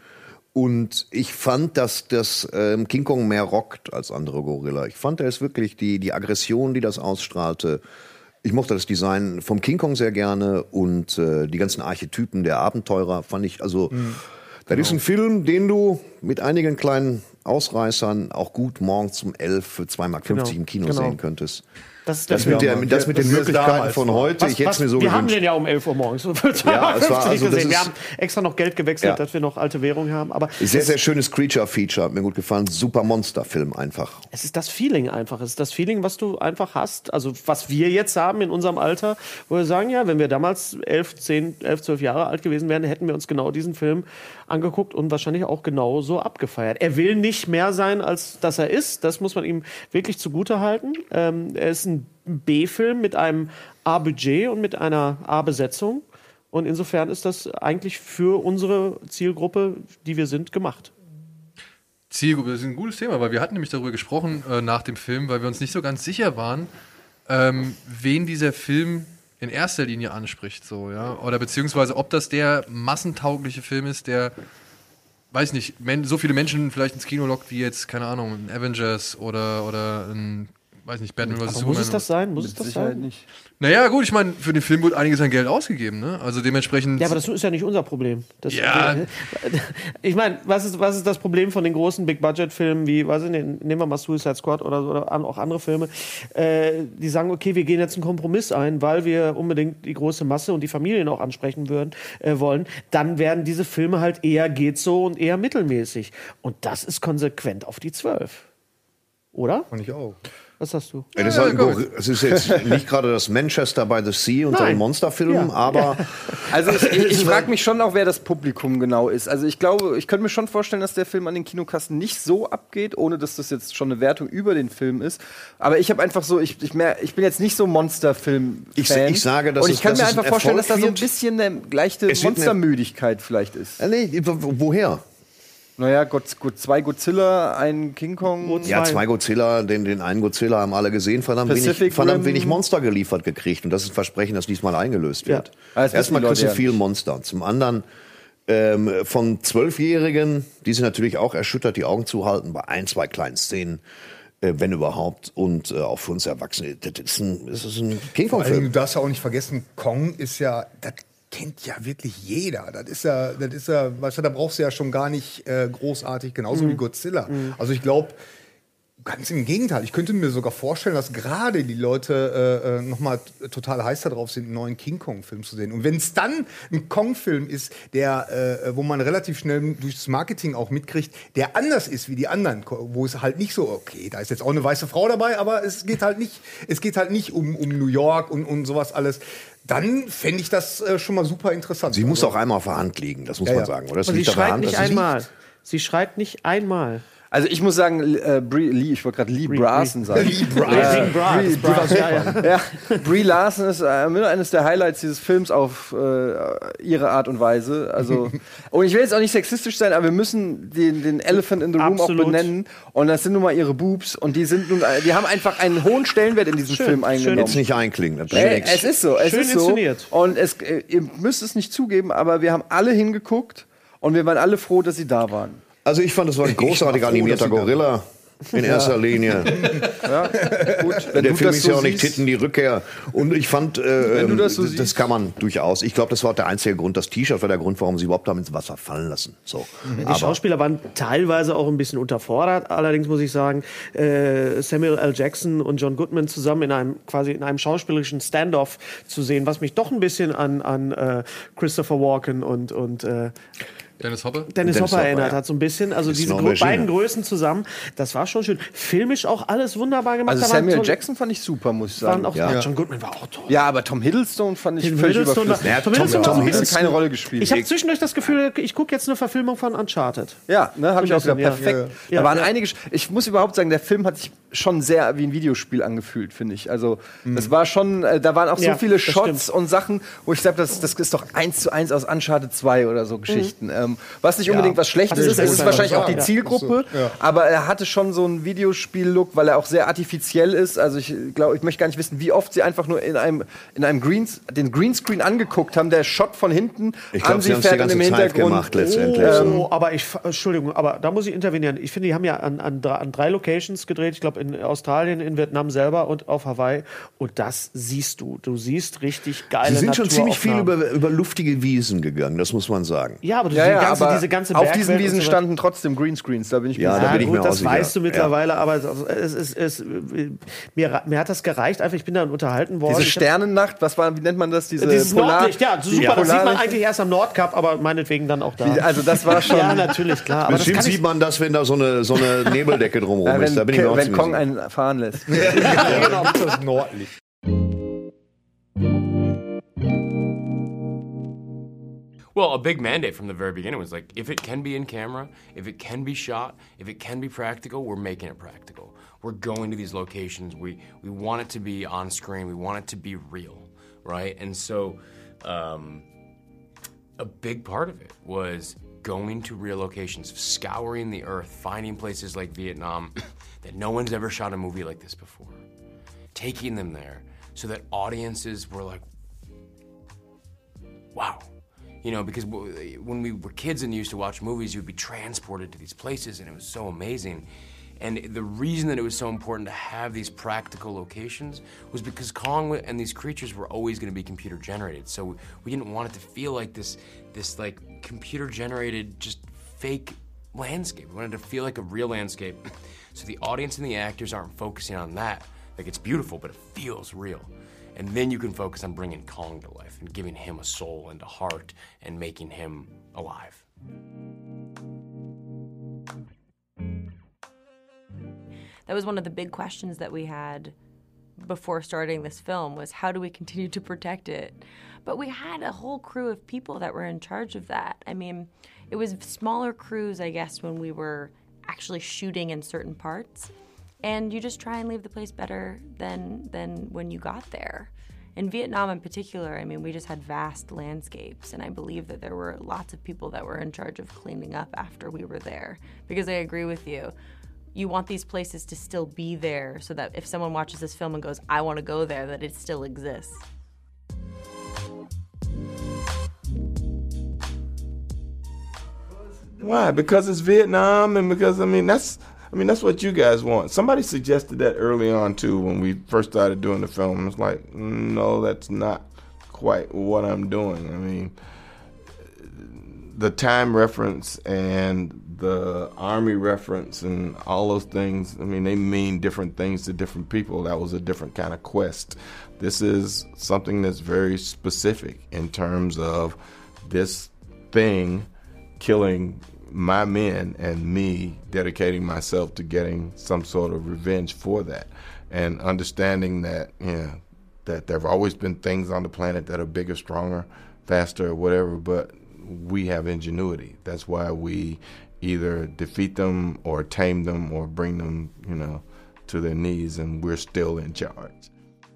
Und ich fand, dass das ähm, King Kong mehr rockt als andere Gorilla. Ich fand, da ist wirklich die, die Aggression, die das ausstrahlte. Ich mochte das Design vom King Kong sehr gerne und äh, die ganzen Archetypen der Abenteurer fand ich, also, mhm. das ist ein Film, den du mit einigen kleinen Ausreißern auch gut morgens um elf für zwei Mark fünfzig Genau, im Kino genau. sehen könntest. Das, ist Das mit, der, das mit den Möglichkeiten von heute, Was, ich hätte es was, mir so wir gewünscht. haben den ja um elf Uhr morgens für Ja, es war fünfzig also, das gesehen. Wir ist- haben extra noch Geld gewechselt, Ja. dass wir noch alte Währung haben. Aber Sehr, es, sehr schönes Creature-Feature, hat mir gut gefallen. Super Monster-Film einfach. es ist das Feeling einfach. Es ist das Feeling, was du einfach hast. Also was wir jetzt haben in unserem Alter, wo wir sagen, ja, wenn wir damals elf, zehn, elf, zwölf Jahre alt gewesen wären, hätten wir uns genau diesen Film angeguckt und wahrscheinlich auch genau so abgefeiert. Er will nicht mehr sein, als dass er ist. Das muss man ihm wirklich zugute halten. Ähm, er ist ein B-Film mit einem A-Budget und mit einer A-Besetzung. Und insofern ist das eigentlich für unsere Zielgruppe, die wir sind, gemacht. Zielgruppe, das ist ein gutes Thema, weil wir hatten nämlich darüber gesprochen äh, nach dem Film, weil wir uns nicht so ganz sicher waren, ähm, wen dieser Film in erster Linie anspricht, so, ja, oder beziehungsweise ob das der massentaugliche Film ist, der, weiß nicht, men- so viele Menschen vielleicht ins Kino lockt wie jetzt, keine Ahnung, ein Avengers oder, oder ein, weiß nicht, Batman versus. Aber muss es das sein? Muss es das Sicherheit sein? nicht. Naja, gut, ich meine, für den Film wurde einiges an Geld ausgegeben, ne? Also dementsprechend. Ja, aber das ist ja nicht unser Problem. Das, Ja. Ich meine, was ist, was ist das Problem von den großen Big-Budget-Filmen wie, weiß ich nicht, nehmen wir mal Suicide Squad oder, so, oder an- auch andere Filme, äh, die sagen, okay, wir gehen jetzt einen Kompromiss ein, weil wir unbedingt die große Masse und die Familien auch ansprechen würden, äh, wollen, dann werden diese Filme halt eher geht so und eher mittelmäßig. Und das ist konsequent auf die zwölf. Oder? Fand ich auch. Was sagst du? Ja, das ist, halt ein Gor- es ist jetzt nicht gerade das Manchester by the Sea unter Nein. den Monsterfilmen, Ja. aber Also ich, ich, ich frage mich schon auch, wer das Publikum genau ist. Also ich glaube, ich könnte mir schon vorstellen, dass der Film an den Kinokassen nicht so abgeht, ohne dass das jetzt schon eine Wertung über den Film ist. Aber ich habe einfach so, ich, ich, mehr, ich bin jetzt nicht so Monsterfilm-Fan. Ich- ich sage, dass Und ich es- kann dass mir es einfach ein vorstellen, dass da Erfolg so ein wird. bisschen eine leichte Es wird eine- Monstermüdigkeit vielleicht ist. äh, nee, wo- woher? Naja, God, God, zwei Godzilla, ein King Kong. Ja, zwei Godzilla, den, den einen Godzilla haben alle gesehen, verdammt wenig, Pacific verdammt Rim. wenig Monster geliefert gekriegt. Und das ist ein Versprechen, das diesmal eingelöst wird. Ah, das wissen Erstmal die kriegst du Leute ja viel nicht. Monster. Zum anderen ähm, von Zwölfjährigen, die sind natürlich auch erschüttert, die Augen zu halten bei ein, zwei kleinen Szenen. Äh, wenn überhaupt, und äh, auch für uns Erwachsene. Das ist ein, das ist ein King Vor allem, du Kong-Film. darfst ja auch nicht vergessen, Kong ist ja, das kennt ja wirklich jeder. Das ist ja, das ist ja, weißt du, da brauchst du ja schon gar nicht äh, großartig, genauso Mhm. wie Godzilla. Also ich glaube, ganz im Gegenteil. Ich könnte mir sogar vorstellen, dass gerade die Leute äh, äh, nochmal total heiß darauf sind, einen neuen King Kong-Film zu sehen. Und wenn es dann ein Kong-Film ist, der, äh, wo man relativ schnell durch das Marketing auch mitkriegt, der anders ist wie die anderen, wo es halt nicht so, okay, da ist jetzt auch eine weiße Frau dabei, aber es geht halt nicht, es geht halt nicht um, um New York und, und sowas alles. Dann fände ich das äh, schon mal super interessant. Sie muss Also- auch einmal auf der Hand liegen, das muss Ja, man ja. sagen. Oder? Das Und sie liegt auf der schreit Hand, nicht dass sie einmal. Sie schreit nicht einmal. Also ich muss sagen, äh, Brie, Lee, ich wollte gerade Lee Brie, Larson Brie. sagen. Lee Brie. Äh, Bra, Brie, Bra, Brie, ja, ja. ja. Brie Larson ist äh, eines der Highlights dieses Films auf äh, ihre Art und Weise. Also, und ich will jetzt auch nicht sexistisch sein, aber wir müssen den, den Elephant in the Room Absolut. auch benennen. Und das sind nun mal ihre Boobs. Und die sind nun, die haben einfach einen hohen Stellenwert in diesem Schön, Film eingenommen. Jetzt nicht einklingen, das bringt Ey, nichts. es ist so, es Schön ist so. inszeniert. Und es, äh, ihr müsst es nicht zugeben, aber wir haben alle hingeguckt und wir waren alle froh, dass sie da waren. Also ich fand, es war ein großartig froh, animierter dass sie da- Gorilla. In erster Linie. Ja, gut. Wenn Der du Film das ist so ja auch nicht siehst. Titten, die Rückkehr. Und ich fand, äh, Wenn du das so das, siehst. kann man durchaus. Ich glaube, das war auch der einzige Grund. Das T-Shirt war der Grund, warum sie überhaupt haben ins Wasser fallen lassen. So. Die Aber Schauspieler waren teilweise auch ein bisschen unterfordert. Allerdings muss ich sagen, äh, Samuel L. Jackson und John Goodman zusammen in einem quasi in einem schauspielerischen Standoff zu sehen, was mich doch ein bisschen an, an äh, Christopher Walken und, und äh, Dennis Hopper? Dennis, Dennis Hopper Hopper, erinnert ja. hat so ein bisschen. Also Ist diese noch gro- Maschine. beiden Größen zusammen, das war schon schön. Filmisch auch alles wunderbar gemacht. Also Da waren Samuel tolle- Jackson fand ich super, muss ich sagen. waren auch, Ja. John Goodman war auch toll. Ja, aber Tom Hiddleston fand ich Tom völlig Hiddleston überflüssig. war- Ja, Tom Tom, Hiddleston Tom war so ein Hiddleston bisschen- keine Rolle gespielt. Ich habe zwischendurch das Gefühl, ich gucke jetzt eine Verfilmung von Uncharted. Ja, ne, habe ich auch gesagt, Ja. perfekt. Ja. Da waren Ja. einige. Ich muss überhaupt sagen, der Film hat sich schon sehr wie ein Videospiel angefühlt, finde ich. Also das war schon, äh, da waren auch so Ja, viele das Shots stimmt. und Sachen, wo ich sage, das, das ist doch eins zu eins aus Uncharted zwei oder so Geschichten. Ähm, was nicht unbedingt was Schlechtes Also ist, das es ist ist wahrscheinlich auch die ja. Zielgruppe, Ja. aber er hatte schon so einen Videospiel-Look, weil er auch sehr artifiziell ist. Also ich glaube, ich möchte gar nicht wissen, wie oft sie einfach nur in einem, in einem Greens, den Greenscreen angeguckt haben, der Shot von hinten ich glaube, an sie sie haben es die fährt und ganze im Zeit Hintergrund. gemacht letztendlich. Oh, aber ich, Entschuldigung, aber da muss ich intervenieren. Ich finde, die haben ja an, an, drei, an drei Locations gedreht. Ich glaube, in Australien, in Vietnam selber und auf Hawaii. Und das siehst du. Du siehst richtig geile sie sind schon ziemlich viel Naturaufnahmen. über, über luftige Wiesen gegangen, das muss man sagen. Ja, aber du Ja, die ja, ganze, aber diese ganze auf diesen Bergwelt und Wiesen so weiter. standen trotzdem Greenscreens, da bin ich mir Ja, sicher. da bin ich gut, mir das auch sicher. weißt du Ja. mittlerweile, aber es, es, es, es, mir, mir hat das gereicht. Einfach, ich bin dann unterhalten worden. Diese Ich hab- Sternennacht, was war, wie nennt man das? Diese Dieses Polar- Nordlicht, ja, super. die Das sieht man Polarlicht. eigentlich erst am Nordkap, aber meinetwegen dann auch da. Wie- also das war schon- Ja, natürlich, klar. Aber das Bestimmt kann ich, sieht man das, wenn da so eine, so eine Nebeldecke drumherum Ja, ist. Da wenn bin ich mir auch wenn ziemlich Kong sicher. einen fahren lässt. ja, genau. Das Nordlicht. Well, a big mandate from the very beginning was like, if it can be in camera, if it can be shot, if it can be practical, we're making it practical. We're going to these locations. We we want it to be on screen. We want it to be real, right? And so, um, a big part of it was going to real locations, scouring the earth, finding places like Vietnam that no one's ever shot a movie like this before, taking them there so that audiences were like, wow. You know, because w- when we were kids and used to watch movies, you'd be transported to these places, and it was so amazing. And the reason that it was so important to have these practical locations was because Kong wa- and these creatures were always going to be computer generated. So we didn't want it to feel like this, this like computer generated, just fake landscape. We wanted it to feel like a real landscape, so the audience and the actors aren't focusing on that. Like it's beautiful, but it feels real. And then you can focus on bringing Kong to life and giving him a soul and a heart and making him alive. That was one of the big questions that we had before starting this film was how do we continue to protect it? But we had a whole crew of people that were in charge of that. I mean, it was smaller crews, I guess, when we were actually shooting in certain parts. And you just try and leave the place better than than when you got there. In Vietnam in particular, I mean, we just had vast landscapes, and I believe that there were lots of people that were in charge of cleaning up after we were there. Because I agree with you. You want these places to still be there so that if someone watches this film and goes, I want to go there, that it still exists. Why? Because it's Vietnam, and because I mean that's I mean that's what you guys want. Somebody suggested that early on too when we first started doing the film. It's like, no, that's not quite what I'm doing. I mean, the time reference and the army reference and all those things, I mean, they mean different things to different people. That was a different kind of quest. This is something that's very specific in terms of this thing killing my men and me dedicating myself to getting some sort of revenge for that, and understanding that, yeah, that there have always been things on the planet that are bigger, stronger, faster, whatever, but we have ingenuity. That's why we either defeat them or tame them or bring them, you know, to their knees, and we're still in charge.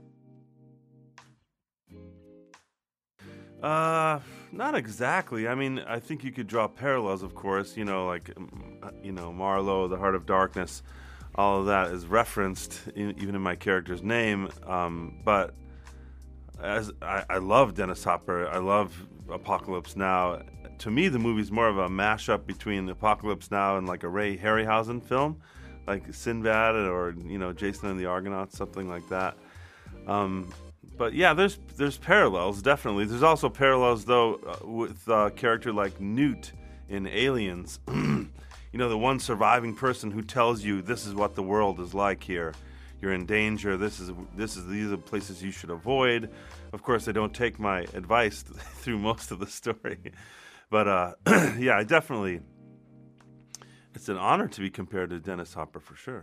Uh, not exactly. I mean, I think you could draw parallels, of course. You know, like, you know, Marlowe, the Heart of Darkness, all of that is referenced in, even in my character's name. Um, but as I, I love Dennis Hopper, I love Apocalypse Now. To me, the movie's more of a mashup between Apocalypse Now and like a Ray Harryhausen film, like Sinbad or, you know, Jason and the Argonauts, something like that. Um, but yeah, there's there's parallels, definitely. There's also parallels, though, uh, with a character like Newt in Aliens. You know, the one surviving person who tells you this is what the world is like here. You're in danger. This is this is these are places you should avoid. Of course, they don't take my advice through most of the story. But, uh, yeah, I definitely, it's an honor to be compared to Dennis Hopper for sure.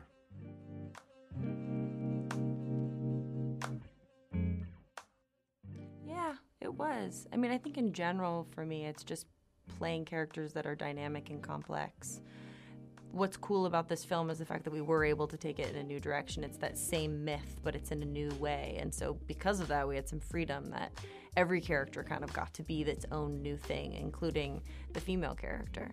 Yeah, it was. I mean, I think in general, for me, it's just playing characters that are dynamic and complex. What's cool about this film is the fact that we were able to take it in a new direction. It's that same myth, but it's in a new way. And so because of that, we had some freedom that every character kind of got to be its own new thing, including the female character.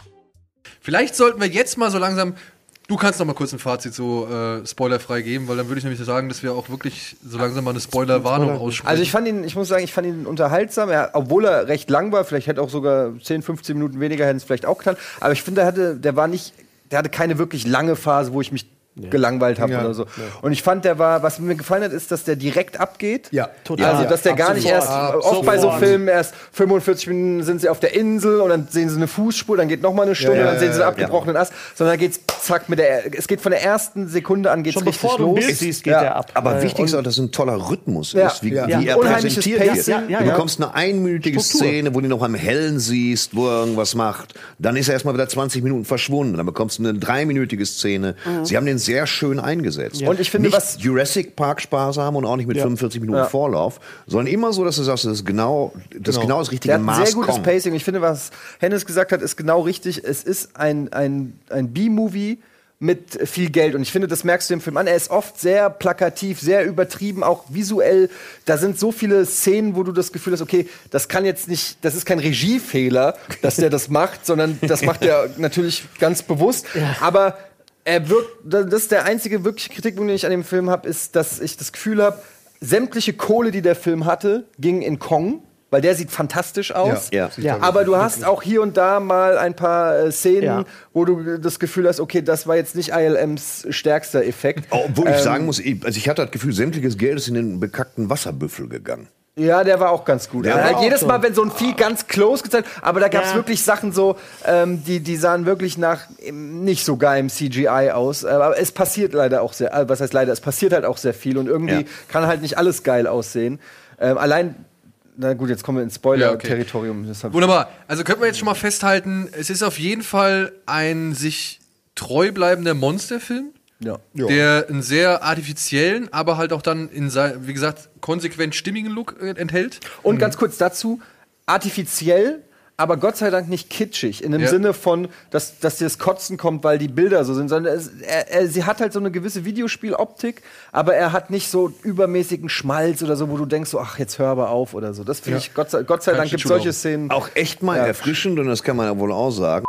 Vielleicht sollten wir jetzt mal so langsam, du kannst noch mal kurz ein Fazit so äh, spoilerfrei geben, weil dann würde ich nämlich so sagen, dass wir auch wirklich so langsam mal eine Spoilerwarnung aussprechen. Also ich fand ihn, ich muss sagen, ich fand ihn unterhaltsam, er, obwohl er recht lang war, vielleicht hätte auch sogar zehn, fünfzehn Minuten weniger, hätten es vielleicht auch getan, aber ich finde, der hatte, der war nicht, der hatte keine wirklich lange Phase, wo ich mich ja. gelangweilt habe ja. oder so. Ja. Und ich fand, der war, was mir gefallen hat, ist, dass der direkt abgeht. Ja, total. Also, dass der ja, gar nicht erst, ja, oft sofort. Bei so Filmen erst fünfundvierzig Minuten sind sie auf der Insel und dann sehen sie eine Fußspur, dann geht noch mal eine Stunde, ja, ja, dann sehen sie einen abgebrochenen ja. Ast, sondern dann geht's zack mit der, es geht von der ersten Sekunde an geht's Schon richtig bevor los. Du Bild siehst, geht ja. der ab. Aber äh, wichtig ist auch, dass es ein toller Rhythmus ja. ist, wie, ja. wie ja. er präsentiert wird. Ja, ja, du ja. bekommst eine einminütige Struktur. Szene, wo du ihn noch am Hellen siehst, wo er irgendwas macht. Dann ist er erstmal wieder zwanzig Minuten verschwunden. Dann bekommst du eine dreiminütige Szene. Mhm. Sie haben den sehr schön eingesetzt. Ja. Und ich finde, nicht was Jurassic Park sparsam und auch nicht mit ja. fünfundvierzig Minuten ja. Vorlauf, sondern immer so, dass du sagst, das ist genau das, genau. Genau das richtige Maß. Der hat ein sehr gutes kommt. Pacing. Ich finde, was Hennes gesagt hat, ist genau richtig. Es ist ein, ein, ein B-Movie mit viel Geld. Und ich finde, das merkst du im Film an. Er ist oft sehr plakativ, sehr übertrieben, auch visuell. Da sind so viele Szenen, wo du das Gefühl hast, okay, das kann jetzt nicht, das ist kein Regiefehler, dass der das macht, sondern das macht er natürlich ganz bewusst. Ja. Aber er wirkt, das ist der einzige wirkliche Kritikpunkt, den ich an dem Film habe, ist, dass ich das Gefühl habe, sämtliche Kohle, die der Film hatte, ging in Kong, weil der sieht fantastisch aus. Ja. Ja. Aber du hast auch hier und da mal ein paar äh, Szenen, ja. wo du das Gefühl hast, okay, das war jetzt nicht I L Ms stärkster Effekt. Obwohl ähm, ich sagen muss, ich, also ich hatte das Gefühl, sämtliches Geld ist in den bekackten Wasserbüffel gegangen. Ja, der war auch ganz gut. Der halt war jedes so. Mal, wenn so ein Vieh ganz close gezeigt, aber da gab es Ja. wirklich Sachen so, ähm, die, die sahen wirklich nach ähm, nicht so geilem C G I aus. Aber es passiert leider auch sehr, äh, was heißt leider, es passiert halt auch sehr viel und irgendwie Ja. kann halt nicht alles geil aussehen. Ähm, allein, na gut, jetzt kommen wir ins Spoiler-Territorium. Ja, okay. Wunderbar. Also können wir jetzt schon mal festhalten, es ist auf jeden Fall ein sich treu bleibender Monsterfilm. Ja. Der einen sehr artifiziellen, aber halt auch dann in sein, wie gesagt, konsequent stimmigen Look äh, enthält. Und ganz kurz dazu, artifiziell, aber Gott sei Dank nicht kitschig, in dem Ja. Sinne von, dass, dass dir das Kotzen kommt, weil die Bilder so sind, sondern es, er, er, sie hat halt so eine gewisse Videospieloptik, aber er hat nicht so übermäßigen Schmalz oder so, wo du denkst, so, ach, jetzt hör aber auf oder so. Das finde Ja. ich, Gott sei, Gott sei Kein Dank gibt es Shitshow. solche Szenen. Auch echt mal Ja. erfrischend, und das kann man ja wohl auch sagen.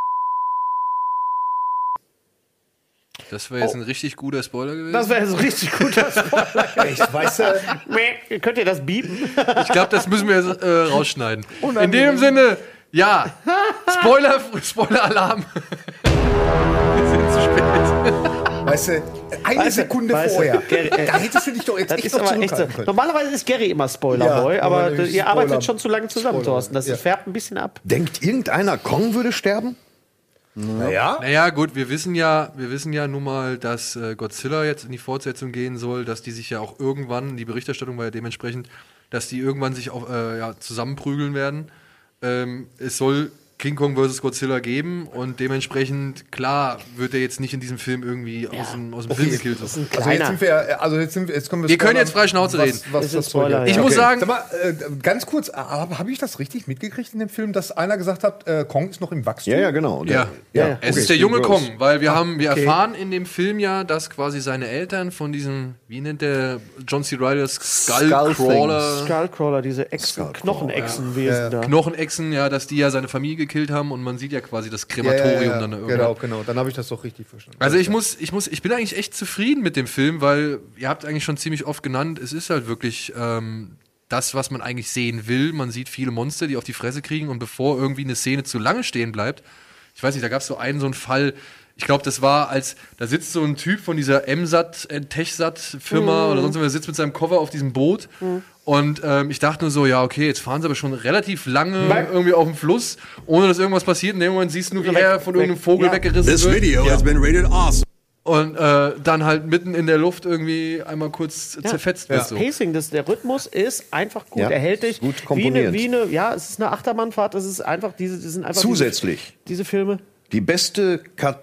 Das wäre jetzt ein richtig guter Spoiler gewesen. Das wäre jetzt ein richtig guter Spoiler. Echt, weißt du? Meh, Könnt ihr das biepen? Ich glaube, das müssen wir jetzt, äh, rausschneiden. In dem Sinne, ja, Spoiler, Spoiler-Alarm. Wir sind zu spät. Weißt du, eine Weißt du, Sekunde weißt du, vorher. Gary, äh, da hättest du dich doch jetzt Das echt ist noch aber echt so. zurückhalten können. Normalerweise ist Gary immer Spoilerboy, Ja, aber aber d- nicht ihr Spoiler- arbeitet schon zu lange zusammen, Spoiler. Thorsten. Das Ja. färbt ein bisschen ab. Denkt irgendeiner, Kong würde sterben? Naja. Naja, gut, wir wissen ja, wir wissen ja nun mal, dass äh, Godzilla jetzt in die Fortsetzung gehen soll, dass die sich ja auch irgendwann, die Berichterstattung war ja dementsprechend, dass die irgendwann sich auch äh, ja, zusammenprügeln werden. Ähm, es soll King Kong versus. Godzilla geben und dementsprechend, klar, wird er jetzt nicht in diesem Film irgendwie aus dem, aus dem Okay, Film gekillt. das ist ein Also jetzt, sind wir, also jetzt, sind wir, jetzt können wir Wir können spoilern, jetzt frei Schnauze was- reden. Was, Das ist das Spoiler, Spoiler, ja. Ich muss sagen- Sag mal, äh, ganz kurz, habe hab ich das richtig mitgekriegt in dem Film, dass einer gesagt hat, äh, Kong ist noch im Wachstum? Ja, ja, genau. Ja, Der- ja. Es okay. ist der junge Gross. Kong, weil wir haben, wir okay. erfahren in dem Film ja, dass quasi seine Eltern von diesem, wie nennt der John C. Reilly das Skullcrawler, Skullcrawler, diese Echsen, Knochenechsenwesen da. Knochenechsen, ja, dass die ja seine Familie gekillt haben und man sieht ja quasi das Ja, ja, Krematorium ja, dann da genau, irgendwann. genau. Dann habe ich das doch richtig verstanden. Also ich muss, ich muss, ich bin eigentlich echt zufrieden mit dem Film, weil ihr habt eigentlich schon ziemlich oft genannt, es ist halt wirklich ähm, das, was man eigentlich sehen will. Man sieht viele Monster, die auf die Fresse kriegen und bevor irgendwie eine Szene zu lange stehen bleibt, ich weiß nicht, da gab es so einen so einen Fall, ich glaube, das war als, da sitzt so ein Typ von dieser M-Sat, äh, Techsat-Firma Mhm. oder sonst was, der sitzt mit seinem Koffer auf diesem Boot und ähm, ich dachte nur so, ja okay, jetzt fahren sie aber schon relativ lange Weg. irgendwie auf dem Fluss, ohne dass irgendwas passiert. In dem Moment siehst du nur, wie Weg, er von weg. irgendeinem Vogel Ja. weggerissen This wird. video has been rated awesome. Und äh, dann halt mitten in der Luft irgendwie einmal kurz zerfetzt wird. Das So. Pacing, das, der Rhythmus ist einfach gut. Ja, Er hält dich gut wie eine, komponiert. wie eine, ja, es ist eine Achterbahnfahrt. Es ist einfach diese, die sind einfach Zusätzlich. Diese, diese Filme. Die beste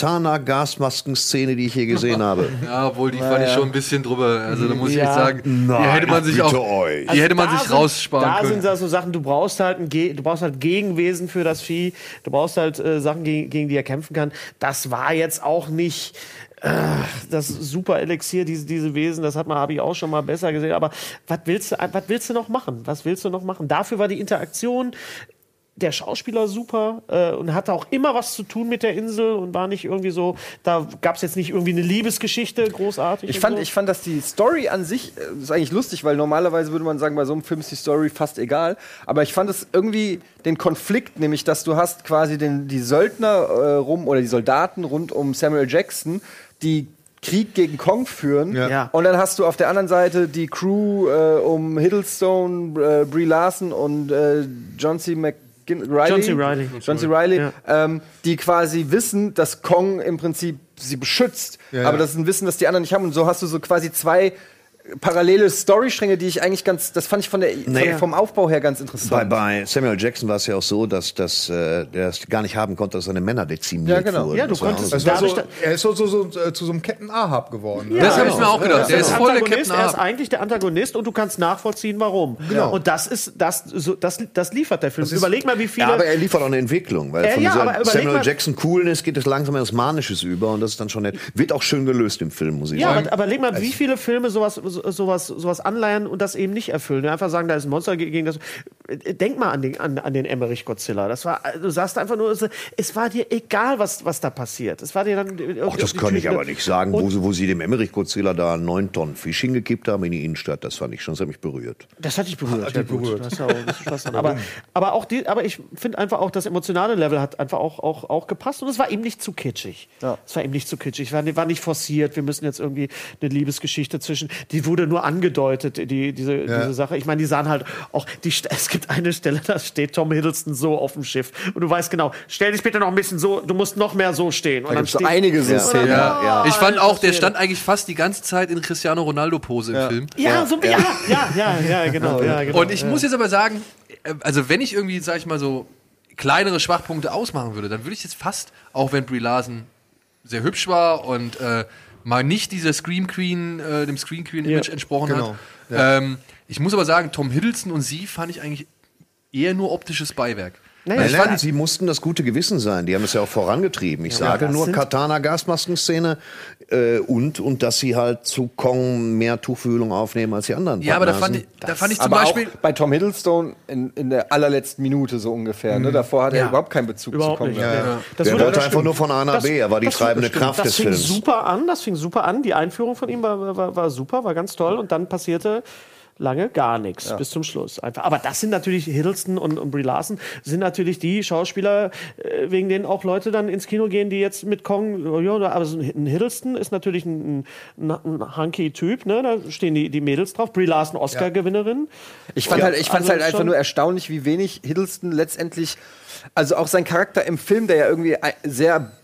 Katana-Gasmasken-Szene, die ich je gesehen habe. Ja, obwohl die fand ich schon ein bisschen drüber. Also da muss ich Ja. echt sagen, die hätte man sich bitte auch, euch. die hätte man da sich sind- raussparen Da können. sind da so Sachen, du brauchst halt ein Ge du brauchst halt Gegenwesen für das Vieh, du brauchst halt äh, Sachen, gegen, gegen die er kämpfen kann. Das war jetzt auch nicht äh, das super Elixier, diese, diese Wesen, das hat man, habe ich auch schon mal besser gesehen. Aber was willst du, was willst du noch machen? Was willst du noch machen? Dafür war die Interaktion der Schauspieler super äh, und hatte auch immer was zu tun mit der Insel und war nicht irgendwie so, da gab es jetzt nicht irgendwie eine Liebesgeschichte großartig. Ich und fand, so. ich fand, dass die Story an sich äh, ist eigentlich lustig, weil normalerweise würde man sagen, bei so einem Film ist die Story fast egal. Aber ich fand es irgendwie den Konflikt, nämlich, dass du hast quasi den, die Söldner äh, rum oder die Soldaten rund um Samuel Jackson, die Krieg gegen Kong führen. Ja. Ja. Und dann hast du auf der anderen Seite die Crew äh, um Hiddleston, äh, Brie Larson und äh, John C. McGinley. Riley, John C. Reilly. John C. Reilly, Ja. ähm, die quasi wissen, dass Kong im Prinzip sie beschützt, Ja, aber ja. das ist ein Wissen, das die anderen nicht haben. Und so hast du so quasi zwei parallele Storystränge, die ich eigentlich ganz, das fand ich von der, Naja. von, vom Aufbau her ganz Bei, interessant. bei Samuel Jackson war es ja auch so, dass, dass äh, der es gar nicht haben konnte, dass seine Männer dezimiert Ja, genau. wurden. Ja, du Das war konntest- auch Das war so, Dadurch, er ist so, so, so äh, zu so einem Captain Ahab geworden. Das habe ich mir auch gedacht. Der Er ist ist, voll der Antagonist, Captain er ist Ahab. eigentlich der Antagonist und du kannst nachvollziehen, warum. Genau. Und das ist das, so, das, das liefert der Film. ist- Überleg mal, wie viele. Ja, aber er liefert auch eine Entwicklung, weil Äh, von ja, dieser aber überleg Samuel mal- Jackson Coolness geht es langsam in das Manisches über und das ist dann schon nett. Wird auch schön gelöst im Film, muss ich ja, sagen. aber, aber leg mal, wie viele Filme sowas, so- sowas, sowas anleihen und das eben nicht erfüllen. Einfach sagen, da ist ein Monster ge- gegen das. Denk mal an den, an, an den Emmerich Godzilla. Das war, du sagst einfach nur, es, es war dir egal, was, was da passiert. Es war dir dann. Ach, das kann ich aber nicht sagen, wo, sie- wo sie dem Emmerich Godzilla da neun Tonnen Fisch hingekippt haben in die Innenstadt. Das fand ich schon, das hat mich berührt. Das hat dich berührt. Hat ja, dich gut. berührt. Du hast ja auch ein bisschen Spaß dran. aber, aber auch die, aber ich finde einfach auch, das emotionale Level hat einfach auch, auch, auch gepasst und es war eben nicht zu kitschig. Ja. Es war eben nicht zu kitschig. War, war nicht forciert. Wir müssen jetzt irgendwie eine Liebesgeschichte zwischen. Die wurde nur angedeutet, die, diese, Ja. diese Sache. Ich meine, die sahen halt auch. Die, es gibt eine Stelle, da steht Tom Hiddleston so auf dem Schiff und du weißt genau, stell dich bitte noch ein bisschen so. Du musst noch mehr so stehen. Und Da dann gibt's so steht- einige so Ja. Szenen. Ja, Ja. ich fand auch, der das- stand eigentlich fast die ganze Zeit in Cristiano Ronaldo-Pose im Film. Ja, so, ja, ja, ja, ja, genau. Ja, genau Und ich muss jetzt aber sagen, äh, also wenn ich irgendwie, sag ich mal so, kleinere Schwachpunkte ausmachen würde, dann würde ich jetzt fast, auch wenn Brie Larson sehr hübsch war und äh, mal nicht dieser Scream Queen, äh, dem Scream Queen Image Ja, entsprochen genau, hat. Ähm, ich muss aber sagen, Tom Hiddleston und sie fand ich eigentlich eher nur optisches Beiwerk. Naja, Nein, ich nein, sie mussten das gute Gewissen sein. Die haben es ja auch vorangetrieben. Ich sage das nur sind- Katana-Gasmasken-Szene äh, und, und dass sie halt zu Kong mehr Tuchfühlung aufnehmen als die anderen. Ja, aber da fand, Pappnasen. ich, da fand ich zum Aber Beispiel. auch bei Tom Hiddleston in, in der allerletzten Minute so ungefähr. Ne? Davor hat er Ja. überhaupt keinen Bezug Überhaupt zu Kong. nicht. gehabt. Ja. Das Der wurde- wollte das einfach stimmt. nur von A nach Das- B. Er war die das- treibende stimmt. Kraft das des fing Films. super an, das fing super an. Die Einführung von ihm war, war, war super, war ganz toll. Und dann passierte lange gar nichts bis zum Schluss. Einfach. Aber das sind natürlich Hiddleston und, und Brie Larson sind natürlich die Schauspieler, äh, wegen denen auch Leute dann ins Kino gehen, die jetzt mit Kong, ja, aber so ein Hiddleston ist natürlich ein, ein, ein hunky Typ, ne? Da stehen die, die Mädels drauf. Brie Larson, Oscar-Gewinnerin. Ich fand Ja, halt, ich fand's also halt einfach schon- nur erstaunlich, wie wenig Hiddleston letztendlich, also auch sein Charakter im Film, der ja irgendwie ein- sehr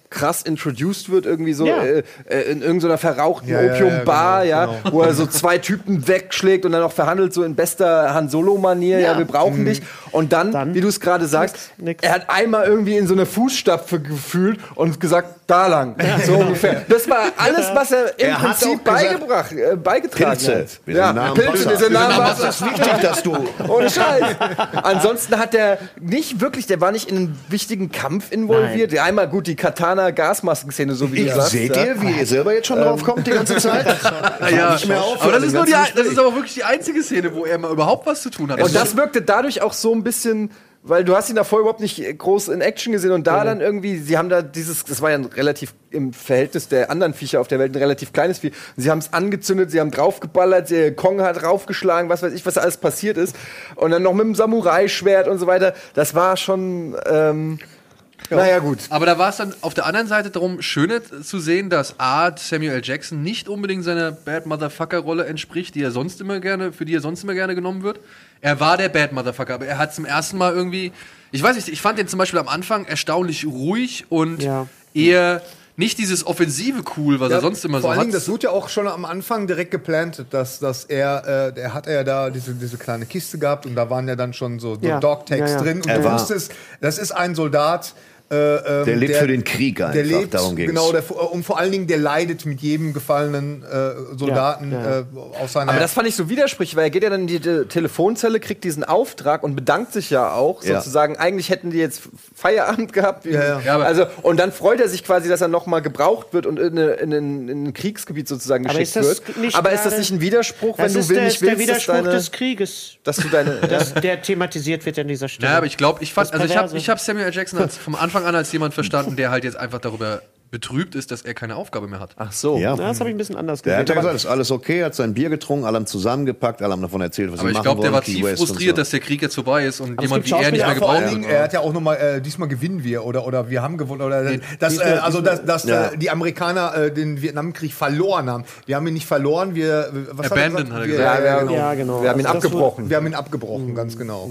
krass introduced wird, irgendwie so Ja. äh, äh, in irgendeiner verrauchten Ja, ja, ja, Opiumbar, ja, genau, genau. wo er so zwei Typen wegschlägt und dann auch verhandelt, so in bester Han Solo-Manier, ja. Ja. wir brauchen dich. Und dann, Dann wie du es gerade sagst, nix. er hat einmal irgendwie in so eine Fußstapfe gefühlt und gesagt, da lang. So ungefähr. Das war alles, was er im Er hat Prinzip auch gesagt, beigebracht, äh, beigetragen Pilze. hat. Wir sind Ja, nah am Pilze, Wasser. wir sind nah am Wir Wasser. Es ist wichtig, dass du... Ohne Scheiß. Ansonsten hat er nicht wirklich, der war nicht in einen wichtigen Kampf involviert. Ja, einmal gut die Katana-Gasmasken-Szene, so wie du sagst. Seht ja. ihr, wie ihr selber jetzt schon drauf kommt die ganze Zeit? Ja, nicht mehr aufhören, aber das ist, den nur die, ganzen das ist aber wirklich die einzige Szene, wo er mal überhaupt was zu tun hat. Und Also das wirkte dadurch auch so ein bisschen, weil du hast ihn davor überhaupt nicht groß in Action gesehen und da dann irgendwie, sie haben da dieses, das war ja ein relativ im Verhältnis der anderen Viecher auf der Welt ein relativ kleines Vieh. Sie haben es angezündet, sie haben draufgeballert, der Kong hat draufgeschlagen, was weiß ich, was da alles passiert ist. Und dann noch mit dem Samurai-Schwert und so weiter. Das war schon, ähm, naja, gut. Aber da war es dann auf der anderen Seite darum, schöner zu sehen, dass A. Samuel L. Jackson nicht unbedingt seiner Bad Motherfucker-Rolle entspricht, die er sonst immer gerne, für die er sonst immer gerne genommen wird. Er war der Bad Motherfucker, aber er hat zum ersten Mal irgendwie, ich weiß nicht, ich fand den zum Beispiel am Anfang erstaunlich ruhig und Ja. eher nicht dieses offensive Cool, was Ja, er sonst immer vor so allen hat. Dingen, das wurde ja auch schon am Anfang direkt geplant, dass, dass er, äh, der hat ja da diese, diese kleine Kiste gehabt und da waren ja dann schon so, so Ja. Dog-Tags Ja, ja. drin und Er du war- wusstest, das ist ein Soldat, äh, ähm, Der lebt für den Krieg einfach, der lebt, darum ging's. genau, der, und vor allen Dingen, der leidet mit jedem gefallenen äh, Soldaten Ja, ja. Äh, aus seiner... Aber das fand ich so widersprüchlich, weil er geht ja dann in die Te- Telefonzelle, kriegt diesen Auftrag und bedankt sich ja auch, Ja. sozusagen, eigentlich hätten die jetzt Feierabend gehabt. Ja, ja. Ja, aber- also, und dann freut er sich quasi, dass er nochmal gebraucht wird und in, eine, in, ein, in ein Kriegsgebiet sozusagen Aber geschickt ist das wird. nicht Aber ist das gerade- nicht ein Widerspruch, wenn Das du ist will, der, nicht ist der willst, dass, Widerspruch deine, des Krieges, dass du deine... das, der thematisiert wird an dieser Stelle. Ja, aber ich glaube, ich fand, Das also ich habe Perverse. ich hab Samuel L. Jackson als, vom Anfang an als jemand verstanden, der halt jetzt einfach darüber betrübt ist, dass er keine Aufgabe mehr hat. Ach so. Ja. Ja, das habe ich ein bisschen anders Der gesehen. hat ja aber- gesagt, ist alles okay, hat sein Bier getrunken, alle haben zusammengepackt, alle haben davon erzählt, was Aber sie ich machen glaube, der wollen, war Key tief West und frustriert, so. dass der Krieg jetzt vorbei ist und es jemand gibt wie er nicht mehr Schauspieler, Ja, vor allen gebraucht Dingen, wird. er hat ja auch nochmal, äh, diesmal gewinnen wir oder, oder wir haben gewonnen. Oder, Nee, das, diesmal- äh, also, dass, dass Ja. äh, die Amerikaner äh, den Vietnamkrieg verloren haben. Wir haben ihn nicht verloren, wir. Was Abandoned, hat er Wir- gesagt. Ja, genau. Ja, genau. Wir haben ihn Also das abgebrochen. Wir haben ihn abgebrochen, ganz genau.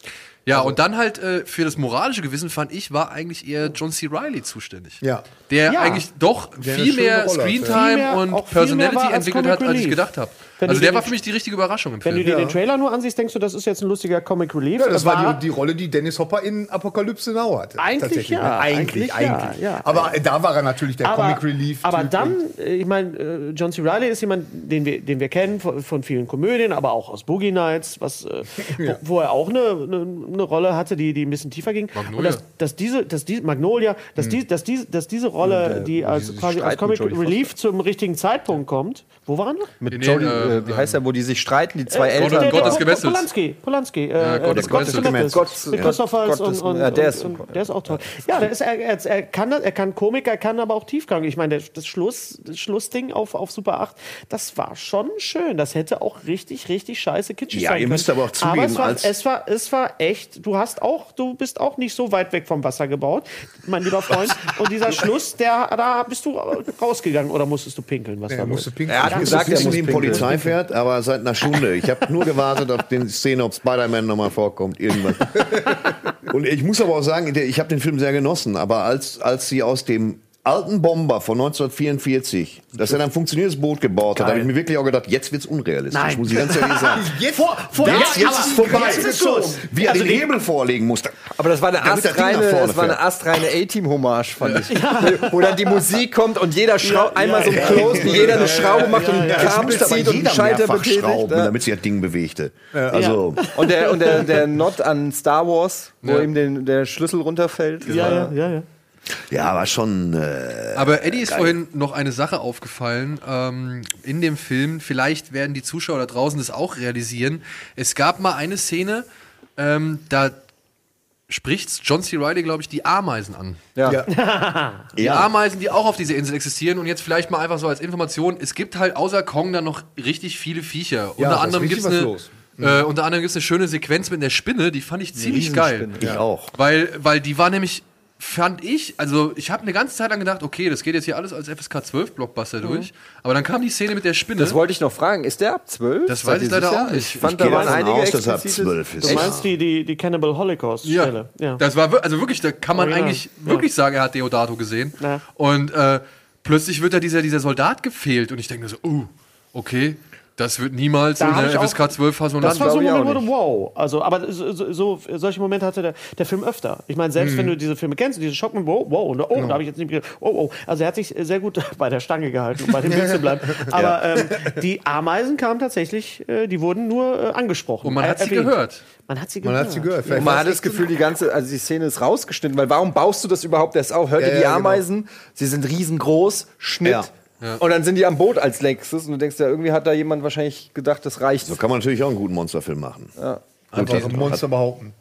Ja, und dann halt äh, für das moralische Gewissen, fand ich, war eigentlich eher John C. Reilly zuständig. Ja. Der Ja. eigentlich doch Der eine viel schöne mehr Rolle hatte. Screentime Viel mehr- und auch viel mehr Personality war als entwickelt Comic hat, als ich Relief. gedacht habe. Wenn Also du der dir war den- für mich die richtige Überraschung im Wenn du Film. dir den Trailer nur ansiehst, denkst du, das ist jetzt ein lustiger Comic Relief. Ja, das war War- die, die Rolle, die Dennis Hopper in Apokalypse Now hatte. Eigentlich Tatsächlich, ja, ne? eigentlich Eigentlich, ja, eigentlich. ja. Aber äh, da war er natürlich der aber, Comic Relief. aber dann, äh, ich meine, äh, John C. Reilly ist jemand, den wir, den wir kennen von, von vielen Komödien, aber auch aus Boogie Nights, was, äh, wo, wo er auch eine, eine, eine Rolle hatte, die, die ein bisschen tiefer ging. Magnolia. Und dass, dass diese, dass die, Magnolia, dass, die, dass, die, dass diese Rolle, die als, diese quasi als Streit Comic mit Jodie Relief zum richtigen Zeitpunkt kommt. Wo waren wir? Mit Nee, Jodie, äh, äh, wie heißt er, wo die sich streiten, die zwei Äh, Eltern. der- der- Gott des der- Gemessels. Polanski, Polanski. Ja, Äh, Gott äh, des Gott des Gemessels. Gemessels. Gott- Mit ja. Christoph Waltz Gott und, des- und, ja, der und, ist und super. der ist auch toll. Ja, der ist, er, er, er, kann, das- er kann Komik, er kann aber auch Tiefgang. Ich meine, der- das, Schluss, das Schlussding auf, auf Super acht, das war schon schön. Das hätte auch richtig, richtig scheiße kitschig Ja, sein ihr können. müsst aber auch zugeben, es war, als- es, war, es war echt, du hast auch, du bist auch nicht so weit weg vom Wasser gebaut, mein lieber Freund. Und dieser Schluss, der, da bist du rausgegangen oder musstest du pinkeln? Was Er war musste los? pinkeln. Er hat Ich muss gesagt, er wissen, muss wie ein pinkeln. Polizeipferd, aber seit einer Stunde. Ich habe nur gewartet auf die Szene, ob Spider-Man nochmal vorkommt, irgendwas. Und ich muss aber auch sagen, ich habe den Film sehr genossen, aber als, als sie aus dem alten Bomber von neunzehnhundertvierundvierzig, dass er dann ein funktionierendes Boot gebaut hat, Geil. habe ich mir wirklich auch gedacht, jetzt wird's unrealistisch, Nein. muss ich ganz ehrlich sagen. Jetzt, Vor, vor, Jetzt, ja, jetzt ist es aber vorbei. Jetzt ist Schluss. Wie er Also den die- Hebel vorlegen musste. Aber das war eine Damit das Ding nach astreine, vorne das war eine fährt. astreine A-Team-Hommage, fand ich. Wo dann die Musik kommt und jeder schraubt einmal so ein Close, wie jeder eine Schraube macht und einen Kabel musste aber zieht und einen jeder Schalter mehrfach betätigt. schrauben, ne? damit sich das Ding bewegte. Also, Und der, und der, der Nod an Star Wars, wo Ja. ihm den, der Schlüssel runterfällt. Ja, ja, ja, ja. ja, war schon... Äh, Aber Eddie ist vorhin noch eine Sache aufgefallen ähm, in dem Film. Vielleicht werden die Zuschauer da draußen das auch realisieren. Es gab mal eine Szene, ähm, da spricht John C. Reilly, glaube ich, die Ameisen an. Ja. Ja. Die Ameisen, die auch auf dieser Insel existieren. Und jetzt vielleicht mal einfach so als Information, es gibt halt außer Kong dann noch richtig viele Viecher. Ja, unter da ist anderem richtig gibt es was eine, los. äh, unter anderem gibt's eine schöne Sequenz mit der Spinne, die fand ich ziemlich geil. ich auch. Weil, weil die war nämlich fand ich, also ich habe eine ganze Zeit lang gedacht, okay, das geht jetzt hier alles als F S K zwölf Blockbuster Mhm. durch. Aber dann kam die Szene mit der Spinne. Das wollte ich noch fragen. Ist der ab zwölf? Das weiß ich leider sicher? auch nicht. Ich fand, Ich da gehe waren davon einige aus, dass er ab explizite- zwölf ist. Du meinst die, die, die Cannibal Holocaust Ja, Stelle? Ja. das war wir- also wirklich, da kann man Original. eigentlich Ja. wirklich sagen, er hat Deodato gesehen. Ja. Und äh, plötzlich wird da dieser, dieser Soldat gefehlt und ich denke mir so, uh, okay, das wird niemals Da in hab der ich F S K zwölf Fassung Das war so ein glaube ich Moment, auch wo du, wow. Also, aber so, so, so, solche Momente hatte der, der Film öfter. Ich meine, selbst Mhm. wenn du diese Filme kennst, diese Schockmomente, wow, wow, und, oh, Genau. da habe ich jetzt nicht mehr, oh, oh. Also er hat sich sehr gut bei der Stange gehalten, um bei dem Bild zu bleiben. Aber ähm, die Ameisen kamen tatsächlich, äh, die wurden nur äh, angesprochen. Und man hat äh, sie erwähnt. gehört. Man hat sie Man gehört. hat sie gehört. Und Vielleicht man war's hat das echt so- Gefühl, die ganze, also die Szene ist rausgeschnitten, weil warum baust du das überhaupt erst auf? Hört Ja, ihr die ja, genau. Ameisen? Sie sind riesengroß, Schnitt. Ja. Ja. Und dann sind die am Boot als nächstes und du denkst ja, irgendwie hat da jemand wahrscheinlich gedacht, das reicht. So kann man natürlich auch einen guten Monsterfilm machen. Einfach so ein Monster behaupten.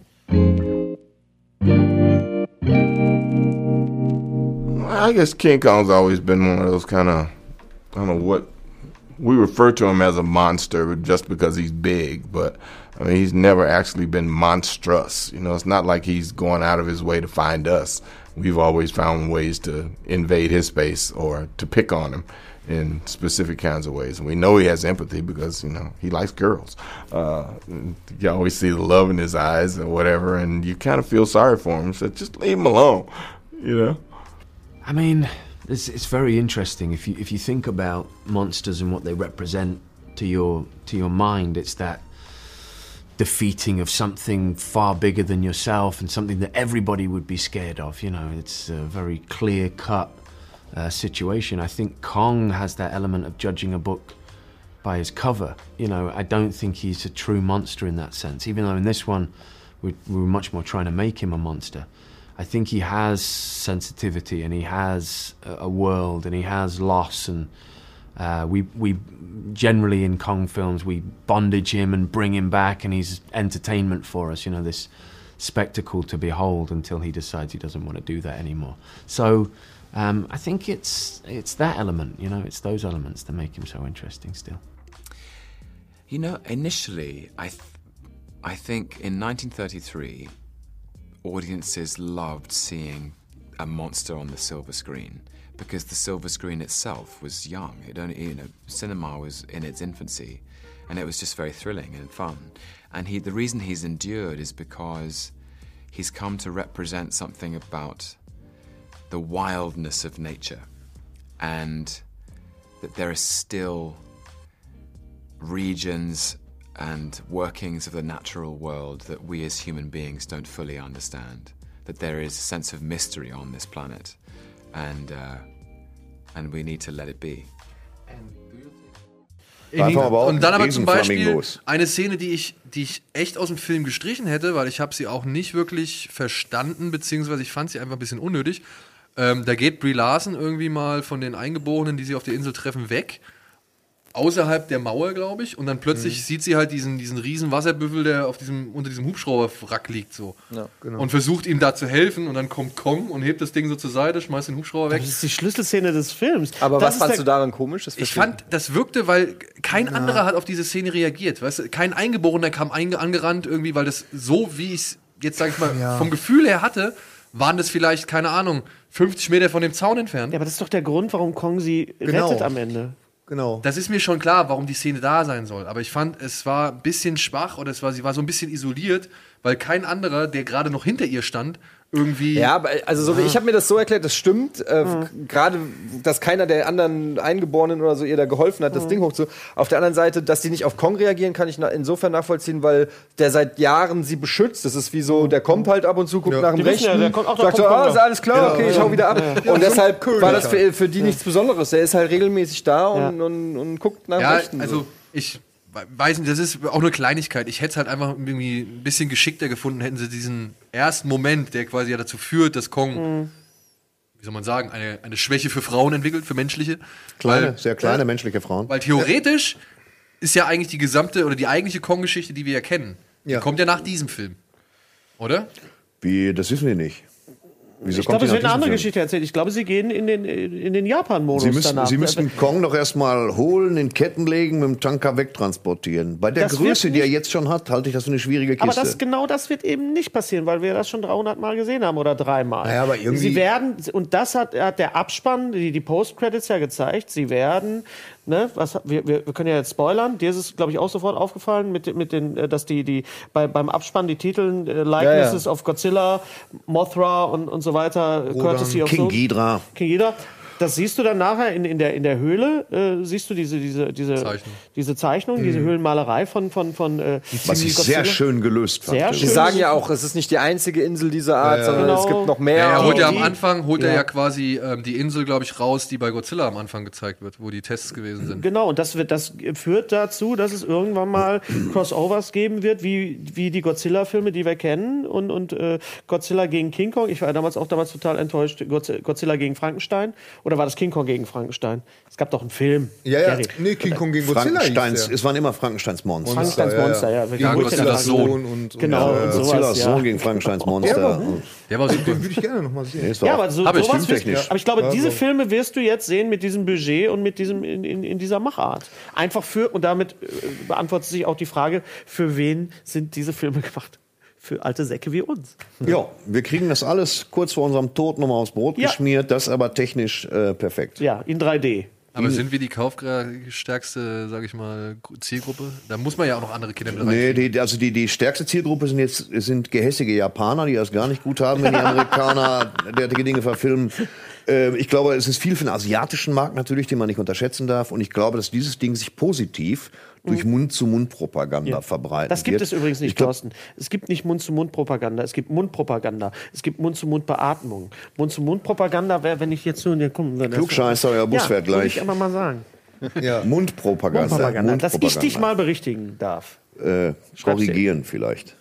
I guess King Kong's always been one of those kind of, I don't know what, we refer to him as a monster just because he's big, but I mean, he's never actually been monstrous. You know, it's not like he's going out of his way to find us. We've always found ways to invade his space or to pick on him in specific kinds of ways. And we know he has empathy because, you know, he likes girls. Uh, you always see the love in his eyes or whatever, and you kind of feel sorry for him. So just leave him alone, you know? I mean, it's, it's very interesting if you if you think about monsters and what they represent to your to your mind. It's that defeating of something far bigger than yourself and something that everybody would be scared of. You know, it's a very clear-cut uh, situation. I think Kong has that element of judging a book by his cover. You know, I don't think he's a true monster in that sense, even though in this one we, we were much more trying to make him a monster. I think he has sensitivity and he has a, a world and he has loss, and uh, we we generally in Kong films we bondage him and bring him back, and he's entertainment for us, you know, this spectacle to behold until he decides he doesn't want to do that anymore. So um, I think it's it's that element, you know, it's those elements that make him so interesting still. You know, initially, I, th- I think in nineteen thirty-three, audiences loved seeing a monster on the silver screen because the silver screen itself was young. It only, you know, cinema was in its infancy, and it was just very thrilling and fun. And he, the reason he's endured is because he's come to represent something about the wildness of nature, and that there are still regions and workings of the natural world that we as human beings don't fully understand. That there is a sense of mystery on this planet, and uh, and we need to let it be. Einfach aber auch Und dann aber zum Beispiel Riesenflamingos. eine Szene, die ich, die ich echt aus dem Film gestrichen hätte, weil ich habe sie auch nicht wirklich verstanden, beziehungsweise ich fand sie einfach ein bisschen unnötig. Ähm, da geht Brie Larson irgendwie mal von den Eingeborenen, die sie auf der Insel treffen, weg. Außerhalb der Mauer, glaube ich. Und dann plötzlich Mhm. sieht sie halt diesen, diesen riesen Wasserbüffel, der auf diesem, unter diesem Hubschrauberwrack liegt. So. Ja, genau. Und versucht ihm da zu helfen. Und dann kommt Kong und hebt das Ding so zur Seite, schmeißt den Hubschrauber weg. Das ist die Schlüsselszene des Films. Aber Das was ist fandst der- du daran komisch? Das Ich verstehe fand, das wirkte, weil kein anderer hat auf diese Szene reagiert. Weißt du? Kein Eingeborener kam einge angerannt irgendwie, weil das so, wie ich es jetzt, sag ich mal, Ja. vom Gefühl her hatte, waren das vielleicht, keine Ahnung, fünfzig Meter von dem Zaun entfernt. Ja, aber das ist doch der Grund, warum Kong sie Genau. rettet am Ende. Genau. Das ist mir schon klar, warum die Szene da sein soll. Aber ich fand, es war ein bisschen schwach oder es war, sie war so ein bisschen isoliert, weil kein anderer, der gerade noch hinter ihr stand, irgendwie. Ja, aber also so wie ich habe mir das so erklärt, das stimmt. Äh, Gerade, dass keiner der anderen Eingeborenen oder so ihr da geholfen hat, das Ding hochzu. Auf der anderen Seite, dass die nicht auf Kong reagieren, kann ich na insofern nachvollziehen, weil der seit Jahren sie beschützt. Das ist wie so, der kommt halt ab und zu, guckt Ja. nach dem Die wissen ja, Rechten, der kommt- ach, da sagt so, kommt Kong ah, noch. ist alles klar, Ja, okay, ich ja. hau wieder ab. Ja, Und so deshalb König war das für, halt. für die nichts Besonderes. Der ist halt regelmäßig da und, Ja. und, und guckt nach dem Ja, Rechten. also ich weiß nicht, das ist auch eine Kleinigkeit. Ich hätte es halt einfach irgendwie ein bisschen geschickter gefunden, hätten sie diesen ersten Moment, der quasi ja dazu führt, dass Kong, wie soll man sagen, eine, eine Schwäche für Frauen entwickelt, für menschliche. Kleine, Weil- sehr kleine menschliche Frauen. Weil theoretisch ist ja eigentlich die gesamte oder die eigentliche Kong-Geschichte, die wir ja kennen, Ja. die kommt ja nach diesem Film. Oder? Wie, das wissen wir nicht. Wieso Ich kommt glaube, es die wird nach eine andere diesem Geschichte erzählt. Ich glaube, sie gehen in den, in den Japan-Modus Sie müssen, danach. Sie müssten Kong doch erstmal holen, in Ketten legen, mit dem Tanker wegtransportieren. Bei der Das wird Größe, die er nicht- jetzt schon hat, halte ich das für eine schwierige Kiste. Aber das, genau das wird eben nicht passieren, weil wir das schon dreihundert Mal gesehen haben oder dreimal. Naja, aber irgendwie- Sie werden, und das hat, hat der Abspann, die, die Post-Credits ja gezeigt, sie werden, ne, was, wir, wir wir können ja jetzt spoilern, dir ist es, glaube ich, auch sofort aufgefallen, mit, mit den, äh, dass die, die bei, beim Abspann die Titel äh, Likenesses Ja, ja. of Godzilla, Mothra und, und so weiter, Courtesy of King so. Ghidra. King Ghidra. Das siehst du dann nachher in, in, der, in der Höhle, äh, siehst du diese, diese, diese, Zeichnung. diese Zeichnung, diese Höhlenmalerei von, von, von äh, Was ich Godzilla. sehr schön gelöst fand. Sehr Die schön. sagen ja auch, es ist nicht die einzige Insel dieser Art, Ja, sondern genau. es gibt noch mehr. Ja, er holt ja am die- Anfang, holt er Ja. ja quasi ähm, die Insel, glaube ich, raus, die bei Godzilla am Anfang gezeigt wird, wo die Tests gewesen sind. Genau, und das, wird, das führt dazu, dass es irgendwann mal Crossovers geben wird, wie, wie die Godzilla-Filme, die wir kennen. Und, und äh, Godzilla gegen King Kong. Ich war damals auch damals total enttäuscht. Godz- Godzilla gegen Frankenstein. Oder war das King Kong gegen Frankenstein? Es gab doch einen Film. Ja, ja. Gary. Nee, King Kong gegen Godzilla hieß Frankensteins, der. es waren immer Frankensteins Monster. Frankensteins Monster, ja. Gegen Ja, Godzillas Godzillas Sohn und, und Genau, ja, und ja. so. Godzillas sowas, ja. Sohn gegen Frankensteins Monster. Und- Der war super. Den würde ich gerne noch mal sehen. Nee, es war Ja, auch- aber so, aber sowas wirst, filmtechnisch. aber ich glaube, Ja, diese so. Filme wirst du jetzt sehen mit diesem Budget und mit diesem in, in, in dieser Machart. Einfach für und damit äh, beantwortet sich auch die Frage, für wen sind diese Filme gemacht? Für alte Säcke wie uns. Ja, wir kriegen das alles kurz vor unserem Tod nochmal aufs Brot Ja. geschmiert, das aber technisch äh, perfekt. Ja, in drei D. Aber sind wir die kaufstärkste, sage ich mal, Zielgruppe? Da muss man ja auch noch andere Kinder mit Nee, reinziehen. die, also die, die stärkste Zielgruppe sind jetzt sind gehässige Japaner, die das gar nicht gut haben, wenn die Amerikaner derartige Dinge verfilmen. Äh, ich glaube, es ist viel für den asiatischen Markt natürlich, den man nicht unterschätzen darf. Und ich glaube, dass dieses Ding sich positiv durch Mund-zu-Mund-Propaganda Ja. verbreiten Das gibt wird. es übrigens Ich nicht, glaub, Thorsten. Es gibt nicht Mund-zu-Mund-Propaganda, es gibt Mundpropaganda, es gibt Mund-zu-Mund-Beatmung. Mund-zu-Mund-Propaganda wäre, wenn ich jetzt nur... Ja, komm, wenn das- Klugscheißer, euer Bus ja, fährt würde gleich. ich einfach mal sagen. Ja. Mundpropaganda. Mundpropaganda, dass ich dich Mundpropaganda. mal berichtigen darf. Äh, korrigieren vielleicht.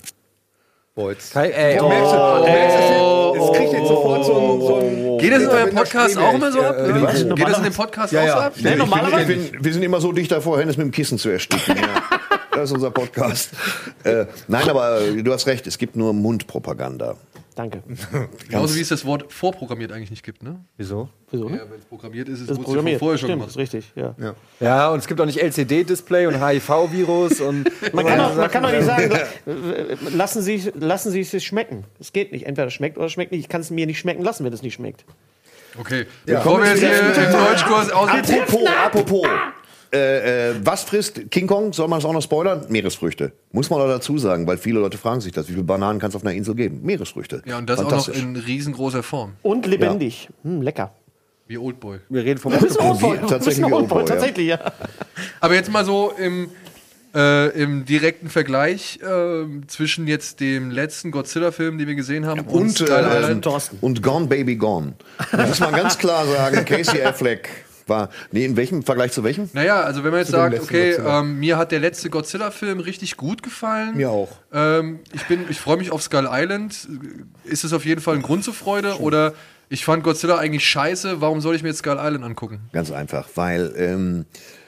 Boah, jetzt. Kai, ey, Du oh, merkst, du merkst, das jetzt, jetzt kriegt jetzt sofort so ein. So ein Geht das in eurem Wenn das Podcast Strebe auch immer so echt, ab? äh, was? Geht das in dem Podcast Ja, auch ja. so ab? Nee, normalerweise. Ich bin, wir sind immer so dicht davor, Hennes mit dem Kissen zu ersticken. Ja. Das ist unser Podcast. Äh, nein, aber äh, du hast recht, es gibt nur Mundpropaganda. Danke. Genauso wie es das Wort vorprogrammiert eigentlich nicht gibt, ne? Wieso? Wieso? Ja, wenn es programmiert ist, ist Das es ist wurde es programmiert. vorher schon Stimmt, gemacht. ist richtig, ja. Ja. Ja, und es gibt auch nicht L C D-Display und H I V-Virus und. Man kann, auch, man kann doch nicht sagen, äh, lassen Sie, lassen Sie es schmecken. Es geht nicht. Entweder es schmeckt oder es schmeckt nicht. Ich kann es mir nicht schmecken lassen, wenn es nicht schmeckt. Okay, Ja. bevor wir jetzt hier im Deutschkurs aus Apropos, apropos. Äh, äh, was frisst King Kong? Soll man das auch noch spoilern? Meeresfrüchte. Muss man auch dazu sagen, weil viele Leute fragen sich das. Wie viele Bananen kann es auf einer Insel geben? Meeresfrüchte. Ja, und das auch noch Fantastisch. in riesengroßer Form. Und lebendig. Hm, lecker. Wie Oldboy. Wir reden vom Das ist Oldboy. Oldboy. Tatsächlich Das ist Oldboy, ja. Tatsächlich, ja. Aber jetzt mal so im, äh, im direkten Vergleich äh, zwischen jetzt dem letzten Godzilla-Film, den wir gesehen haben, und, Und, Skull äh, Island. und Gone Baby Gone. Da muss man ganz klar sagen, Casey Affleck war. Nee, in welchem Vergleich zu welchem? Naja, also wenn man jetzt Zu dem sagt, letzten okay, Godzilla. ähm, mir hat der letzte Godzilla-Film richtig gut gefallen. Mir auch. Ähm, ich bin, ich freue mich auf Skull Island. Ist es auf jeden Fall ein Grund zur Freude? Oder ich fand Godzilla eigentlich scheiße, warum soll ich mir jetzt Skull Island angucken? Ganz einfach, weil ähm,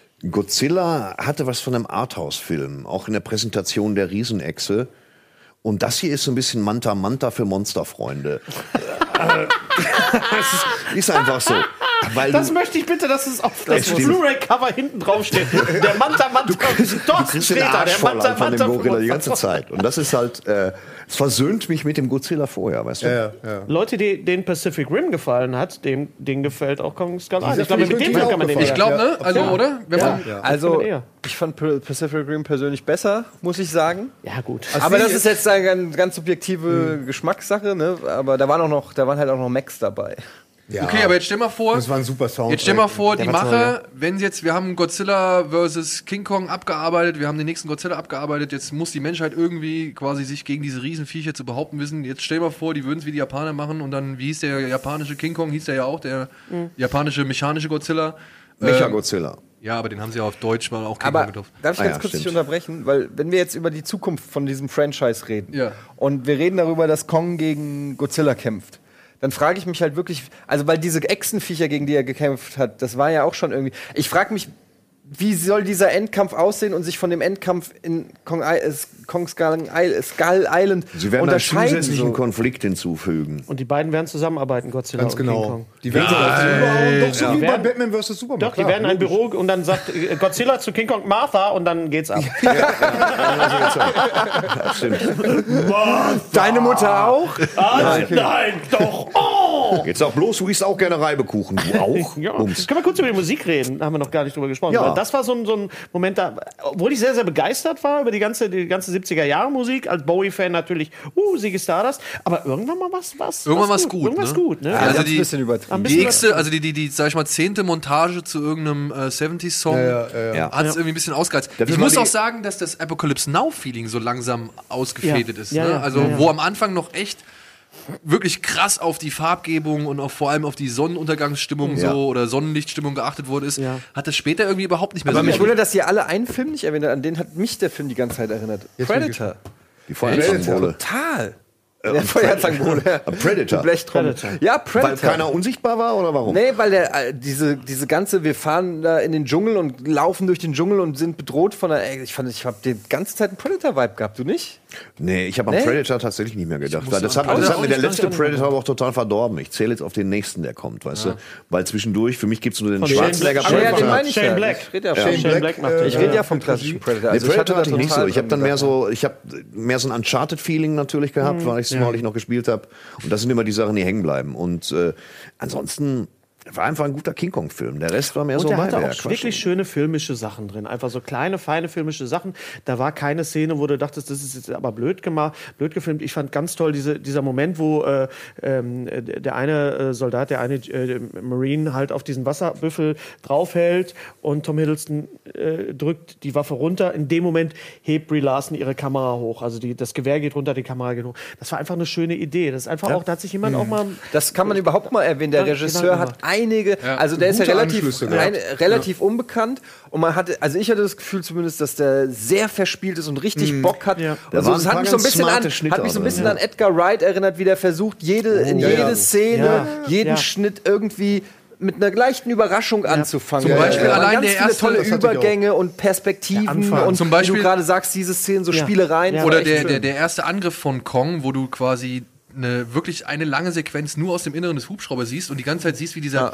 Godzilla hatte was von einem Arthouse-Film, auch in der Präsentation der Riesenechse. Und das hier ist so ein bisschen Manta Manta für Monsterfreunde. ist, ist einfach so. Weil Das du, möchte ich bitte, dass es auf Das dem stimmt. Blu-ray-Cover hinten drauf steht. Der Manta Manta. du kriegst den später. Arsch Der voll Manta an von dem Manta. Gorilla die ganze Zeit. Und das ist halt, äh, es versöhnt mich mit dem Godzilla vorher, weißt du? Ja, ja, ja. Leute, die den Pacific Rim gefallen hat, dem, denen gefällt auch Kong Skull Island. Dieser Ich glaube, Film mit dem wird mir kann man auch den gefallen. Ich glaube, ja. ne? Also, Ja. oder? Wenn Ja. man, Ja. Also, kann man eher. ich fand Pacific Rim persönlich besser, muss ich sagen. Ja, gut. Aber das ist jetzt eine ganz, ganz subjektive Geschmackssache, ne? Aber da waren auch noch, da waren halt auch noch Macs dabei. Ja. Okay, aber jetzt stell mal vor, Das war ein super Sound. jetzt stell mal vor, die Der war toll, Macher, wenn sie jetzt, wir haben Godzilla versus King Kong abgearbeitet, wir haben den nächsten Godzilla abgearbeitet, jetzt muss die Menschheit irgendwie quasi sich gegen diese Riesenviecher zu behaupten wissen. Jetzt stell mal vor, die würden es wie die Japaner machen und dann, wie hieß der japanische King Kong, hieß der ja auch, der japanische mechanische Godzilla. Mecha Ähm, Godzilla. ja, aber den haben sie ja auf Deutsch mal auch King Aber Kong getauft. darf ich Ah ganz ja, kurz dich stimmt. unterbrechen? Weil, wenn wir jetzt über die Zukunft von diesem Franchise reden Ja. und wir reden darüber, dass Kong gegen Godzilla kämpft, dann frage ich mich halt wirklich, also weil diese Echsenviecher, gegen die er gekämpft hat, das war ja auch schon irgendwie. Ich frage mich, wie soll dieser Endkampf aussehen und sich von dem Endkampf in Kong, I äh, Kong Skull, I Skull Island Sie werden einen unterscheiden. zusätzlichen So. Konflikt hinzufügen. Und die beiden werden zusammenarbeiten, Godzilla Ganz und King genau. Kong. Die werden Nein. doch so Ja. wie bei werden- Batman versus. Superman. Doch, die klar, werden ein logisch. Büro und dann sagt äh, Godzilla zu King Kong Martha und dann geht's ab. Deine Mutter auch? Ah, nein, doch. Oh! Jetzt sag bloß, du isst auch gerne Reibekuchen. Du auch? Ja. Bums. Können wir kurz über die Musik reden? Da haben wir noch gar nicht drüber gesprochen. Ja. Weil das war so ein, so ein Moment, da, obwohl ich sehr, sehr begeistert war über die ganze, die ganze siebziger-Jahre-Musik, als Bowie-Fan natürlich, uh, Ziggy Stardust, aber irgendwann mal was, was Irgendwann war's gut, Irgendwann war's ne? gut, ne? Ja, Also also ein die- bisschen übertrieben. Ein Die bisschen nächste, also die, die, die, sag ich mal, zehnte Montage zu irgendeinem äh, siebziger-Song Ja, ja, ja, ja. hat es irgendwie ein bisschen ausgereizt. Dafür Ich war muss die- auch sagen, dass das Apocalypse Now-Feeling so langsam ausgefädet Ja. ist. Ja, Ne? ja, Also, ja, ja. wo am Anfang noch echt wirklich krass auf die Farbgebung und auch vor allem auf die Sonnenuntergangsstimmung Ja. so oder Sonnenlichtstimmung geachtet worden ist, Ja. hat das später irgendwie überhaupt nicht mehr Aber so mich gefühlt. wundert, dass ihr alle einen Film nicht erwähnt habt. An den hat mich der Film die ganze Zeit erinnert. Predator. Die Feuerzangenbowle. Total. Der Feuerzangenbowle. Predator. Die Blechtrommel. Predator. Ja, Weil Predator. keiner unsichtbar war oder warum? Nee, weil der, äh, diese, diese ganze, wir fahren da in den Dschungel und laufen durch den Dschungel und sind bedroht von der, ey, ich fand, ich hab die ganze Zeit einen Predator-Vibe gehabt, du nicht? Nee, ich habe an Nee? Predator tatsächlich nicht mehr gedacht. muss Weil das an hat, das Predator hat mir auch der nicht letzte ganz Predator aber auch total verdorben. Ich zähle jetzt auf den nächsten, der kommt, weißt du? Weil zwischendurch, für mich gibt es nur den Von Schwarzenegger Shane Black. Ja, den Predator. meine ich Shane ja. Black. Ich rede ja, Ja. von- Shane Black macht das. Ich rede ja vom klassischen Predator. Der Also ich Predator hatte hatte da ich nicht total so. Ich habe dann dran mehr gedacht. so, ich habe mehr so ein Uncharted-Feeling natürlich gehabt, weil ich es neulich noch gespielt habe. Und das sind immer die Sachen, die hängen bleiben. Und äh, ansonsten war einfach ein guter King Kong-Film. Der Rest war mehr Und so der hatte Beiwerk. auch wirklich schöne filmische Sachen drin. Einfach so kleine, feine filmische Sachen. Da war keine Szene, wo du dachtest, das ist jetzt aber blöd gemacht, blöd gefilmt. Ich fand ganz toll diese, dieser Moment, wo äh, ähm, der eine äh, Soldat, der eine äh, Marine halt auf diesen Wasserbüffel draufhält und Tom Hiddleston äh, drückt die Waffe runter. In dem Moment hebt Brie Larson ihre Kamera hoch. Also die, das Gewehr geht runter, die Kamera geht hoch. Das war einfach eine schöne Idee. Das ist einfach auch, da hat sich jemand auch mal... Das kann man überhaupt mal erwähnen. Der Gedanken Regisseur hat gemacht. einige, also der ist ja Gute relativ, Anschlüsse gehabt. ein, relativ unbekannt und man hatte, also ich hatte das Gefühl zumindest, dass der sehr verspielt ist und richtig Bock hat. Ja. Und Da so, waren das ein hat paar mich so ein ganz bisschen an, smarte Schnitte hat mich so ein drin, bisschen ja. an Edgar Wright erinnert, wie der versucht, jede, in ja, jede ja. Szene, Ja. jeden Ja. Schnitt irgendwie mit einer leichten Überraschung anzufangen. Zum Beispiel Da waren allein ganz der viele erste- tolle das hatte ich auch. Übergänge und Perspektiven Anfang. und Zum wie Beispiel- du gerade sagst, diese Szenen, so Ja. Spielereien. Ja. das war Oder echt der, schön. der, der erste Angriff von Kong, wo du quasi eine, wirklich eine lange Sequenz nur aus dem Inneren des Hubschraubers siehst und die ganze Zeit siehst, wie dieser Ja.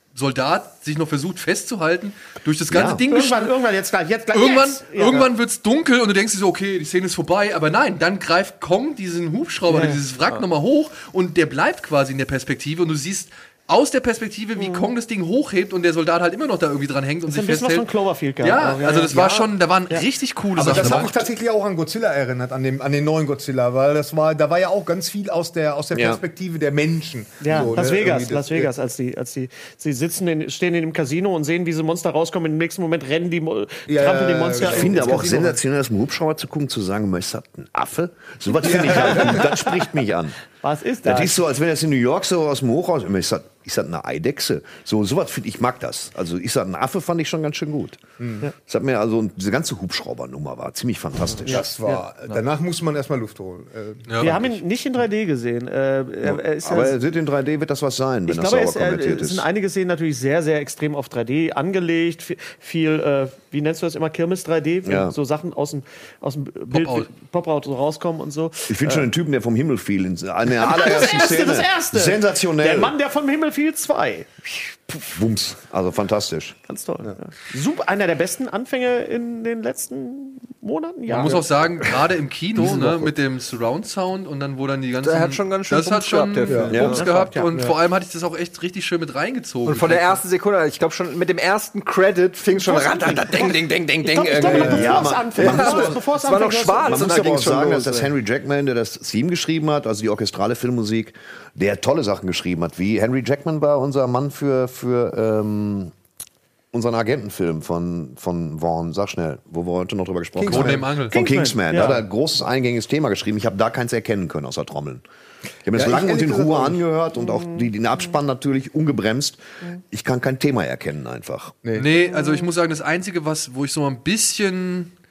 Soldat sich noch versucht festzuhalten, durch das ganze Ja. Ding Irgendwann, irgendwann, jetzt gleich, jetzt gleich. Irgendwann, jetzt. Ja. irgendwann wird's dunkel und du denkst dir so, okay, die Szene ist vorbei, aber nein, dann greift Kong diesen Hubschrauber, Ja. dieses Wrack nochmal hoch und der bleibt quasi in der Perspektive und du siehst aus der Perspektive, wie Kong das Ding hochhebt und der Soldat halt immer noch da irgendwie dran hängt und Das ist sich ein bisschen was festhält. von Cloverfield gehabt. Ja, auch, also das war Ja. schon, da waren richtig coole Aber Sachen das hat dabei. mich tatsächlich auch an Godzilla erinnert, an, dem, an den neuen Godzilla, weil das war, da war ja auch ganz viel aus der, aus der Ja. Perspektive der Menschen. Ja, So, Las ne, Vegas, irgendwie Las das- Vegas, als die, als die, sie sitzen, in, stehen in dem Casino und sehen, wie diese Monster rauskommen. Im nächsten Moment rennen die, Mo- Ja, trampeln die ja, Monster. ja, Ich in- finde ins aber auch Casino rein. sensationell, das mit dem Hubschrauber zu gucken, zu sagen, ist das ein Affe? So was finde ich halt, das spricht mich an. Was ist das? Das ist so, als wenn das in New York so aus dem Hochhaus, ist das, ist das eine Eidechse? So, sowas finde ich, mag das. Also, ist das ein Affe, fand ich schon ganz schön gut. Das hat mir also, diese ganze Hubschraubernummer war ziemlich fantastisch. Das war, danach muss man erstmal Luft holen. Äh, Ja. Wir haben ihn nicht in drei D gesehen. Äh, er, er ist Aber ja, er wird in drei D, wird das was sein, wenn ich das glaube, er sauber ist, er, konvertiert es sind ist. einige Szenen natürlich sehr, sehr extrem auf drei D angelegt. Viel, viel äh, wie nennst du das immer, Kirmes drei D? Wenn Ja. so Sachen aus dem, aus dem Bild, Pop-out. Pop-out so rauskommen und so. Ich finde schon den Typen, der vom Himmel fiel, in einer allerersten Das erste, Szene. das erste. Sensationell. Der Mann, der vom Himmel fiel, zwei. Wumms. Also fantastisch. Ganz toll. Ja. Super, einer der besten Anfänge in den letzten Monaten, Jahren. Man muss auch sagen, gerade im Kino, ne, mit dem Surround-Sound und dann, wo dann die ganzen... Der hat schon ganz schön Das hat Bums schon gehabt, der Film. Bums Ja. gehabt Ja. und Ja. vor allem hatte ich das auch echt richtig schön mit reingezogen. Und von der ersten Sekunde, ich glaube schon mit dem ersten Credit fing schon Bevor es ran, da, da, ding, ding, ding, ding, Ich ding. glaube, glaub, irgendwie. bevor Ja, es man- anfängt. man muss Bevor- aber- bevor es es war noch anfängt, schwarz. Man und muss da aber auch ging's schon sagen, los, dass das ey. Henry Jackman, der das Theme geschrieben hat, also die orchestrale Filmmusik, der tolle Sachen geschrieben hat. Wie Henry Jackman war unser Mann für, für ähm, unseren Agentenfilm von, von Vaughn. Sag schnell, wo wir heute noch drüber gesprochen Kingsman. haben. Codename Angel. Von Kingsman, Kingsman. ja. Da hat er ein großes eingängiges Thema geschrieben. Ich habe da keins erkennen können außer Trommeln. Ich habe mir das Ja, lang ich und in ehrlich Ruhe gesagt auch nicht. angehört und auch die, den Abspann natürlich ungebremst. Ich kann kein Thema erkennen einfach. Nee, also ich muss sagen, das Einzige, was, wo ich so ein bisschen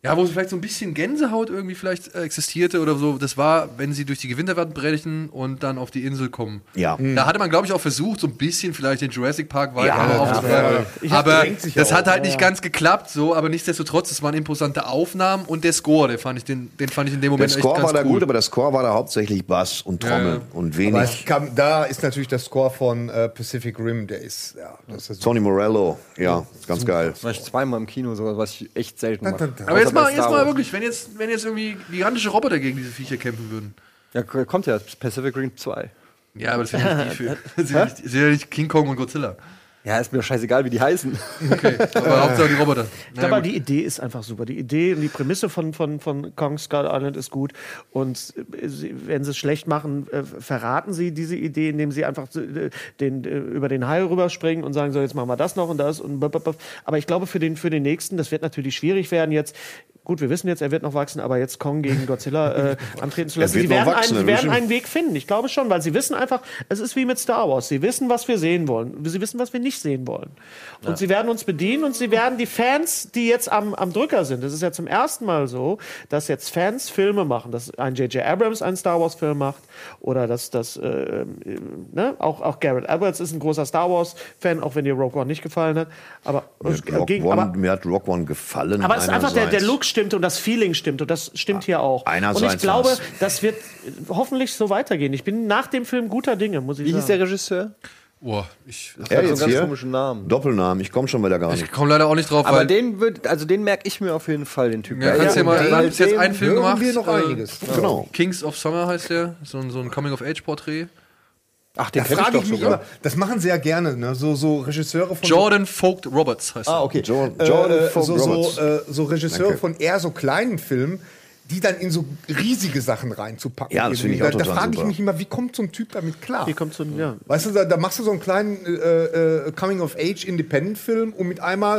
Ja, wo vielleicht so ein bisschen Gänsehaut irgendwie vielleicht äh, existierte oder so, das war, wenn sie durch die Gewinterwand brechen und dann auf die Insel kommen. Ja. Da hatte man, glaube ich, auch versucht, so ein bisschen vielleicht den Jurassic Park weiter Ja, aufzugreifen. ja. Aber das auch. hat halt nicht ganz geklappt, so, aber nichtsdestotrotz, es waren imposante Aufnahmen und der Score, den fand ich, den, den fand ich in dem Der Moment Score echt ganz war da cool. gut, aber der Score war da hauptsächlich Bass und Trommel Ja. und Aber wenig. es kam, da ist natürlich der Score von äh, Pacific Rim, der ist, ja, das ist Tony Morello, ja, ist ganz geil. Das war ich zweimal im Kino, sowas, was ich echt selten mache. Aber jetzt Außer bei mal, jetzt Star mal Wars. wirklich, wenn jetzt, wenn jetzt irgendwie gigantische Roboter gegen diese Viecher kämpfen würden. Ja, kommt ja Pacific Rim zwei. Ja, aber das sind ja nicht die Filme. Das sind ja nicht, das sind ja nicht King Kong und Godzilla. Ja, ist mir scheißegal, wie die heißen. Okay, aber Hauptsache die Roboter. Ich glaube, die Idee ist einfach super. Die Idee und die Prämisse von, von, von Kong Skull Island ist gut. Und äh, sie, wenn sie es schlecht machen, äh, verraten sie diese Idee, indem sie einfach äh, den, äh, über den Hai rüberspringen und sagen, so, jetzt machen wir das noch und das. Und blablabla. Aber ich glaube, für den, für den nächsten, das wird natürlich schwierig werden jetzt. Gut, wir wissen jetzt, er wird noch wachsen, aber jetzt Kong gegen Godzilla äh, antreten zu lassen. wird Sie noch werden, wachsen, einen, sie wir werden müssen- einen Weg finden. Ich glaube schon, weil sie wissen einfach, es ist wie mit Star Wars. Sie wissen, was wir sehen wollen. Sie wissen, was wir nicht sehen wollen. Und Ja. sie werden uns bedienen und sie werden die Fans, die jetzt am, am Drücker sind, das ist ja zum ersten Mal so, dass jetzt Fans Filme machen, dass ein J J Abrams einen Star Wars Film macht oder dass das, äh, ne, auch, auch Garrett Edwards ist ein großer Star Wars Fan, auch wenn dir Rogue One nicht gefallen hat. Aber, Mir hat Rock gegen, One, aber mir hat Rock One gefallen. aber es ist einfach der, der einerseits. Look stimmt und das Feeling stimmt und das stimmt hier auch. einerseits Und ich glaube, was. das wird hoffentlich so weitergehen. Ich bin nach dem Film guter Dinge, muss ich Wie sagen. hieß der Regisseur? Boah, ich, Das Er hat so jetzt einen ganz hier? komischen Namen. Doppelnamen, ich komme schon wieder gar ich nicht. komme leider auch nicht drauf, Aber weil den wird, also den merke ich mir auf jeden Fall, den Typen. ja, kannst ja, mal, den- wir haben bis jetzt einen Film hören gemacht. wir noch äh, einiges. Genau. Kings of Summer heißt der, so ein, so ein Coming-of-Age-Porträt. Ach, den Da kenn frage ich doch mich sogar. immer, das machen sie ja gerne, ne? so, so Regisseure von... Jordan Vogt Roberts heißt Ah, er. okay. Jo- äh, Jordan äh, Vogt so, so, Roberts. äh, so Regisseure Danke. von eher so kleinen Filmen, die dann in so riesige Sachen reinzupacken. Ja, das finde ich da auch da total frage ich super. mich immer, wie kommt so ein Typ damit klar? Hier kommt so ein, ja. Weißt du, da, da machst du so einen kleinen äh, äh, Coming-of-Age-Independent-Film und mit einmal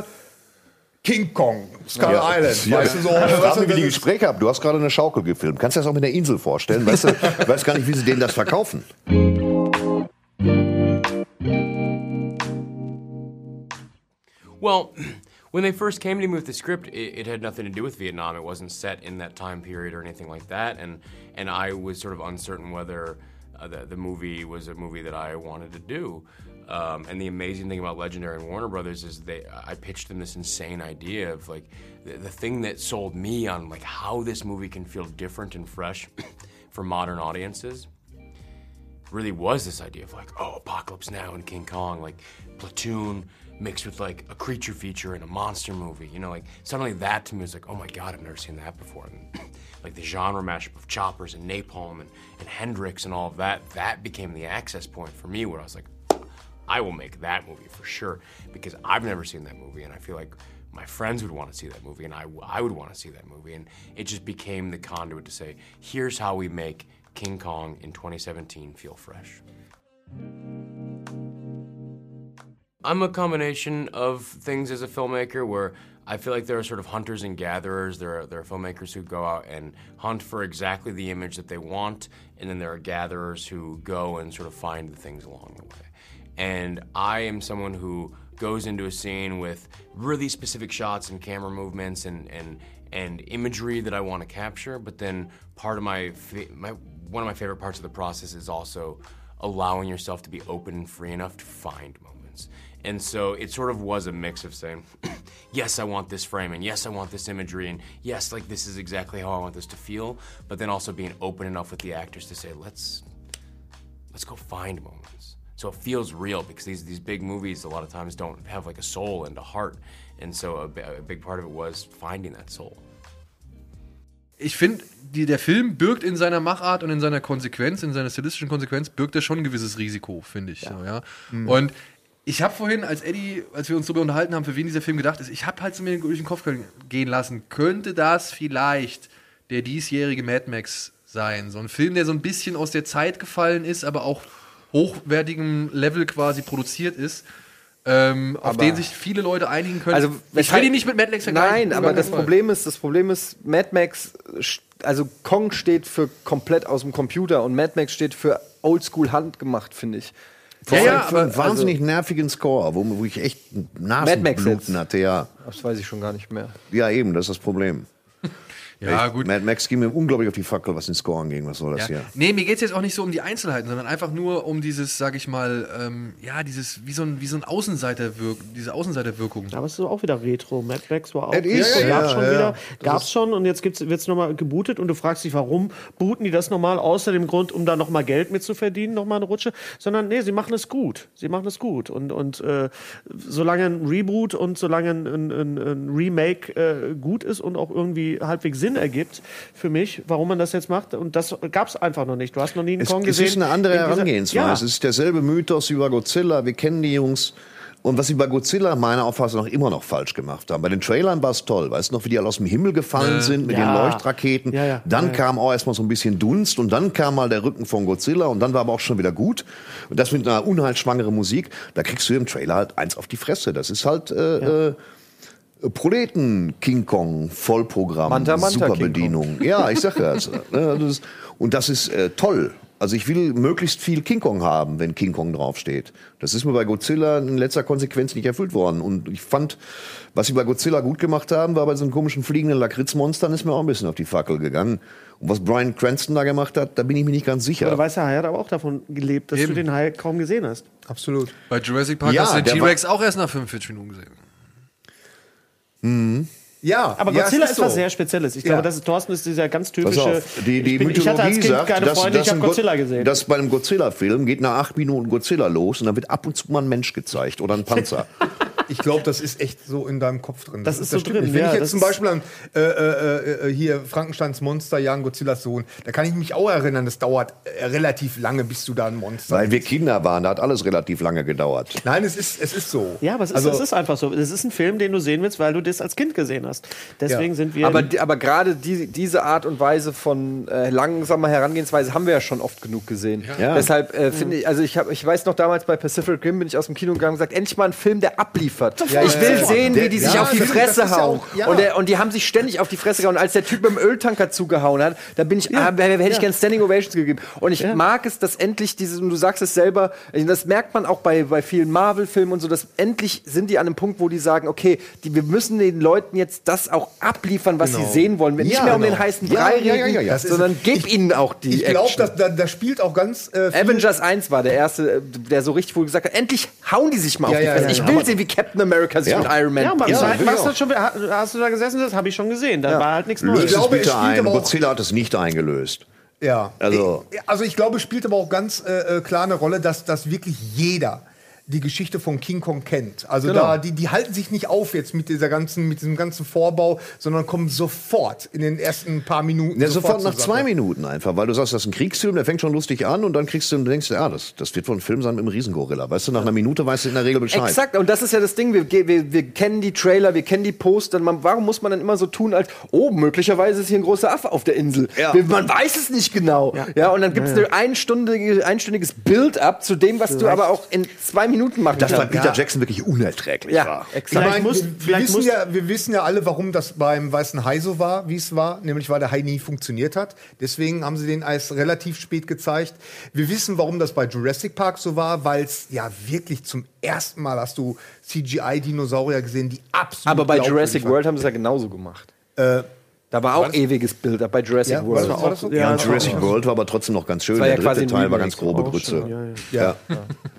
King Kong, Skull Ja. Island, Ja. weißt du so. Ich weißt frage du, mich, wie die das ist- Gespräche habt. Du hast gerade eine Schaukel gefilmt. Kannst du das auch mit der Insel vorstellen? Weißt du, ich weiß gar nicht, wie sie denen das verkaufen. Well, when they first came to me with the script, it, it had nothing to do with Vietnam. It wasn't set in that time period or anything like that, and and I was sort of uncertain whether uh, the, the movie was a movie that I wanted to do. Um, and the amazing thing about Legendary and Warner Brothers is they I pitched them this insane idea of like the, the thing that sold me on like how this movie can feel different and fresh for modern audiences. Really was this idea of like, oh, Apocalypse Now and King Kong, like Platoon mixed with like a creature feature in a monster movie. You know, like suddenly that to me was like, oh my God, I've never seen that before. And like the genre mashup of choppers and napalm and, and Hendrix and all of that, that became the access point for me where I was like, I will make that movie for sure because I've never seen that movie and I feel like my friends would want to see that movie and I, I would want to see that movie. And it just became the conduit to say, here's how we make King Kong in twenty seventeen feel fresh. I'm a combination of things as a filmmaker where I feel like there are sort of hunters and gatherers. There are, there are filmmakers who go out and hunt for exactly the image that they want, and then there are gatherers who go and sort of find the things along the way. And I am someone who goes into a scene with really specific shots and camera movements and, and, and imagery that I want to capture, but then part of my, fa- my one of my favorite parts of the process is also allowing yourself to be open and free enough to find moments. And so it sort of was a mix of saying, yes, I want this frame, and yes, I want this imagery, and yes, like this is exactly how I want this to feel, but then also being open enough with the actors to say, let's let's go find moments. So it feels real because these these big movies a lot of times don't have like a soul and a heart. And so a, bi- a big part of it was finding that soul. Ich finde, der Film birgt in seiner Machart und in seiner Konsequenz, in seiner stilistischen Konsequenz, birgt er schon ein gewisses Risiko, finde ich. Ja. So, ja? Mhm. Und ich habe vorhin, als Eddie, als wir uns darüber unterhalten haben, für wen dieser Film gedacht ist, ich habe halt so mir durch den Kopf gehen lassen, könnte das vielleicht der diesjährige Mad Max sein? So ein Film, der so ein bisschen aus der Zeit gefallen ist, aber auch hochwertigem Level quasi produziert ist. Ähm, auf Aber- den sich viele Leute einigen können. Also, ich will weshalb- ihn nicht mit Mad Max vergleichen. Nein, auf aber gar das keinen Fall. Problem ist, das Problem ist, Mad Max, st- also Kong steht für komplett aus dem Computer und Mad Max steht für oldschool handgemacht, finde ich. Vor Ja, allem ja, für einen also- wahnsinnig nervigen Score, wo, wo ich echt Mad Max Nasenbluten jetzt. hatte, ja. Das weiß ich schon gar nicht mehr. Ja, eben, das ist das Problem. Ja, gut. Mad Max ging mir unglaublich auf die Fackel, was den Score angeht. Was soll das Ja. hier? Nee, mir geht's jetzt auch nicht so um die Einzelheiten, sondern einfach nur um dieses, sag ich mal, ähm, ja, dieses, wie so ein, wie so ein Außenseiterwirk, diese Außenseiterwirkung. Aber es ist auch wieder Retro. Mad Max war auch. Es ist, ja, ja, gab's schon ja. wieder. Gab's schon und jetzt wird es nochmal gebootet und du fragst dich, warum booten die das nochmal, außer dem Grund, um da nochmal Geld mit zu verdienen, nochmal eine Rutsche, sondern nee, sie machen es gut. Sie machen es gut. Und, und äh, solange ein Reboot und solange ein, ein, ein, ein Remake äh, gut ist und auch irgendwie halbwegs Sinn ergibt für mich, warum man das jetzt macht. Und das gab es einfach noch nicht. Du hast noch nie einen Es, Kong es gesehen. ist eine andere in dieser- Herangehensweise. Ja. Es ist derselbe Mythos wie bei Godzilla. Wir kennen die Jungs. Und was sie bei Godzilla meiner Auffassung nach immer noch falsch gemacht haben. Bei den Trailern war es toll. Weißt du noch, wie die alle aus dem Himmel gefallen Ja. sind mit Ja. den Leuchtraketen? Ja, ja. Dann Ja, ja. kam auch erstmal so ein bisschen Dunst und dann kam mal der Rücken von Godzilla und dann war aber auch schon wieder gut. Und das mit einer unheilschwangeren Musik, da kriegst du im Trailer halt eins auf die Fresse. Das ist halt äh, äh, Proleten King Kong Vollprogramm, Manta, Manta, super King Bedienung. Ja, ich sag ja. Also, ne, das ist, und das ist äh, toll. Also ich will möglichst viel King Kong haben, wenn King Kong draufsteht. Das ist mir bei Godzilla in letzter Konsequenz nicht erfüllt worden. Und ich fand, was sie bei Godzilla gut gemacht haben, war bei so einem komischen fliegenden Lakritzmonstern ist mir auch ein bisschen auf die Fackel gegangen. Und was Bryan Cranston da gemacht hat, da bin ich mir nicht ganz sicher. Aber du weißt ja, er hat aber auch davon gelebt, dass Eben. du den Hai kaum gesehen hast. Absolut. Bei Jurassic Park Ja, hast du den der T-Rex auch erst nach fünfundvierzig Minuten gesehen. Ja, Aber ja, Godzilla es ist was so. sehr Spezielles. Ich Ja. glaube, das ist, Thorsten ist dieser ganz Pass typische. auf, die, die ich, bin, ich hatte als Mythologie Kind sagt, keine dass, Freunde, dass ich habe ein Godzilla Go- gesehen. dass bei einem Godzilla-Film geht nach acht Minuten Godzilla los und dann wird ab und zu mal ein Mensch gezeigt oder ein Panzer. Ich glaube, das ist echt so in deinem Kopf drin. Das ist so stimmt drin, nicht. Wenn ja, ich jetzt das zum ist- Beispiel an äh, äh, äh, hier Frankensteins Monster jagen Godzillas Sohn, da kann ich mich auch erinnern, das dauert äh, relativ lange, bis du da ein Monster Weil wir Kinder waren, da hat alles relativ lange gedauert. Nein, es ist, es ist so. Ja, aber es ist, Also- es ist einfach so. Es ist ein Film, den du sehen willst, weil du das als Kind gesehen hast. Deswegen Ja. sind wir. Aber, die- aber gerade die, diese Art und Weise von äh, langsamer Herangehensweise haben wir ja schon oft genug gesehen. Ja. Deshalb äh, finde ich, also ich, hab, ich weiß noch damals bei Pacific Rim bin ich aus dem Kino gegangen und gesagt, endlich mal ein Film, der abliefert. Ja, ich ja, will ja. sehen, wie die Der- sich ja, auf die das Fresse ist ja hauen. auch- ja. Und, der, und die haben sich ständig auf die Fresse gehauen. Und als der Typ mit dem Öltanker zugehauen hat, da bin ich, ah, hätte ich ja. gerne Standing Ovations gegeben. Und ich Ja. mag es, dass endlich dieses, und du sagst es selber, das merkt man auch bei, bei vielen Marvel-Filmen und so, dass endlich sind die an einem Punkt, wo die sagen, okay, die, wir müssen den Leuten jetzt das auch abliefern, was Genau. sie sehen wollen. Nicht Ja, mehr um genau. den heißen Ja, Brei ja, ja, reden, ja, ja. Das ist- sondern gib ich- ihnen auch die Ich glaube, Action. da, da spielt auch ganz äh, viel. Avengers eins war der erste, äh, der so richtig wohl gesagt hat, endlich hauen die sich mal Ja, auf die ja, Fresse. ja, ich ja. will Aber- sehen, wie Captain America sich Ja. mit Iron Man ja, aber ja, ja, will ich was auch. hast, schon, hast du da gesessen? Das habe ich schon gesehen. Da Ja. war halt nichts Löst Neues. es glaube, es bitte spielt ein. aber auch- Godzilla hat es nicht eingelöst. Ja. Also- Ich, also ich glaube, es spielt aber auch ganz äh, äh, klar eine Rolle, dass, dass wirklich jeder die Geschichte von King Kong kennt. Also Genau. da, die, die halten sich nicht auf jetzt mit dieser ganzen, mit diesem ganzen Vorbau, sondern kommen sofort in den ersten paar Minuten. Ja, sofort zur nach Sache. zwei Minuten einfach, weil du sagst, das ist ein Kriegsfilm, der fängt schon lustig an und dann kriegst du und denkst, ja, das, das wird wohl ein Film sein mit einem Riesengorilla. Weißt du, nach einer Minute weißt du in der Regel Bescheid. Exakt, und das ist ja das Ding, wir, wir, wir kennen die Trailer, wir kennen die Poster, man, warum muss man dann immer so tun, als, oh, möglicherweise ist hier ein großer Affe auf der Insel. Ja. Wir, man weiß es nicht genau. Ja, Ja. und dann gibt es ein einstündige, einstündiges Build-up zu dem, was du aber auch in zwei Minuten machen Das kannst. bei Peter Jackson wirklich unerträglich Ja, war. Ich exakt. meine, muss- wir, wir, vielleicht wissen muss- ja, wir wissen ja alle, warum das beim Weißen Hai so war, wie es war. Nämlich, weil der Hai nie funktioniert hat. Deswegen haben sie den erst relativ spät gezeigt. Wir wissen, warum das bei Jurassic Park so war, weil es ja wirklich zum ersten Mal hast du C G I-Dinosaurier gesehen, die absolut Aber bei glaubwürdig Jurassic waren. World haben sie es ja genauso gemacht. Äh, Da war auch ewiges Build-up bei Jurassic Ja, World. war das- war das so? Ja, Ja, und das Jurassic war- World war aber trotzdem noch ganz schön. war ja Der quasi dritte ein Teil war Remake. ganz grobe Auch Grütze. schon, ja, ja. ja.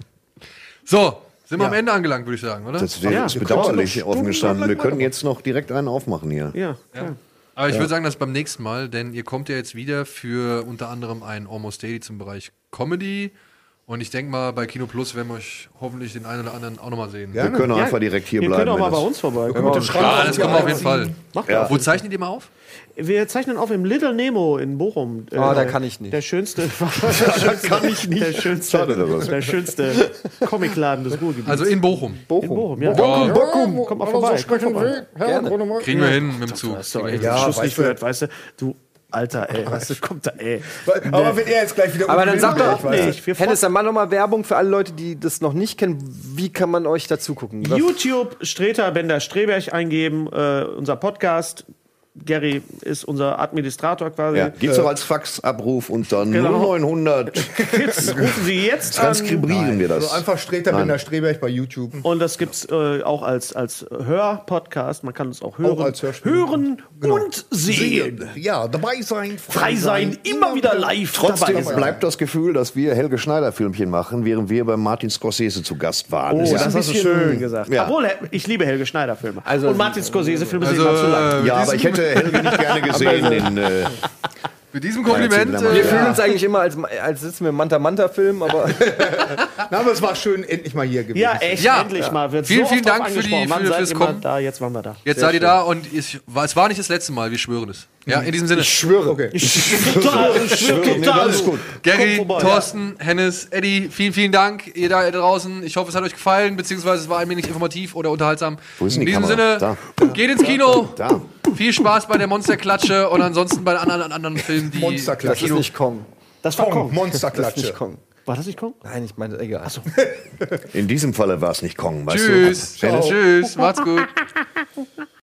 So, sind wir Ja. am Ende angelangt, würde ich sagen, oder? Das wäre Ja, ist wir bedauerlich können noch offen gestanden. Wir stundenlang könnten jetzt noch direkt einen aufmachen hier. Ja, klar. Aber ich würde sagen, das beim nächsten Mal, denn ihr kommt ja jetzt wieder für unter anderem ein Almost Daily zum Bereich Comedy. Und ich denke mal, bei Kino Plus werden wir euch hoffentlich den einen oder anderen auch nochmal sehen. Wir können auch Ja, einfach direkt hier Ihr bleiben. könnt auch mal wenn bei das- uns vorbei. Mit dem Schrank Ja, das kommen wir auf jeden Fall. Macht Ja. das. Wo zeichnet ihr mal auf? Wir zeichnen auf im Little Nemo in Bochum. Ah, da kann ich nicht. Der schönste. da kann ich nicht. Der schönste, Schade, dass das- der schönste Comicladen des Ruhrgebiets. Also in Bochum. in Bochum, ja. Bochum, Bochum. Kommt mal vorbei. Kommt vorbei. Kriegen wir hin mit dem Zug. Hast du Kriegen wir echt hin. den Ja, Schuss weißt nicht du- gehört, weißt du? Du, Alter, ey, weißt du, kommt da, ey. Aber wenn er jetzt gleich wieder Aber unten dann sag will, doch ich weiß nicht. Wir Hennes, dann mach noch mal Werbung für alle Leute, die das noch nicht kennen. Wie kann man euch dazu gucken? Was- YouTube Streter Bender Streberg eingeben, äh, unser Podcast. Gary ist unser Administrator quasi. Ja, geht's doch als Faxabruf unter Genau. null neunhundert. Jetzt rufen Sie jetzt an. Transkribieren wir das. Also einfach Streter Nein. Bender Streberg bei YouTube. Und das gibt's äh, auch als, als Hör-Podcast. Man kann es auch hören, Auch als Hörspiel. hören Genau. und sehen. Ja, dabei sein, Frei sein, immer wieder live Trotzdem dabei sein. bleibt das Gefühl, dass wir Helge Schneider-Filmchen machen, während wir bei Martin Scorsese zu Gast waren. Oh, Es ist das ein hast du bisschen- schön gesagt. Ja. Obwohl, ich liebe Helge Schneider-Filme. Also- und Martin Scorsese-Filme Also, sind immer zu lang. Ja, aber ich hätte Helge nicht gerne gesehen in. Äh, Mit diesem Kompliment. Ja, Wir Äh, fühlen uns eigentlich immer, als, als sitzen wir im Manta-Manta-Film, aber Na, aber es war schön, endlich mal hier gewesen. Ja, echt, Ja. endlich mal. Wird Vielen, so vielen oft drauf Dank für die- angesprochen. Mann, für- seid fürs immer Kommen. Da, jetzt waren wir da. jetzt seid ihr da und ich, es war nicht das letzte Mal, wir schwören es. Ja, in diesem Sinne. ich schwöre. Okay. Total, ich schwör total. alles gut. Gary, Kommt vorbei, Thorsten, Hennes, Eddie, vielen, vielen Dank, ihr da, ihr da draußen. Ich hoffe, es hat euch gefallen, beziehungsweise es war ein wenig informativ oder unterhaltsam. Wo ist denn in die diesem Kamera? Sinne, geht ins Kino. da. Viel Spaß bei der Monsterklatsche und ansonsten bei anderen, anderen Filmen, die Monsterklatsche. Das ist nicht Kong. Das war Kong, Kong. Das ist Monsterklatsche. nicht Kong. War das nicht Kong? Nein, ich meine, egal. In diesem Falle war es nicht Kong, weißt Tschüss. du? Tschüss. Macht's gut.